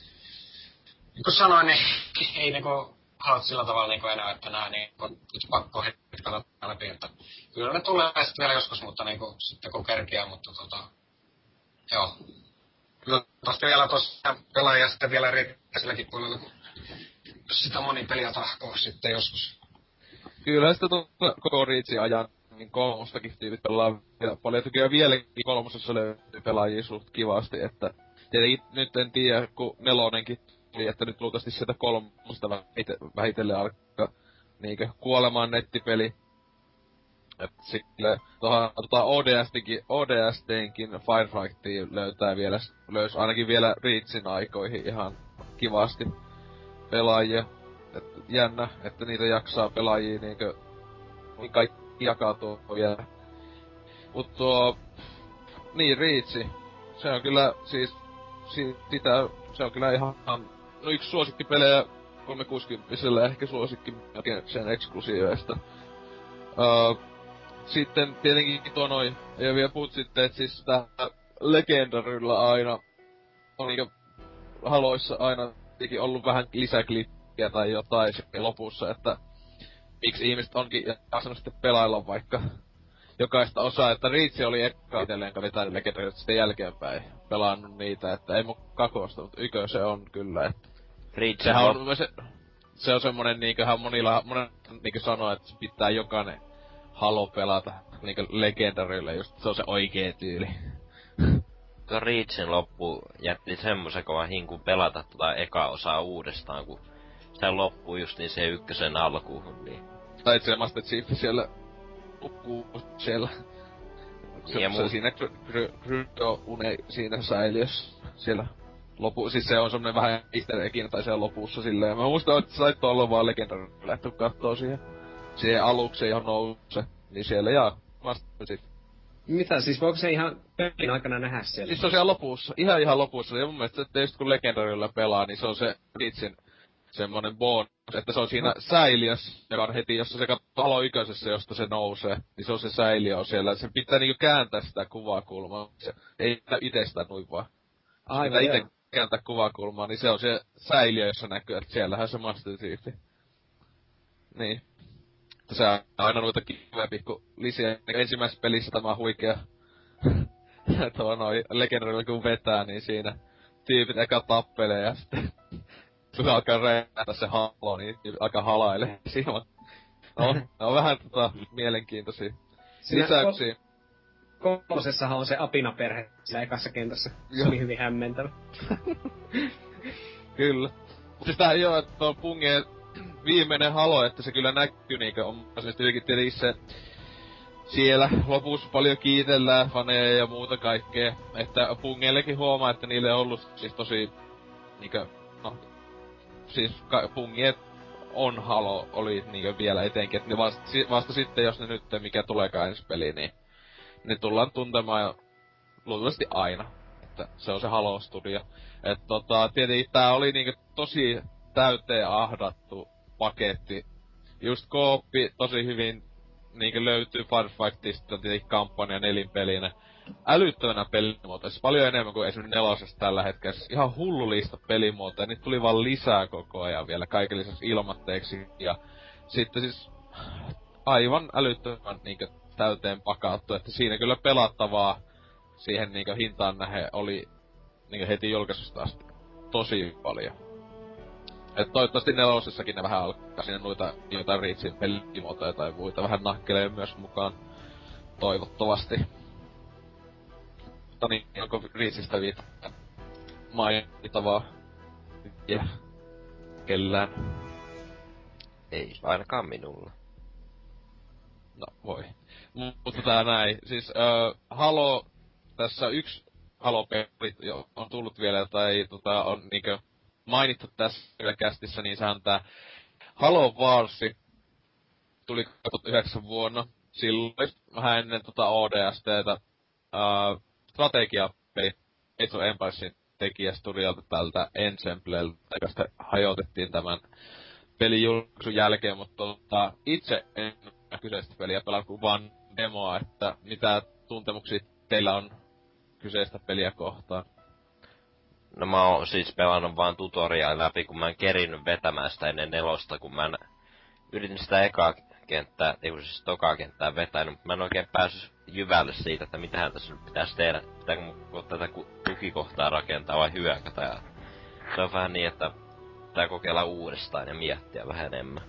Niin kuin sanoin, niin ei niinku haluat sillä tavalla niinku enää, että nää niinku nyt pakko heti katsotaan läpi, että kyllä ne tulee sitten vielä joskus, mutta niinku sitten kun kerkiää, mutta tota... Joo. Kyllä tosta vielä tossa pelaajia sitten vielä riittää silläkin puolella, kun jos sitä monipeliä tahkoo sitten joskus. Kyllähän sitä tuota koko Reachin ajan niin kolmostakin tyypit pelaa vielä paljon. Kyllä vieläkin kolmosessa löytyy pelaajia suht kivasti, että tietenkin nyt en tiedä, kun nelonenkin tuli, että nyt luultavasti sieltä kolmosta vähitellen alkaa niinkö kuolemaan nettipeli. Et sille tohon tota O D S:nkin, O D S:nkin Firefightiin löytää vielä, löys ainakin vielä Reachin aikoihin ihan kivasti pelaajia. Et jännä, että niitä jaksaa pelaajia niinkö, niin kaikki jakautuu vielä. Mut tuo, niin Reachi, se on kyllä siis, si, sitä, se on kyllä ihan, no yksi suosikkipelejä kolmesataakuusikymmentä ehkä suosikki sen eksklusiiveista. Öö, sitten tietenkin tuo noi, ei oo vielä puhut sitten, et siis tää Legendarylla aina, on niinkö Haloissa aina tietenkin ollut vähän lisäklippiä tai jotain sitten lopussa, että miksi ihmiset onkin jaksanut sitten pelailla vaikka jokaista osaa, että Reach oli eka itelleen, kun oli tää Legendary sitten jälkeenpäin pelannut niitä, että ei mun kakosta, mutta ykö se on kyllä, että Reach sehän on, se, se on semmonen niinköhän monilla, monen niinkö sanoo, että pitää jokainen Halo pelata niinkö Legendarylle, just se on se oikee tyyli. tuo Reachin loppu jätti semmosen kovan hinkun pelata tota eka osaa uudestaan, kun se loppuu just niin se ykkösen alkuun, niin. Tai se Master Chief siellä nukkuu siellä. Se, Ja se mu- siinä Kryo-une siinä säiliössä siellä lopu, siis se on semmonen vähän easter eggin tai siellä lopussa silleen. Mä muistan, että sait olla vaan Legendary lähtö kattoo siihen. Siihen alukseen johon nouse. Niin siellä jaa, Master Chief. Mitä, siis voiko se ihan pelin aikana nähdä siellä? Siis se on siellä lopussa, ihan ihan lopussa. Ja mun mielestä, että just kun Legendaryllä pelaa, niin se on se Reachin semmonen bonus, että se on siinä säiliössä, joka on heti, jossa se katsoo Halo ykkösessä, josta se nousee, niin se on se säiliö on siellä. Sen pitää niinku kääntää sitä kuvakulmaa. Se ei itestään noin vaan. Aivan, Pitää joo. ite kääntää kuvakulmaa, niin se on se säiliö, jossa näkyy, että siellähän se Master Chief. Niin. Se on aina noita kivoja pikku lisiä. Ensimmäisessä pelissä tämä on huikea. Tuo noin Legendarilla kun vetää, niin siinä tyypit eka tappelee ja sitten kun alkaa reennätä se Halo, niin aika halailee siinä. No, ne on vähän tota mielenkiintoisia Siinä lisäyksiä. Ko- kolmosessahan on se apinaperhe siinä ekassa kentässä. Se Joo. oli hyvin hämmentävä. Kyllä. Siis tää ei oo, että on Pungien viimeinen Halo, että se kyllä näkyy niinkö on tietenkin se siellä lopussa paljon kiitellään faneja ja muuta kaikkea. Että Pungeillekin huomaa, että niille on ollut siis tosi niinkö, no, siis ka- Pungiet on Halo oli niinkö vielä etenkin, että ne vasta, vasta sitten, jos ne nyt, mikä tuleekaan ensi peli, niin ne tullaan tuntemaan luultavasti aina. Että se on se Halo-studio. Et tota, tietenkin tää oli niinkö tosi täyteen ahdattu paketti. Just kooppi tosi hyvin niinkö löytyy Firefightista tietenkin kampanja nelinpelinä. Älyttömänä pelimuotoja, siis paljon enemmän kuin esimerkiksi nelosessa tällä hetkellä. Siis ihan hullu lista pelimuotoja, niitä tuli vaan lisää koko ajan vielä kaiken lisäksi ilmatteeksi. Ja sitten siis aivan älyttömän niinkö täyteen pakattu, että siinä kyllä pelattavaa siihen niinkö hintaan nähen oli niinkö heti julkaisusta asti tosi paljon. Et toivottavasti nelosessakin ne vähän alkaa sinne noita jotain Reachin pelimuotoja tai muita vähän nahkelee myös mukaan. Toivottavasti. Mutta niin, onko Reachistä viittaa mainittavaa? Ja kellään. Ei ainakaan minulla. No voi. M- mutta tää näin. Siis äh, Halo, tässä yksi Halo-peli jo on tullut vielä, tai tota, on niinkö mainittu tässä kästissä, niin sehän tää Halo Warsi tuli kaksituhattayhdeksän vuonna. Silloin vähän ennen tota O D S T:tä äh, strategiapeli Age of Empiresin tekijästudiolta tältä Ensembleltä, joka sitten hajotettiin tämän pelin julkaisun jälkeen, mutta tota, itse en kyseistä peliä pelannut kuin vaan demoa, että mitä tuntemuksia teillä on kyseistä peliä kohtaan? No mä oon siis pelannut vaan tutoriaa läpi, kun mä en kerinyt vetämään sitä ennen nelosta, kun mä en yritin sitä ekaa kenttää, ei kun siis tokaa kenttää vetänyt, mutta mä en oikein päässyt jyvälle siitä, että mitähän tässä nyt pitäisi tehdä. Pitääkö mun tätä tukikohtaa rakentaa vai hyökätä, ja se on vähän niin, että pitää kokeilla uudestaan ja miettiä vähän enemmän.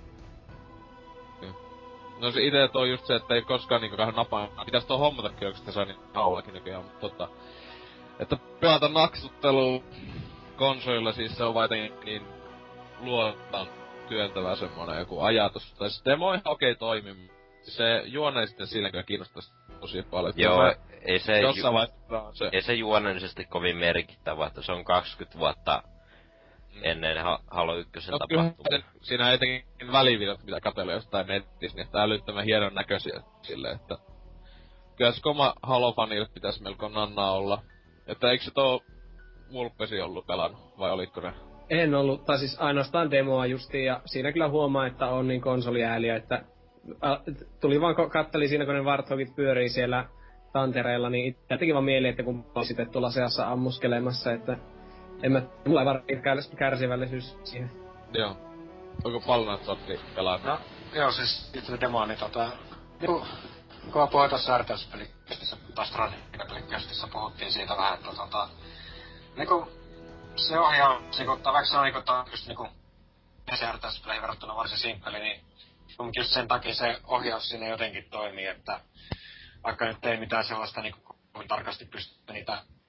No se ite on just se, että ei koskaan niinku kahden napaan. Pitäis tuo hommatakin oikeesti saa niin aullakin nykyään, mutta tota... Että pelata naksuttelu konsolilla siis se on vaan jotenkin niin luotan työntävä semmonen joku ajatus. Tai se demo ihan okei okay, toimi. Se juone sitten sillä kyllä kiinnostais tosi paljon. Joo, ei se, jossain ju- vaiheessa se... ei se juonellisesti kovin merkittävä, että se on kaksikymmentä vuotta mm. ennen ha- Halo ykkösen no, tapahtumia. Siinä etenkin välivideot, mitä katsella jostain nettissä, niin että älyttömän hienon näköisiä silleen, että... Kyllä se koma Halo-fanille pitäis melko nannaa olla. Että eikö se tuo Mulppesi ollut pelannut, vai olitko ne? En ollut, tai siis ainoastaan demoa justiin, ja siinä kyllä huomaa, että on niin konsoliääliä, että äh, tuli vaan, kun katteli siinä, kun ne Warthogit pyörii siellä tantereilla, niin itse teki vaan mieli, että kun on sitten tuolla seassa ammuskelemassa, että en mä, mulla ei varmaan kärsivällisyys siihen. Joo. Onko paljon sortti pelannut? No, joo, siis itse demoa, niin tota... Niinku, kun mä puhuin tossa R T S-pelikästissä, tai strategiapelikästissä puhuttiin siitä vähän, että tota... Niinku, se ohjaus, niinku, tai vaikka se on niinku, just niinku... P C R T S-peleihin verrattuna varsin simppeli, niin... Kumminkin just sen takia se ohjaus siinä jotenkin toimii, että... Vaikka nyt ei mitään sellaista niinku, kovin tarkasti pysty niitä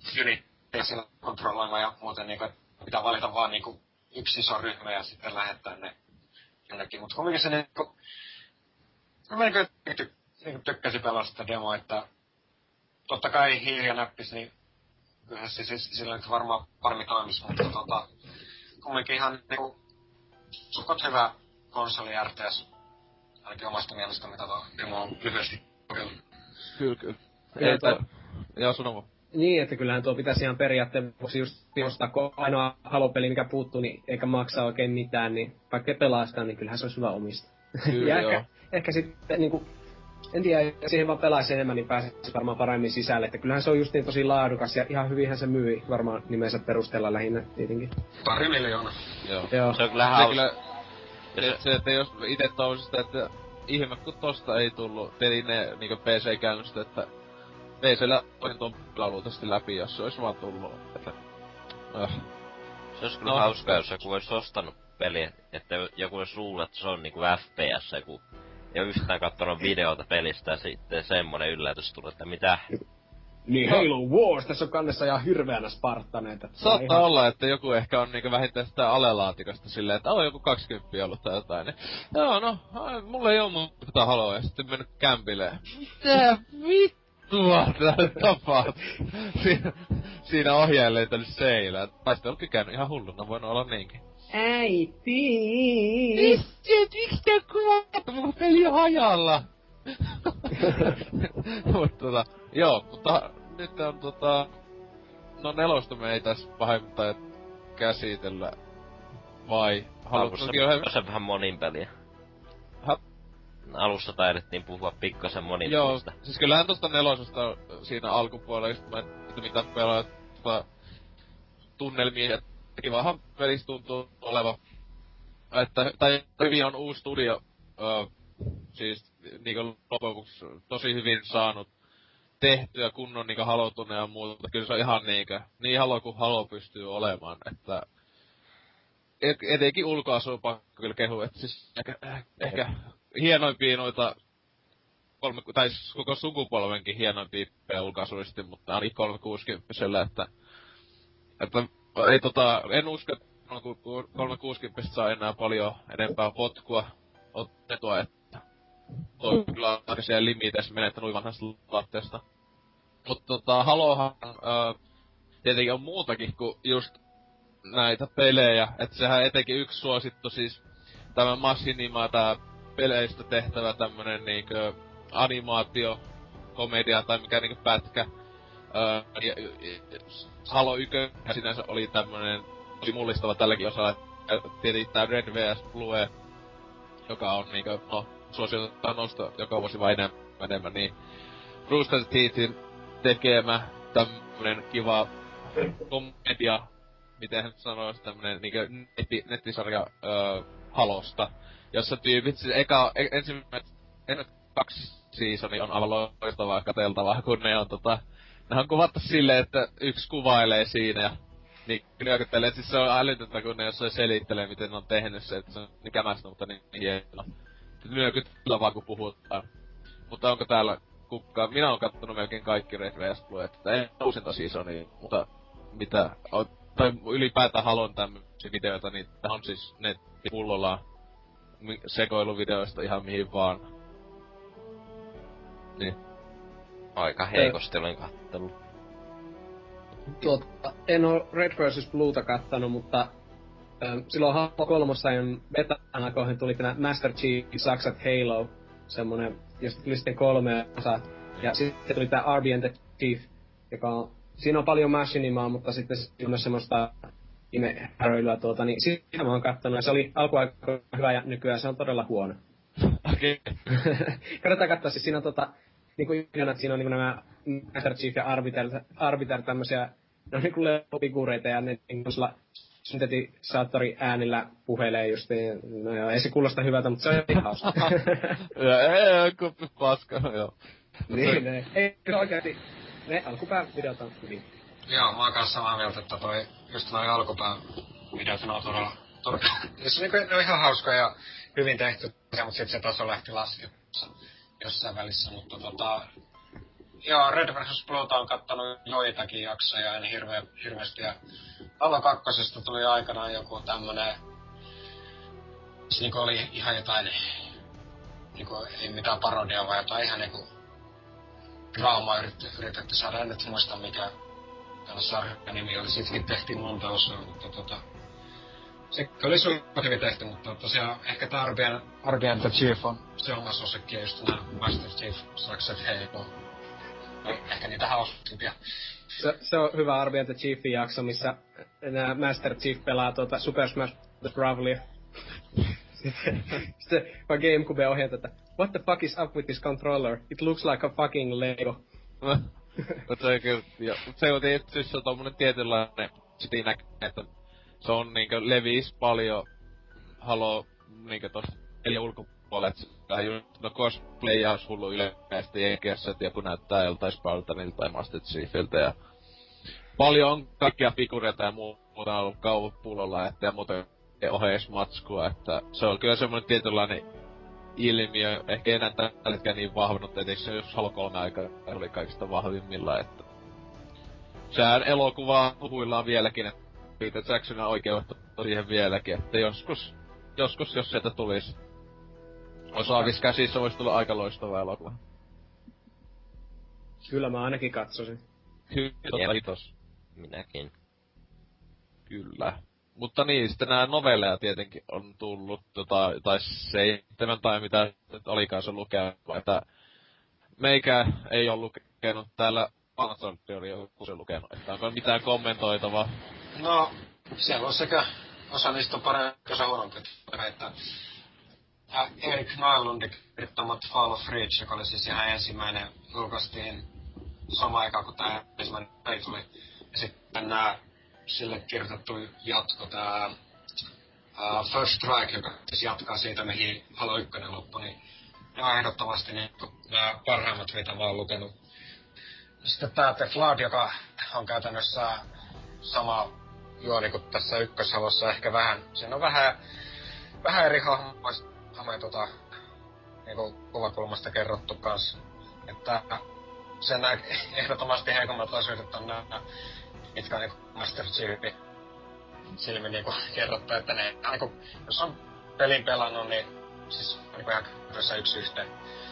Unity-sillä kontrolloimaan ja muuten niinku, pitää valita vaan niinku yksi iso ryhmä ja sitten lähettää ne jonnekin. Mut kumminkin se niinku, mä melkein ty- niinku tykkäsin pelaa sitä demoa, että totta kai hiiri ja näppis, niin kyllähän se siis sillä nyt varmaan paremmin toimis, mutta tota, kumminkin ihan niinku sukkot hyvä konsoli R T S, ainakin omasta mielestä, mitä tuo demo on lyhyesti kokeillut. Kyllä, kyllä. Kyllä Ei, tuo- tai... Joo, sano vaan. Niin, että kyllähän tuo pitäisi ihan periaatteessa just ostaa, kun ainoa Halo-peli, mikä puuttuu, niin eikä maksa oikein mitään, niin vaikka ei pelaa sitä, niin kyllähän se olisi hyvä omista. Kyllä, ja joo. ehkä, ehkä sitten niinku, en tiedä, jos siihen vaan pelaisi enemmän, niin pääsisi varmaan paremmin sisälle. Että kyllähän se on just niin tosi laadukas ja ihan hyvinhän se myi varmaan nimensä perusteella lähinnä tietenkin. Pari miljoonaa. Joo. Joo. Se on kyllä Se hauska. kyllä... Se, se, että jos ite tousi sitä, että ihme kun tosta ei tullu teline niinku P C-käännöstä, että P C:llä voin tuon luultavasti läpi, jos se ois vaan tullu. Että... Öh. Se olisi kyllä No. hauskaa, jos joku olisi ostanut peliä, että joku olisi luullut, että se on niinku F P S, joku ei oo yhtään kattonut videota pelistä ja sitten semmonen yllätys tuli, että mitä? Niin Halo Wars, tässä on kannessa ihan hirveänä sparttaneita. Saattaa ihan... olla, että joku ehkä on niinku vähintään sitä alelaatikosta silleen, että on joku kaksikymmentä ollut tai jotain, niin joo no, ai, mulla ei oo muuta Haloa, ja sitten mennyt kämpille. Mitä vittua täällä tapahtuu? Siinä, siinä ohjaaja lentänyt seilään. Tai sitten on kykännyt ihan hulluna, voinut olla niinkin. Äiti! Miksi te kuvaat? Mulla peli on hajalla! Mut tota, joo, mutta nyt on tota... No nelosta me ei tässä pahemmin käsitellä. Vai? Alussa Haluatko jo pikkasen vähän monin peliä. Ha? Alussa taidettiin puhua pikkasen monin Joo, pelistä. siis kyllähän tosta nelosesta siinä alkupuolella, just mä en tiedä mitä pelaa, tota, tunnelmia ja kivahan pelissä tuntuu oleva. Että, tai hyvin on uusi studio, ö, siis niinku lopuksi tosi hyvin saanut tehtyä kunnon niinku Halo-tunne ja muuta. Kyllä se on ihan niinkö, niin Halo kuin Halo pystyy olemaan, että et, etenkin ulkoasu on pakko kyllä kehua, että siis ehkä, ehkä hienoimpia noita kolme, tai siis koko sukupolvenkin hienoimpia ulkoasuisesti, mutta ainakin kolmesataakuusikymmentä, että, että ei tota, en usko, että kolmesataakuusikymmentä saa enää paljon enempää potkua otettua, että toi kyllä aika siellä limiteissä menettänyt vanhasta laatteesta. Mutta tota, Halohan öö, tietenkin on muutakin kuin just näitä pelejä, että sehän etenkin yksi suosittu siis tämä Machinima, tää peleistä tehtävä tämmönen niinkö animaatio, komedia tai mikä niinkö pätkä. Öö, ja, ja, Halo yksi sinänsä oli tämmönen tosi mullistava tälläkin osalla, tietenkin tää Red versus. Blue, joka on niinkö, no, suosiota nosta joka vuosi vai enemmän, enemmän niin Rooster Teethin tekemä tämmönen kiva komedia, miten hän sanois, tämmönen niinkö netti, nettisarja öö, Halosta, jossa tyypit, siis eka, e, ensimmäiset, ensimmäiset kaksi seasonia on aivan loistavaa katseltavaa, kun ne on tota, ne on kuvattu silleen, että yksi kuvailee siinä ja niin nyökyttelee, siis se on älytöntä, kun ne jossain selittelee, miten ne on tehnyt se, että se on niin kämästä, mutta niin, niin hieno. Nyökytellä vaan, kun puhutaan. Mutta onko täällä kukaan? Minä oon kattonut melkein kaikki Red versus. Blue, että ei uusinta seasonia, mutta mitä, on, tai ylipäätään Halon tämmöisiä videoita, niin tää on siis netti pullollaan sekoiluvideoista ihan mihin vaan. Niin. Aika heikosti olen kattellut. Tuota, en oo Red versus. Blueta kattanut, mutta ähm, silloin Halo kolmosajan betana kohden tuli tää Master Chief Sucks at Halo, semmonen, josta tuli sitten kolme osaa. Ja sitten tuli tää R B and the Chief, joka on, siinä on paljon machinimaa, mutta sitten siinä on myös semmoista ihmehäröilyä tuota, niin sitä mä oon kattonut, ja se oli alkuaikaan hyvä, ja nykyään se on todella huono. Okei. Okay. Kannattaa katsoa, siis siinä on tota, niinku ihana, että siinä on niinku nämä Master Chief ja Arbiter, Arbiter tämmösiä, ne on niinku lepopigureita, ja ne niinku syntetisaattori äänillä puhelee justiin, no joo, ei se kuulosta hyvältä, mutta se on ihan hauska. Joo, kuppi paska, joo. Niin, ne, ei kyllä oikeesti, ne alkupään videot on hyvin. Joo, mä oon kanssa samaa mieltä, että toi, just noin alkupään videot on todella, todella, siis niinku, ne on ihan hauskoja ja hyvin tehty, mutta sit se taso lähti laskemaan jossain välissä, mutta tota, joo, Red versus. Bluta on kattonut joitakin jaksoja, en hirveä, hirveästi. Ja Halo kakkosesta tuli aikanaan joku tämmönen... Se niinku oli ihan jotain... Niinku ei mitään parodiaa, vaan jotain ihan niinku... draamaa yritetty, yritetty saada. En nyt muista mikä... Täällä sarjan nimi oli. Sitkin tehtiin monta osaa, mutta tota... Se oli suht hyvin tehty, mutta tosiaan ehkä tää Arbian, Arbian the Chief on se oma suosikki, ja just nää Master Chief sakset Halo. Ehkä niitä hauskimpia. Se, se on hyvä Arbian the Chiefin jakso, missä nää Master Chief pelaa tuota Super Smash Bravlia. Sitten, sitten vaan Gamecube ohjaa tätä. What the fuck is up with this controller? It looks like a fucking Lego. Mutta se kyllä, jo, se on tietysti se on tommonen tietynlainen, siinä näkee, että se on niinkö leviis paljon Halo niinkö tossa eli ulkopuolella, et vähän just no cosplayaus hullu yleisesti jenkeissä, et joku näyttää joltain Spartanilta tai Master Chiefiltä ja paljon on kaikkia figureita ja muuta ollut kauan pullolla, että ja muuta oheismatskua, että se on kyllä semmonen tietynlainen ilmiö, ehkä ei enää tällä hetkellä niin vahvannut, et se jos Halo kolme aikaa oli kaikista vahvimmilla, että sehän elokuvaa huillaan vieläkin, että Peter Jackson on oikeutettu siihen vieläkin, että joskus, joskus jos sieltä tulis osaavis käsissä, vois tulla aika loistava elokuva. Kyllä mä ainakin katsosin. Kyllä, kiitos. Minäkin. Kyllä. Mutta niin, sitten nää novelleja tietenkin on tullut, tota, tai seitsemän tai mitä nyt olikaan se lukea, että meikä ei oo lukenut täällä Panzerdi oli joku se lukenut, että onko mitään kommentoitavaa? No, siellä on sekä osa niistä on parempi, osa huonompi, että äh, Erik Nylundin kirjoittamat Fall of Reach, joka oli siis ihan ensimmäinen, julkaistiin sama aikaan kuin tää ensimmäinen peli tuli. Ja sitten nää sille kirjoitettu jatko, tää uh, First Strike, joka siis jatkaa siitä, mihin Halo yksi loppui, niin ne on ehdottomasti niin, nää parhaimmat, mitä mä oon lukenut. Sitten tää The Flood, joka on käytännössä sama juoni kuin tässä ykköshalossa, ehkä vähän, siinä on vähän, vähän eri hahmoja tota, niinku kuvakulmasta kerrottu kans. Että sen nää ehdottomasti heikommat osuudet on nää, mitkä on niinku Master Chiefin silmin niinku kerrottu, että ne niinku, jos on pelin pelannut, niin siis niinku ihan tässä yksi yhteen.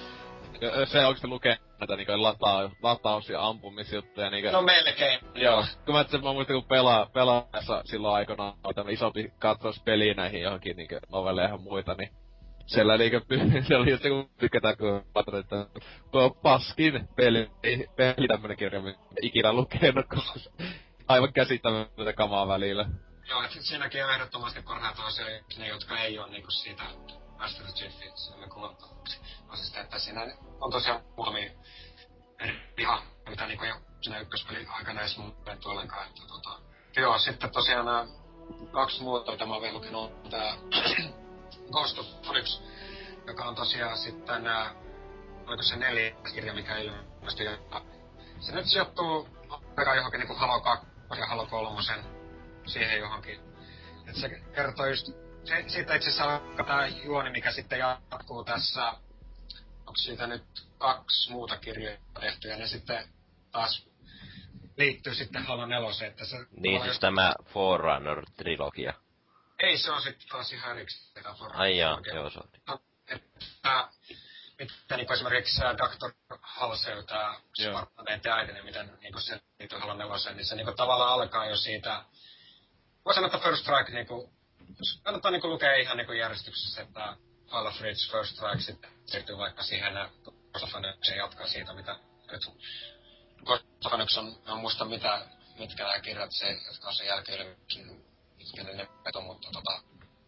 Se onko se lukee näitä niinku lataa, lataus- ja ampumisjuttuja niinku... No melkein. Joo. Kun mä, mä muistan, kun pelaa, pelaajassa silloin aikana oli tämmönen isompi katsauspeli näihin johonkin niinku novelleihin ja muita, niin siellä niinku, se oli just joku tykätään, kun laitan, että tuo paskin peli, peli tämmönen kirja, mitä ikinä lukenut, kun aivan käsittämätöntä kamaa välillä. Joo, et siinäkin on ehdottomasti parhaita asioita, ne jotka ei oo niinku siitä Master Chiefin silloin kuvattavaksi. No siis, että siinä on tosiaan muutamia eri hahmoja, mitä niinku jo siinä ykköspelin aikana edes muutettu ollenkaan, että tota... Joo, sitten tosiaan nää kaksi muuta, mitä mä oon vielä lukenut, on tää Ghost of Phoenix, joka on tosiaan sitten nää... Oliko se neljäs kirja, mikä ilmestyi, ja se nyt sijoittuu aika johonkin niinku Halo kaksi ja Halo kolme siihen johonkin. Et se kertoo just... Se, siitä itse asiassa on tää juoni, mikä sitten jatkuu tässä... Onks siitä nyt kaksi muuta kirjoja tehty, ja ne sitten taas liittyy sitten Halo neloseen, että se... Niin siis just... tämä Forerunner-trilogia. Ei, se on sitten taas ihan erikseen tätä Forerunner. Ai jaa, joo se on. Että... Mitä niinku esimerkiksi doktor Halsey, tää Spartaneet ja äitinen, miten niinku se liittyy Halo neloseen, niin se niinku tavallaan alkaa jo siitä... Voi sanoa, että First Strike niinku... Kannattaa niinku lukea ihan niinku järjestyksessä, että Fall of Reach, First Strike, sitten siirtyy vaikka siihen Ghost of Phoenix jatkaa siitä, mitä nyt Ghost of Phoenix on, en muista mitä, mitkä nämä kirjat se, jotka on sen jälkeen mitkä ne veto, mutta tota...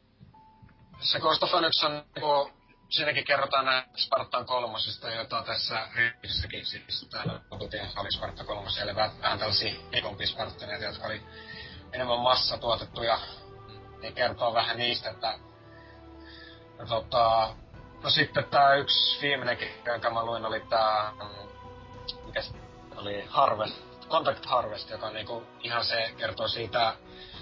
Se Ghost of Phoenix on niinku, siinäkin kerrotaan nää Spartan kolmosista, jota tässä Reachissäkin siis täällä lopultiin oli Sparta kolmos, eli vähän tällaisia heikompia Spartaneita, jotka oli enemmän massatuotettuja. Niin kertoo vähän niistä, että ja tota, no sitten tää yksi viimeinen kirja, jonka mä luin, oli tää, mikä se oli, Harvest, Contact Harvest, joka on niinku ihan se kertoo siitä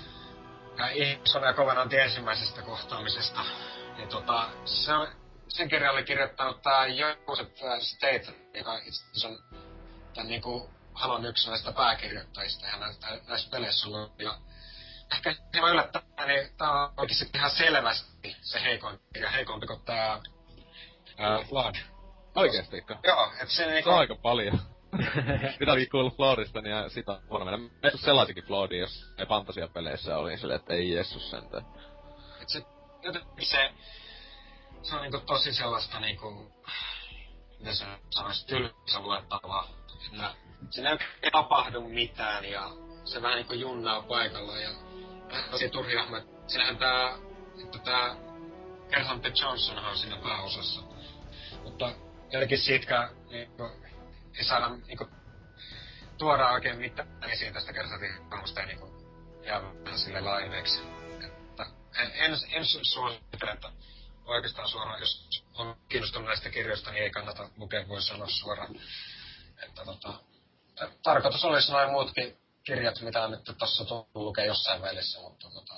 Ihmisen ja Covenantin ensimmäisestä kohtaamisesta. Niin tota, se, sen kirjan oli kirjoittanut tää Joseph State, joka itse on tän niinku Halon yksi näistä pääkirjoittajista ja näistä, näistä peleissä ollut. Ja ehkä hieman yllättäen, niin tää on oikeesti ihan selvästi se heikompi, ja heikompi kuin tää uh, Flood. Oikeestikö? Joo, et se niinku... Se on aika paljon. Mitä oli kuullut Floodista, niin sitä on mennä. Mä sellaisikin Floodin, jos ei fantasiapeleissä oli silleen, että ei jessus sentään. Et se, jotenkin se... Se on niinku tosi sellaista niinku... Miten se sanois, tylsä luettavaa. Että siinä ei tapahdu mitään ja se vähän niinku junnaa paikalla ja... Tosi turhi hahmo, sinähän tää... Että tää... Gerhard Johnson on siinä pääosassa. Mutta jotenkin siitäkään niinku... Ei saada niinku... Tuoda oikein mitään esiin tästä Gerhardin hahmosta ja niinku... Jää vähän silleen laineeksi. Että en, en, en suosittele, että oikeastaan suoraan, jos on kiinnostunut näistä kirjoista, niin ei kannata lukea, voi sanoa suoraan. Että tota... Tarkoitus olisi noin muutkin kirjat, mitä on nyt tossa tullut lukea jossain välissä, mutta tota...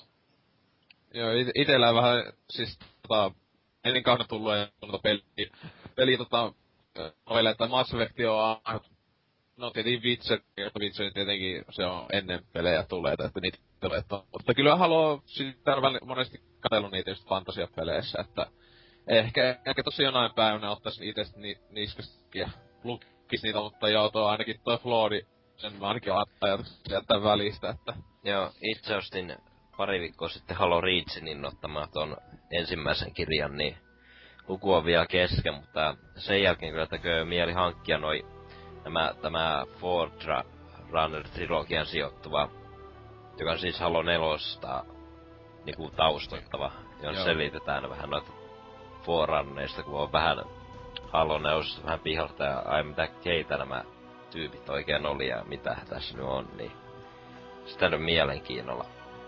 Joo, it- itellä vähän, siis tota... En niin kauan tullut ja tuota peli... Peli tota... Noille, että Mass Effect on ainut... No tietenkin Witcher, että Witcher tietenkin se on ennen pelejä tulee, että niitä tulee, että... Mutta kyllä haluaa, siis täällä on monesti katsellut niitä just fantasiapeleissä, että... Ehkä, ehkä tossa jonain päivänä ottaisin ite ni, niskasta ja lukis niitä, mutta joo, tuo ainakin tuo Floodi, sen mä ainakin ajatuksen jättää välistä, että... Joo, itse ostin pari viikkoa sitten Halo Reachin innoittamaan ton ensimmäisen kirjan, niin luku on vielä kesken, mutta sen jälkeen kyllä tekee mieli hankkia noi nämä, tämä Fortra Runner-trilogian sijoittuva, joka on siis Halo nelosta niinku taustoittava, jos selitetään vähän noita Forerunneista, kun on vähän Halo nelosesta vähän pihalta ja ai mitä keitä nämä tyypit oikein oli ja mitä tässä nyt on, niin sitä nyt mielenkiinnolla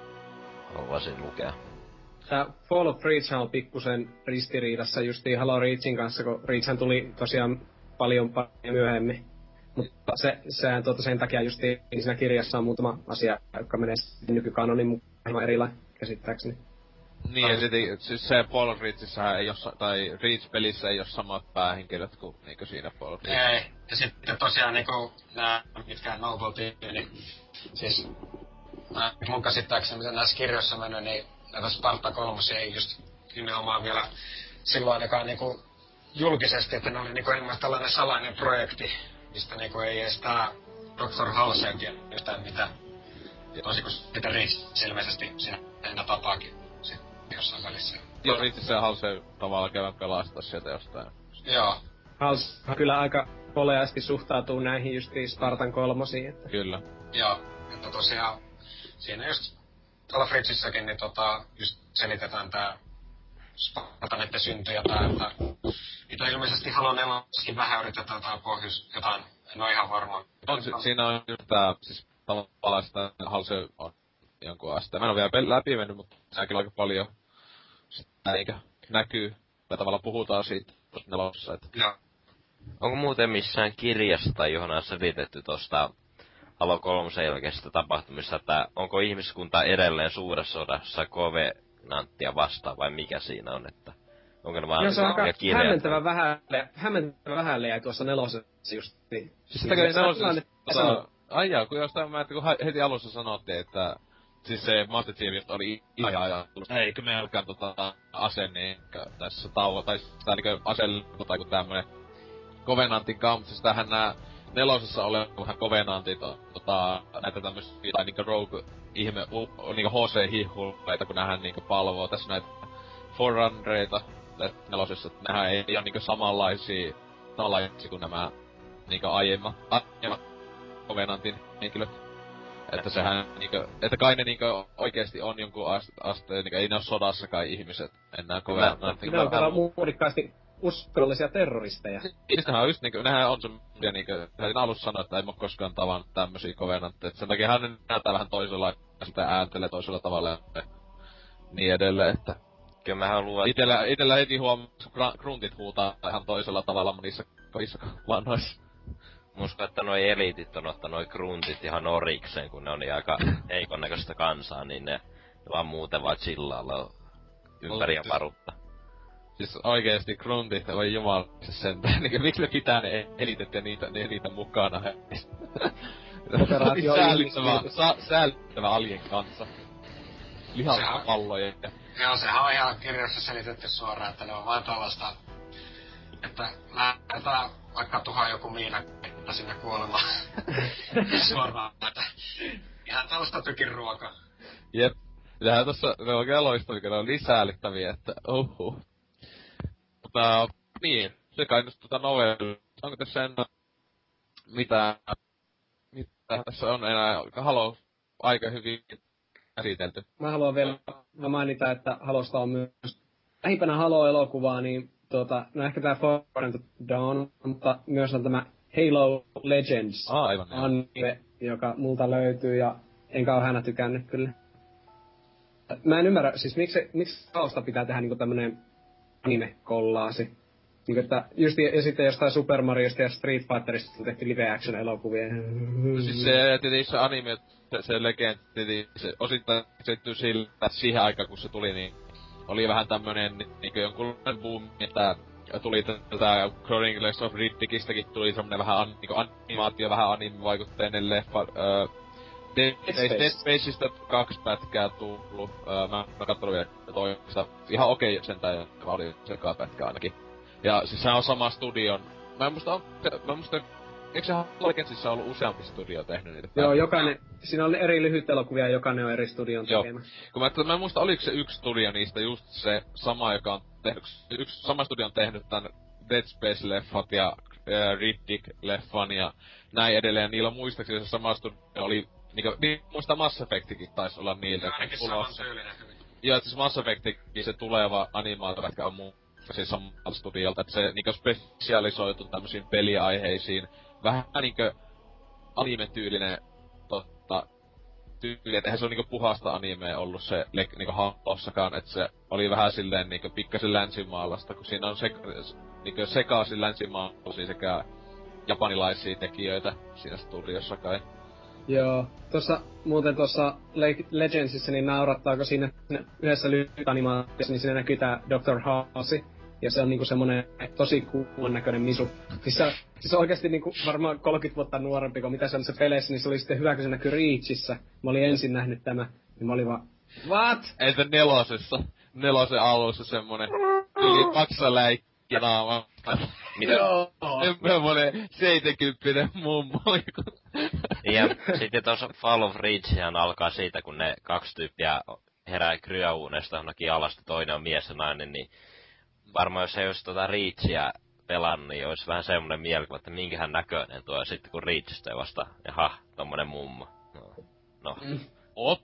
haluaisin lukea. Tää Fall of Reach on pikkusen ristiriidassa justiin Halo Reachin kanssa, kun Reachhän tuli tosiaan paljon paljon myöhemmin. Mutta se, sehän tuota sen takia justiin siinä kirjassa on muutama asia, joka menee nykykanonin mukaan erilainen käsittääkseni. Niin, ja sitten siis se Fall of Reachissähän ei oo, tai Reach-pelissä ei oo samat päähenkilöt kuin niinkö siinä Fall of Reach. Ei, ja sitten tosiaan niinku nää, mitkä Noble Team, niin siis nää, mun käsittääkseni, mitä näissä kirjoissa mennyt, niin näitä Sparta kolmosia ei just nimenomaan vielä silloin ainakaan niinku julkisesti, että ne oli niinku enemmän tällainen salainen projekti, mistä niinku ei edes tää doktor Halsey tiedä yhtään mitään. Toisin kuin sitä Reach ilmeisesti siinä enää tapaakin sit jossain välissä. Joo, itse asiassa Halsey tavallaan käydä pelastaa sieltä jostain. Joo. Halsey kyllä aika koleasti suhtautuu näihin justiin Spartan kolmosiin. Että... Kyllä. Joo, että tosiaan siinä just tuolla Fritzissäkin niin tota just selitetään tää Spartanitten synty ja tää, että mitä ilmeisesti Halo nelossakin vähän yritetään tää pohjus jotain, en oo ihan varma. On, si- siinä on just tää, siis tavallaan sitä Halsey on jonkun asteen. Mä en oo vielä pel- läpi mennyt, mutta siinä kyllä aika paljon sitä eikä näkyy, tai tavallaan puhutaan siitä nelossa, että... Joo. Onko muuten missään kirjassa tai johon on selitetty tosta Halo kolmosen jälkeisestä tapahtumista, että onko ihmiskunta edelleen suuressa sodassa Covenanttia vastaan vai mikä siinä on, että onko ne vaan no, se on aika hämmentävän vai... vähälle, hämmentävän vähälle jäi tuossa nelosessa justiin. Siis sitäkö nelosessa, tota, ai jaa, kun jostain mä, että kun heti alussa sanottiin, että siis se Master Chief oli ihan ajatellut, eikö meilläkään tota ase niinkö tässä tauo, tai sitä niinkö aseellisuutta tai kun tämmönen Covenantin kanssa, mutta siis tämähän nää nelosessa olevan Covenantit on tota näitä tämmösiä tai niinkö rogue ihme u, niinkö H C-hihhuleita, kun nähdään niinkö palvoo tässä näitä Forerunnereita nelosessa, että nehän ei oo niinkö samanlaisia samanlaisia kuin nämä niinkö aiemmat, aiemmat Covenantin henkilöt. Että sehän niinkö, että kai ne niinkö oikeesti on jonkun asteen, niinkö ei ne oo sodassa kai ihmiset enää Covenantin. Ne on kyllä muodikkaasti uskonnollisia terroristeja. Niistähän on just niinkö, nehän on semmosia niinkö, hän alussa sanoi, että ei mä koskaan tavannut tämmösiä Covenantteja, et sen takiahan ne näyttää vähän toisella, ja sitä ääntelee toisella tavalla ja niin edelleen, että... Kyllä mähän luulen, että... Itellä, itellä heti huomaa, gruntit huutaa ihan toisella tavalla monissa koissa vanhoissa. Musko, että noi eliitit on ottanut noi gruntit ihan orikseen, kun ne on niin aika heikon näköistä kansaa, niin ne vaan muuten vaan chillaalla ympäri ja parutta. Siis oikeesti gruntit, voi jumala sentään, niinku miksi ne pitää ne elitet ja niitä, ne niitä mukana? Operaatio säällittävä, sa, säällittävä alien kanssa. Lihapalloja. Joo, sehän on ihan kirjassa selitetty suoraan, että ne on vain tällaista, että lähdetään vaikka tuhaa joku miina sinne kuolemaan suoraan, että ihan tällaista tykin ruokaa. Jep. Sehän tossa, ne on oikein loistavia, kun ne on niin säällittäviä, että ohuh. Mutta, niin, se kai nyt tota novelli. Onko tässä enää mitään, mitä tässä on enää, Halo aika hyvin käsitelty. Mä haluan vielä mainita, että Halosta on myös lähimpänä Halo-elokuvaa, niin tuota, no ehkä tää Forgotten Dawn, mutta myös on tämä Halo Legends ah, aivan, anime, joka multa löytyy ja enkä oo hänä tykännyt kyllä. Mä en ymmärrä, siis miksi, miksi Halosta pitää tehdä niinku tämmönen anime-kollaasi. Niinku että just ja sitten jostain Super Mariosta ja Street Fighterista tehty live action elokuvia. Siis se tietysti se anime, se, se legendi, se osittain settyy sillä, että siihen aikaan kun se tuli, niin oli vähän tämmönen niinku jonkunlainen boom, että tuli tältä Chronicles of Riddikistäkin tuli semmonen vähän an, niinku animaatio, vähän anime-vaikutteinen leffa. Öö, Dead Spaceista kaksi pätkää tullu. Öö, mä, mä kattelin vielä toista. Ihan okei okay, sentään, ja oli se pätkä ainakin. Ja siis sehän on sama studion. Mä en muista, on, mä en muista, eikö se Legendsissa ollut useampi studio tehnyt niitä? Joo, jokainen, siinä on eri lyhyt elokuvia ja jokainen on eri studion tekemä. Kun mä, mä en muista, oliko se yksi studio niistä just se sama, joka on tehnyt, yksi sama studio on tehnyt tän Dead Space-leffat ja äh, Riddick-leffan ja näin edelleen. Niillä muistaakseni se sama studio oli, niinku, niin muista Mass Effectikin taisi olla niiltä. Ainakin saman tyylinen hyvin. Joo, että se Mass Effectikin se tuleva animaatiopätkä on muu siis samalta studiolta, että se niinku spesialisoitu tämmösiin peliaiheisiin. Vähän niinkö anime-tyylinen totta tyyli, et eihän se oo niinku puhasta animea ollut se niinku Halossakaan, et se oli vähän silleen niinku pikkasen länsimaalaista, kun siinä on se, niinku sekaisin länsimaalaisia sekä japanilaisia tekijöitä siinä studiossa kai. Joo, tossa muuten tossa Le- Legendsissa niin naurattaako siinä yhdessä lyhyt animaatiossa, niin siinä näkyy tää doktor House. Ja se on niinku semmonen tosi kuuman näköinen misu. Siis se, siis on oikeesti niinku varmaan kolmekymmentä vuotta nuorempi kuin mitä se on se peleissä, niin se oli sitten hyvä, kun se näkyy Reachissä. Mä olin ensin nähnyt tämä, niin mä olin vaan, what? Entä nelosessa? Nelosen alussa semmonen yli paksaläikki naama. Mitä? Semmonen seitsemänkymppinen mummo. Ja sitten tuossa Fall of Reachihan alkaa siitä, kun ne kaksi tyyppiä herää kryöuunesta jonnekin alasta, toinen on mies ja nainen, niin varmaan jos ei olisi tota Reachia pelannut, niin olisi vähän semmonen mielikuva, että minkähän näköinen tuo, ja sitten kun Reachista ei vasta, jaha, tommonen mummo. No. no. Mm. Op!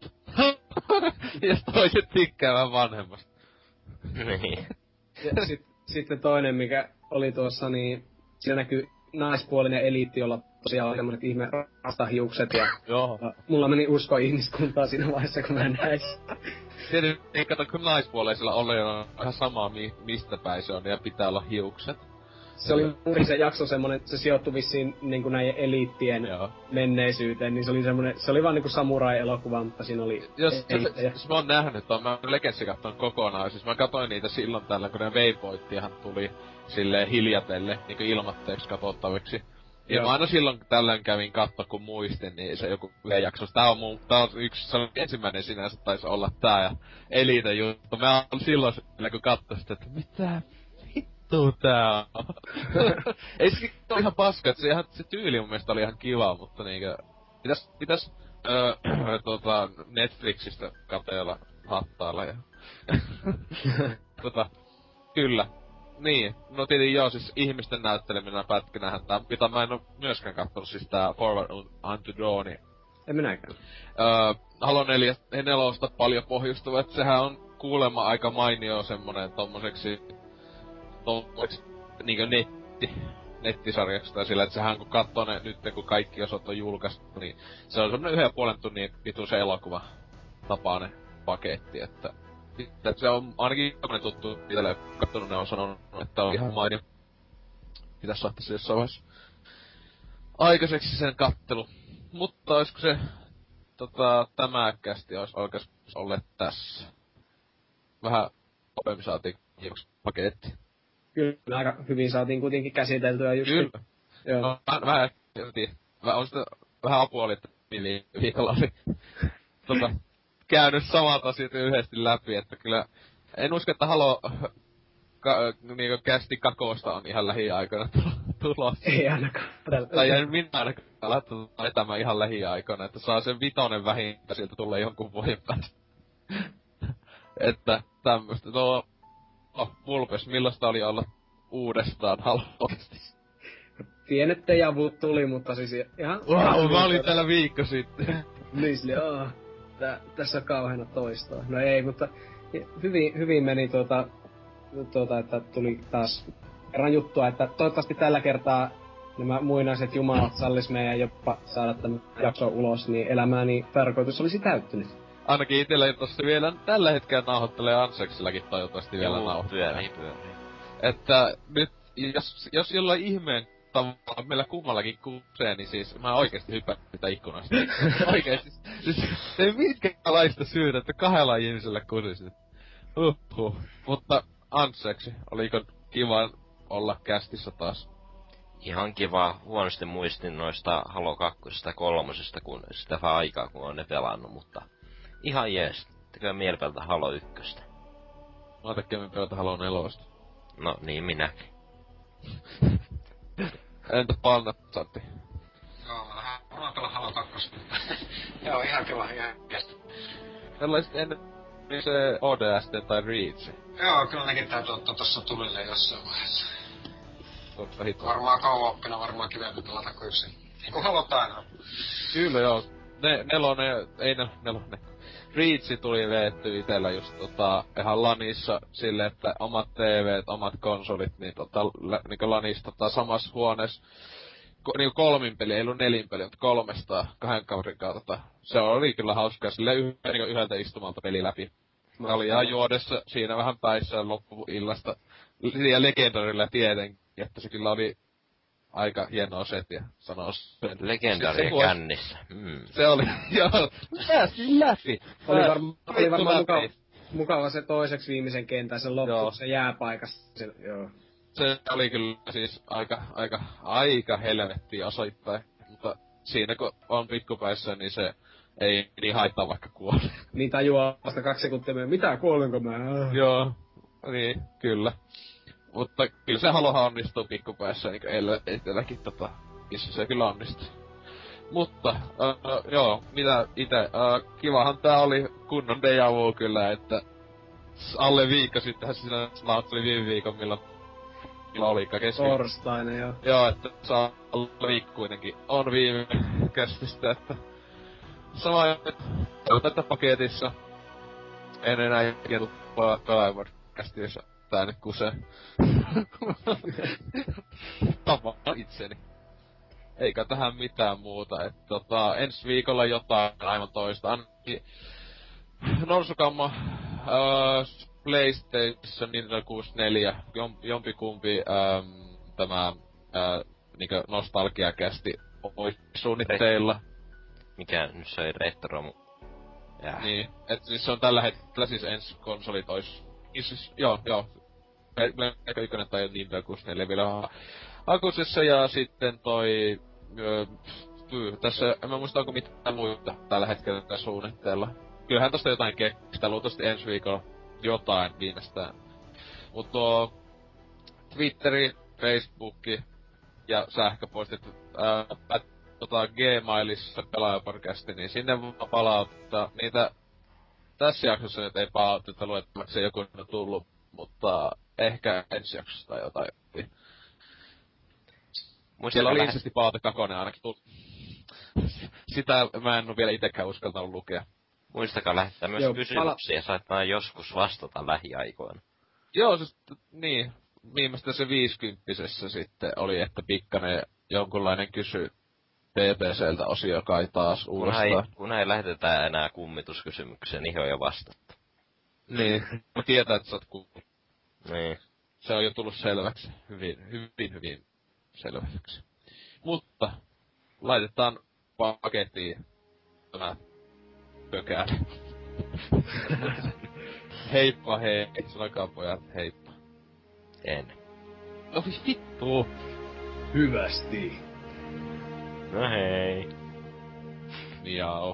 Ja toiset tykkää vähän vanhemmasta. Niin. Ja sit, sitten toinen, mikä oli tuossa, niin siinä näkyy naispuolinen eliitti, jolla tosiaan oli semmoset ihme rastahiukset, ja, Joo. ja mulla meni usko ihmiskuntaa siinä vaiheessa, kun mä näin sitä. Tietysti, kato, kun naispuoleisilla oli ihan samaa, mi- mistä päin se on, ja pitää olla hiukset. Se oli juuri se jakso semmonen, se sijoittui vissiin niinku näiden eliittien Joo. menneisyyteen, niin se oli semmonen, se oli vaan niinku samurai-elokuva, mutta siinä oli Jos, se, eliittejä. jos mä oon nähnyt ton, mä Legendsi katton kokonaan, siis mä katoin niitä silloin tällä, kun ne Waypointihan tuli silleen hiljatelle, niinku ilmatteeksi katsottaviksi. Ja Joo. mä aina silloin tällöin kävin katto, kun muistin, niin se joku V-jakso. Tää on mun, tää on yksi, se on ensimmäinen sinänsä taisi olla tää ja Elite juttu. Mä olin silloin sillä, kun katsoin sitä, että mitä vittu tää on. Ei se ole ihan paska, että se, ihan, se tyyli mun mielestä oli ihan kiva, mutta niinkö, pitäis, pitäis öö, tota, Netflixistä kateella hattailla ja tota, kyllä. Niin, no tietenkin joo, siis ihmisten näytteleminen pätkänähän tää, mitä mä en oo myöskään kattonut, siis tää Forward Unto Dawn, niin En minäkään. öö, Halo neljä, nelosta paljon pohjustuva, että sehän on kuulemma aika mainio semmonen tommoseksi, tommoseksi niinkö netti, nettisarjaksi tai sillä, että sehän kun kattoo ne nyt, kun kaikki osat on julkaistu, niin se on semmonen yhden ja puolen tunnin pituisen elokuva tapainen paketti, että että se on ainakin tämmönen tuttu itelle kattonut, ne on sanonut, että on ihan mainio. Pitäis saattaa se jossain vaiheessa aikaiseksi sen kattelu. Mutta oisko se tota, tämä kästi ois oikeas olleet tässä. Vähän nopeammin saatiin paketti. Kyllä, aika hyvin saatiin kuitenkin käsiteltyä just. Kyllä. Joo. No, vähän, mä oon sitä vähän apua, että viikolla oli tota, käynyt samat asiat yhdesti läpi, että kyllä en usko, että Halo ka, niinku kästi kakoosta on ihan lähiaikoina tulossa. Ei ainakaan. Tai en minä ainakaan laittaa vetämään ihan lähiaikoina, että saa sen vitonen vähintään sieltä tulee jonkun vuoden päästä. Että tämmöstä. No, no Vulpes, millaista oli olla uudestaan Halo-oikeesti? Pienet javut tuli, mutta siis ihan... Wow, mä olin täällä viikko sitten. Niin silleen, aah, tää, tässä on kauheena toistoa. No ei, mutta hyvin, hyvin meni tuota, tuota, että tuli taas kerran juttua, että toivottavasti tällä kertaa nämä muinaiset jumalat sallis meidän jopa saada tämän jakson ulos, niin elämäni tarkoitus olisi täyttynyt. Ainakin itellä tossa vielä tällä hetkellä nauhoittelee Anseksilläkin toivottavasti vielä Joo, nauhoittelee. pyörii, pyörii. Että nyt, jos, jos jollain ihmeen tavalla meillä kummallakin kusee, niin siis mä oikeesti hyppään sitä ikkunasta. Oikeesti. Siis ei minkälaista syytä, että kahdella ihmisellä kusisit. Uhuh. Mutta Anseksi, oliko kiva olla kästissä taas? Ihan kiva. Huonosti muistin noista Halo kakkosesta ja kolmosesta, kun sitä vähän aikaa, kun on ne pelannut, mutta ihan jees. Tekee mieli pelata Halo ykköstä. Mä tekee pelata Halo nelosta. No niin, minäkin. Entä Panna, Satti? Joo, mä lähden varmaan pelaa Halo kakkosta. Joo, ihan kiva, ihan kestä. Sellaiset ennen se O D S T tai Reach. Joo, kyllä nekin täytyy ottaa tossa tulille jossain vaiheessa. Totta hitoa. Varmaan kauan-oppina varmaan kivempi pelata kuin yksin. Niin kuin halutaan aina. Kyllä joo. Ne, nelonen, ei ne, nelonen. Reach tuli veetty itellä just tota, ihan lanissa sille, että omat T V:t, omat konsolit, niin tota, lä, niinku lanissa tota, samassa huoneessa. Ko, niinku kolmin peli, ei ollut nelin peli, mutta kolmesta kahden kaverin kautta. Se oli kyllä hauskaa, sille yh, niinku yhdeltä istumalta peli läpi. Mä olin ihan juodessa siinä vähän päissään loppuillasta. Ja legendarilla tietenkin, että se kyllä oli aika hienoa setiä, sanoo sen. Legendaria se, se kännissä. Mm. Se oli, joo, päästiin läpi. Oli, varma, oli varmaan mukava, mukava se toiseksi viimeisen kentän, se loppu, se jääpaikassa. Se, joo. Se oli kyllä siis aika, aika, aika helvettiä osoittain. Mutta siinä kun on pikkupäissä, niin se ei niin haittaa vaikka kuolee. Niin tajuaa vasta kaksi sekuntia, mitä kuolenko mä? Joo, niin, kyllä. Mutta kyllä se Halohan onnistuu pikkupäässä, niin kuin etelläkin tota, missä se kyllä onnistuu. Mutta, äh, joo, mitä ite, äh, kivahan tää oli kunnon deja vu kyllä, että alle viikko sittenhän siinä tuli viime viikon, milloin, milloin olikaan kesken. Torstaina, joo. Joo, että saa alle viikko kuitenkin on viime kästistä, että sama tätä paketissa. En enää ikinä tupaa Kaivar kästissä. Tää nyt kusee. Tapaan itseni. Eikä tähän mitään muuta. Et tota, ensi viikolla jotain aivan toista. Ainakin Norsukamma, äh, PlayStation, Nintendo kuusikymmentäneljä, jom, jompikumpi ähm, tämä äh, niinkö nostalgiakästi olisi suunnitteilla. Mikä nyt se ei retro mu... Jää. Niin, et siis se on tällä hetkellä siis ensi konsolit ois... Siis, joo, joo. Pleikka ykkönen tai Nintendo kuusikymmentäneljä vielä hakusessa ja sitten toi... Öö, tyy, tässä, en mä muista onko mitään muita tällä hetkellä suunnitteilla. Kyllähän tosta jotain keksistä, luultavasti ensi viikolla jotain viimeistään. Mut tuo Twitteri, Facebooki ja sähköpostit, ää, tota Gmailissa pelaajaporcasti, niin sinne voi palauttaa niitä. Tässä jaksossa nyt ei palautetta luettavaksi joku on tullut, mutta ehkä ensi jaksossa tai jotain. Siellä oli ilmeisesti palaute kakonen ainakin tullut. Sitä mä en oo vielä itekään uskaltanut lukea. Muistakaa lähettää myös Joo, kysymyksiä, pala- saattaa joskus vastata lähiaikoina. Joo, siis, niin. Viimeistä se viisikymppisessä sitten oli, että pikkanen jonkunlainen kysy P P C:ltä osio kai taas uudestaan. Kun ei, kun ei lähetetä enää kummituskysymyksiä, niin on jo vastattu. Niin, mä tietää, että sä oot kuullut. Niin. Se on jo tullut selväksi. Hyvin, hyvin, hyvin selväksi. Mutta, laitetaan pakettiin tämä pökää. Heippa hei, sanokaa pojat, heippa. En. No vittu. Hyvästi. No hei. Miau.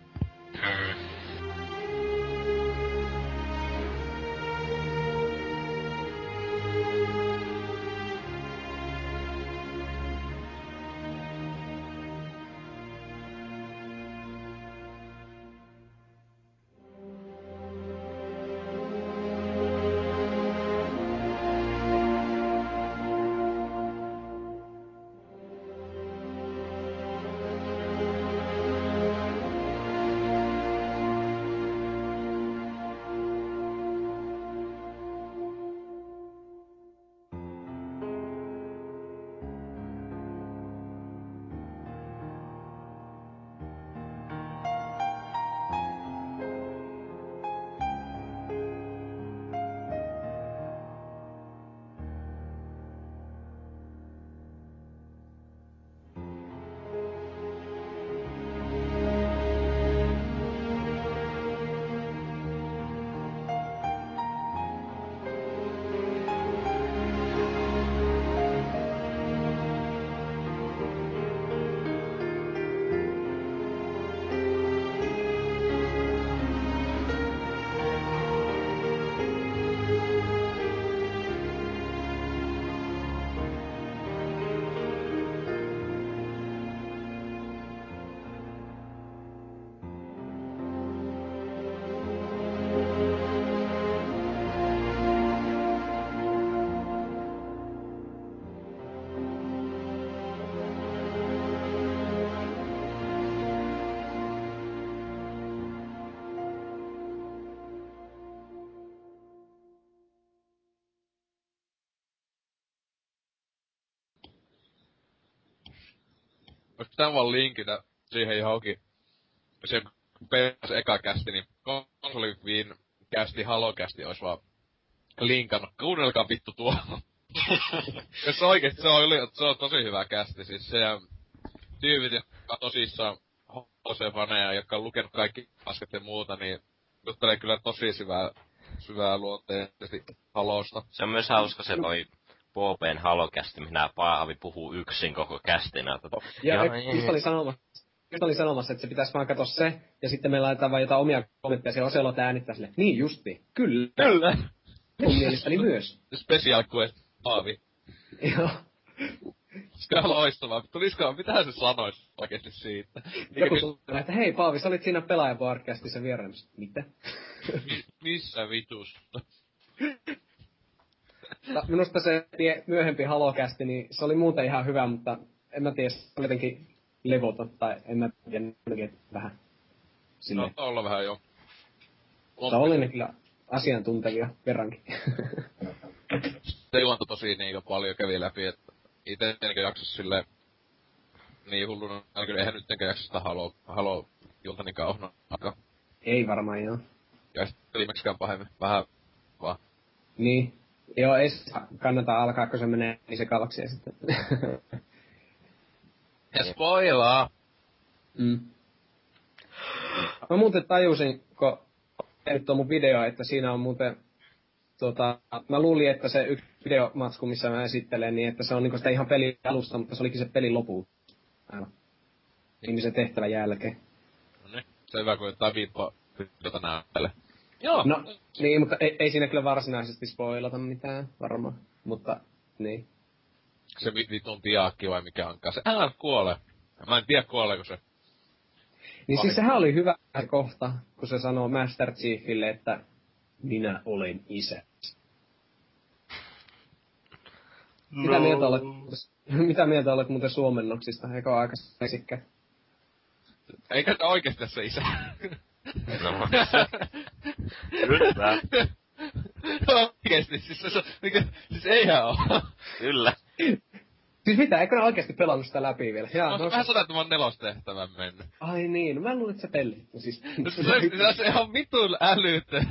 Ois pitää vaan linkitä siihen johonkin. Se P S eka kästi, niin konsoliviin kästi, Halo-kästi ois vaan linkannut. Kuunnelkaa vittu tuo. Jos oikeesti se on, se on tosi hyvä kästi, siis se ja tyypit, jotka tosissaan H C-faneja, jotka on lukenut kaikki paskat ja muuta, niin juttelee kyllä tosi syvää, syvää luonteisesti Halosta. Se on myös hauska se toi Poopeen Halo-kästi, minä Paavi puhuu yksin koko kästinä. Ja, ja just oli sanomassa, just oli sanomassa, että se pitäis vaan katsoa se, ja sitten me laitetaan vaan jotain omia kommentteja, se Oselot äänittää sille, niin justi, kyllä. Kyllä. Mun mielestäni myös. Special Quest Paavi. Joo. Se on loistavaa. Tulisikohan, mitähän se sanois oikeesti siitä? Joku sulle, että hei Paavi, sä olit siinä pelaajaparkastissa vierailussa. Mitä? Missä vitusta? No, minusta se tie, myöhempi Halo-kästi, niin se oli muuten ihan hyvä, mutta en mä tiedä, se oli jotenkin levoton, tai en mä tiedä, jotenkin vähän silleen. No, olla vähän jo. Mutta oli ne kyllä asiantuntevia verrankin. Se juonto tosi niinku paljon kävi läpi, että ite enkö jaksa silleen niin hulluna, kyllä eihän nyt enkö jaksa sitä Halo, Halo juonta niin kauhna aika. Ei varmaan joo. Ja sitten viimeksikään pahemmin, vähän vaan. Niin. Joo, ei kannata alkaa, kun se menee niin sekavaksi ja sitten. Ja spoilaa! Mm. Mä muuten tajusin, kun tehnyt tuon mun video, että siinä on muuten tota, mä luulin, että se yksi videomatsku, missä mä esittelen, niin että se on niinku sitä ihan pelin alusta, mutta se olikin se pelin lopu. Aivan. Ihmisen tehtävän jälkeen. No niin, se hyvä, kun jotain viippa-videota näyttele. Joo! No, niin, mutta ei, ei siinä kyllä varsinaisesti spoilata mitään, varmaan. Mutta, niin. Se vitun piakki vai mikä onkaan. Se älä kuole. Mä en tiedä kuoleeko se. Niin siis sehän oli hyvä kohta, kun se sanoo Master Chiefille, että minä olen isä. No. Mitä mieltä olet, mitä mieltä olet muuten suomennoksista? Eikö ole aika seksikkä? Eikä se oikeesti tässä isä. No. Kyllä. Oikeesti, siis se on, mikä, siis eihän oo. Kyllä. Siis mitä, eikö ne oikeesti pelannut sitä läpi vielä? Jaa, no, no, vähän sanoa, että mä oon nelostehtävän mennyt. Ai niin, no mä luulen, että sä pellit. No siis... No se, se, se on vitun älytön.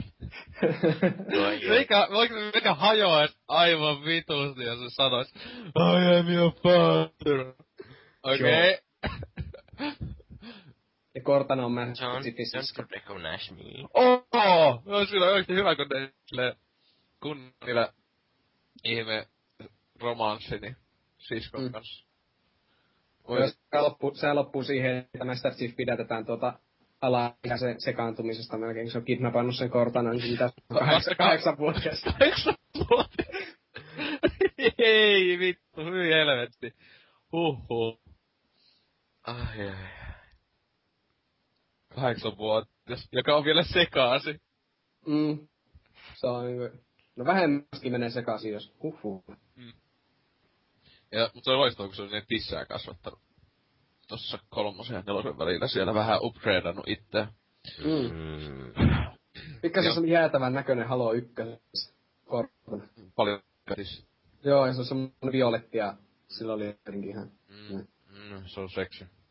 Mikä, voiko mikä hajoa aivan vitusti, jos se sanois I am your father. Okei. Okay. Ja Cortana on mä John, sifississä. don't recognize me. Oh! No sillä on oikeesti hyvä, kun ne silleen kun niillä ihme romanssini siskon Mm. kanssa. Jos se loppuu, se loppuu siihen, että Master Chief pidätetään tuota alaikäisen sekaantumisesta melkein, kun se on kidnappannut sen Cortana, niin mitä kahdeksan, kahdeksan vuotias. Kahdeksan vuotias? Ei vittu, hyi helvetti. Huhhuh. Ai ai. Kahdeksan vuotias, joka on vielä sekaasi. Mm. Se on niinku... No vähemmäskin menee sekaisin, jos huhhuh. Mm. Ja, mut se on loistava, kun se on ne tissää kasvattanut. Tossa kolmosen ja nelosen välillä siellä vähän upgradeannut itseä. Mm. Mm. Pikkasen se oli jäätävän näköinen Halo ykkösessä. Cortana. Paljon kätis. Joo, ja se on semmonen violetti ja sillä oli jotenkin ihan... Mm. Mm, se on seksi.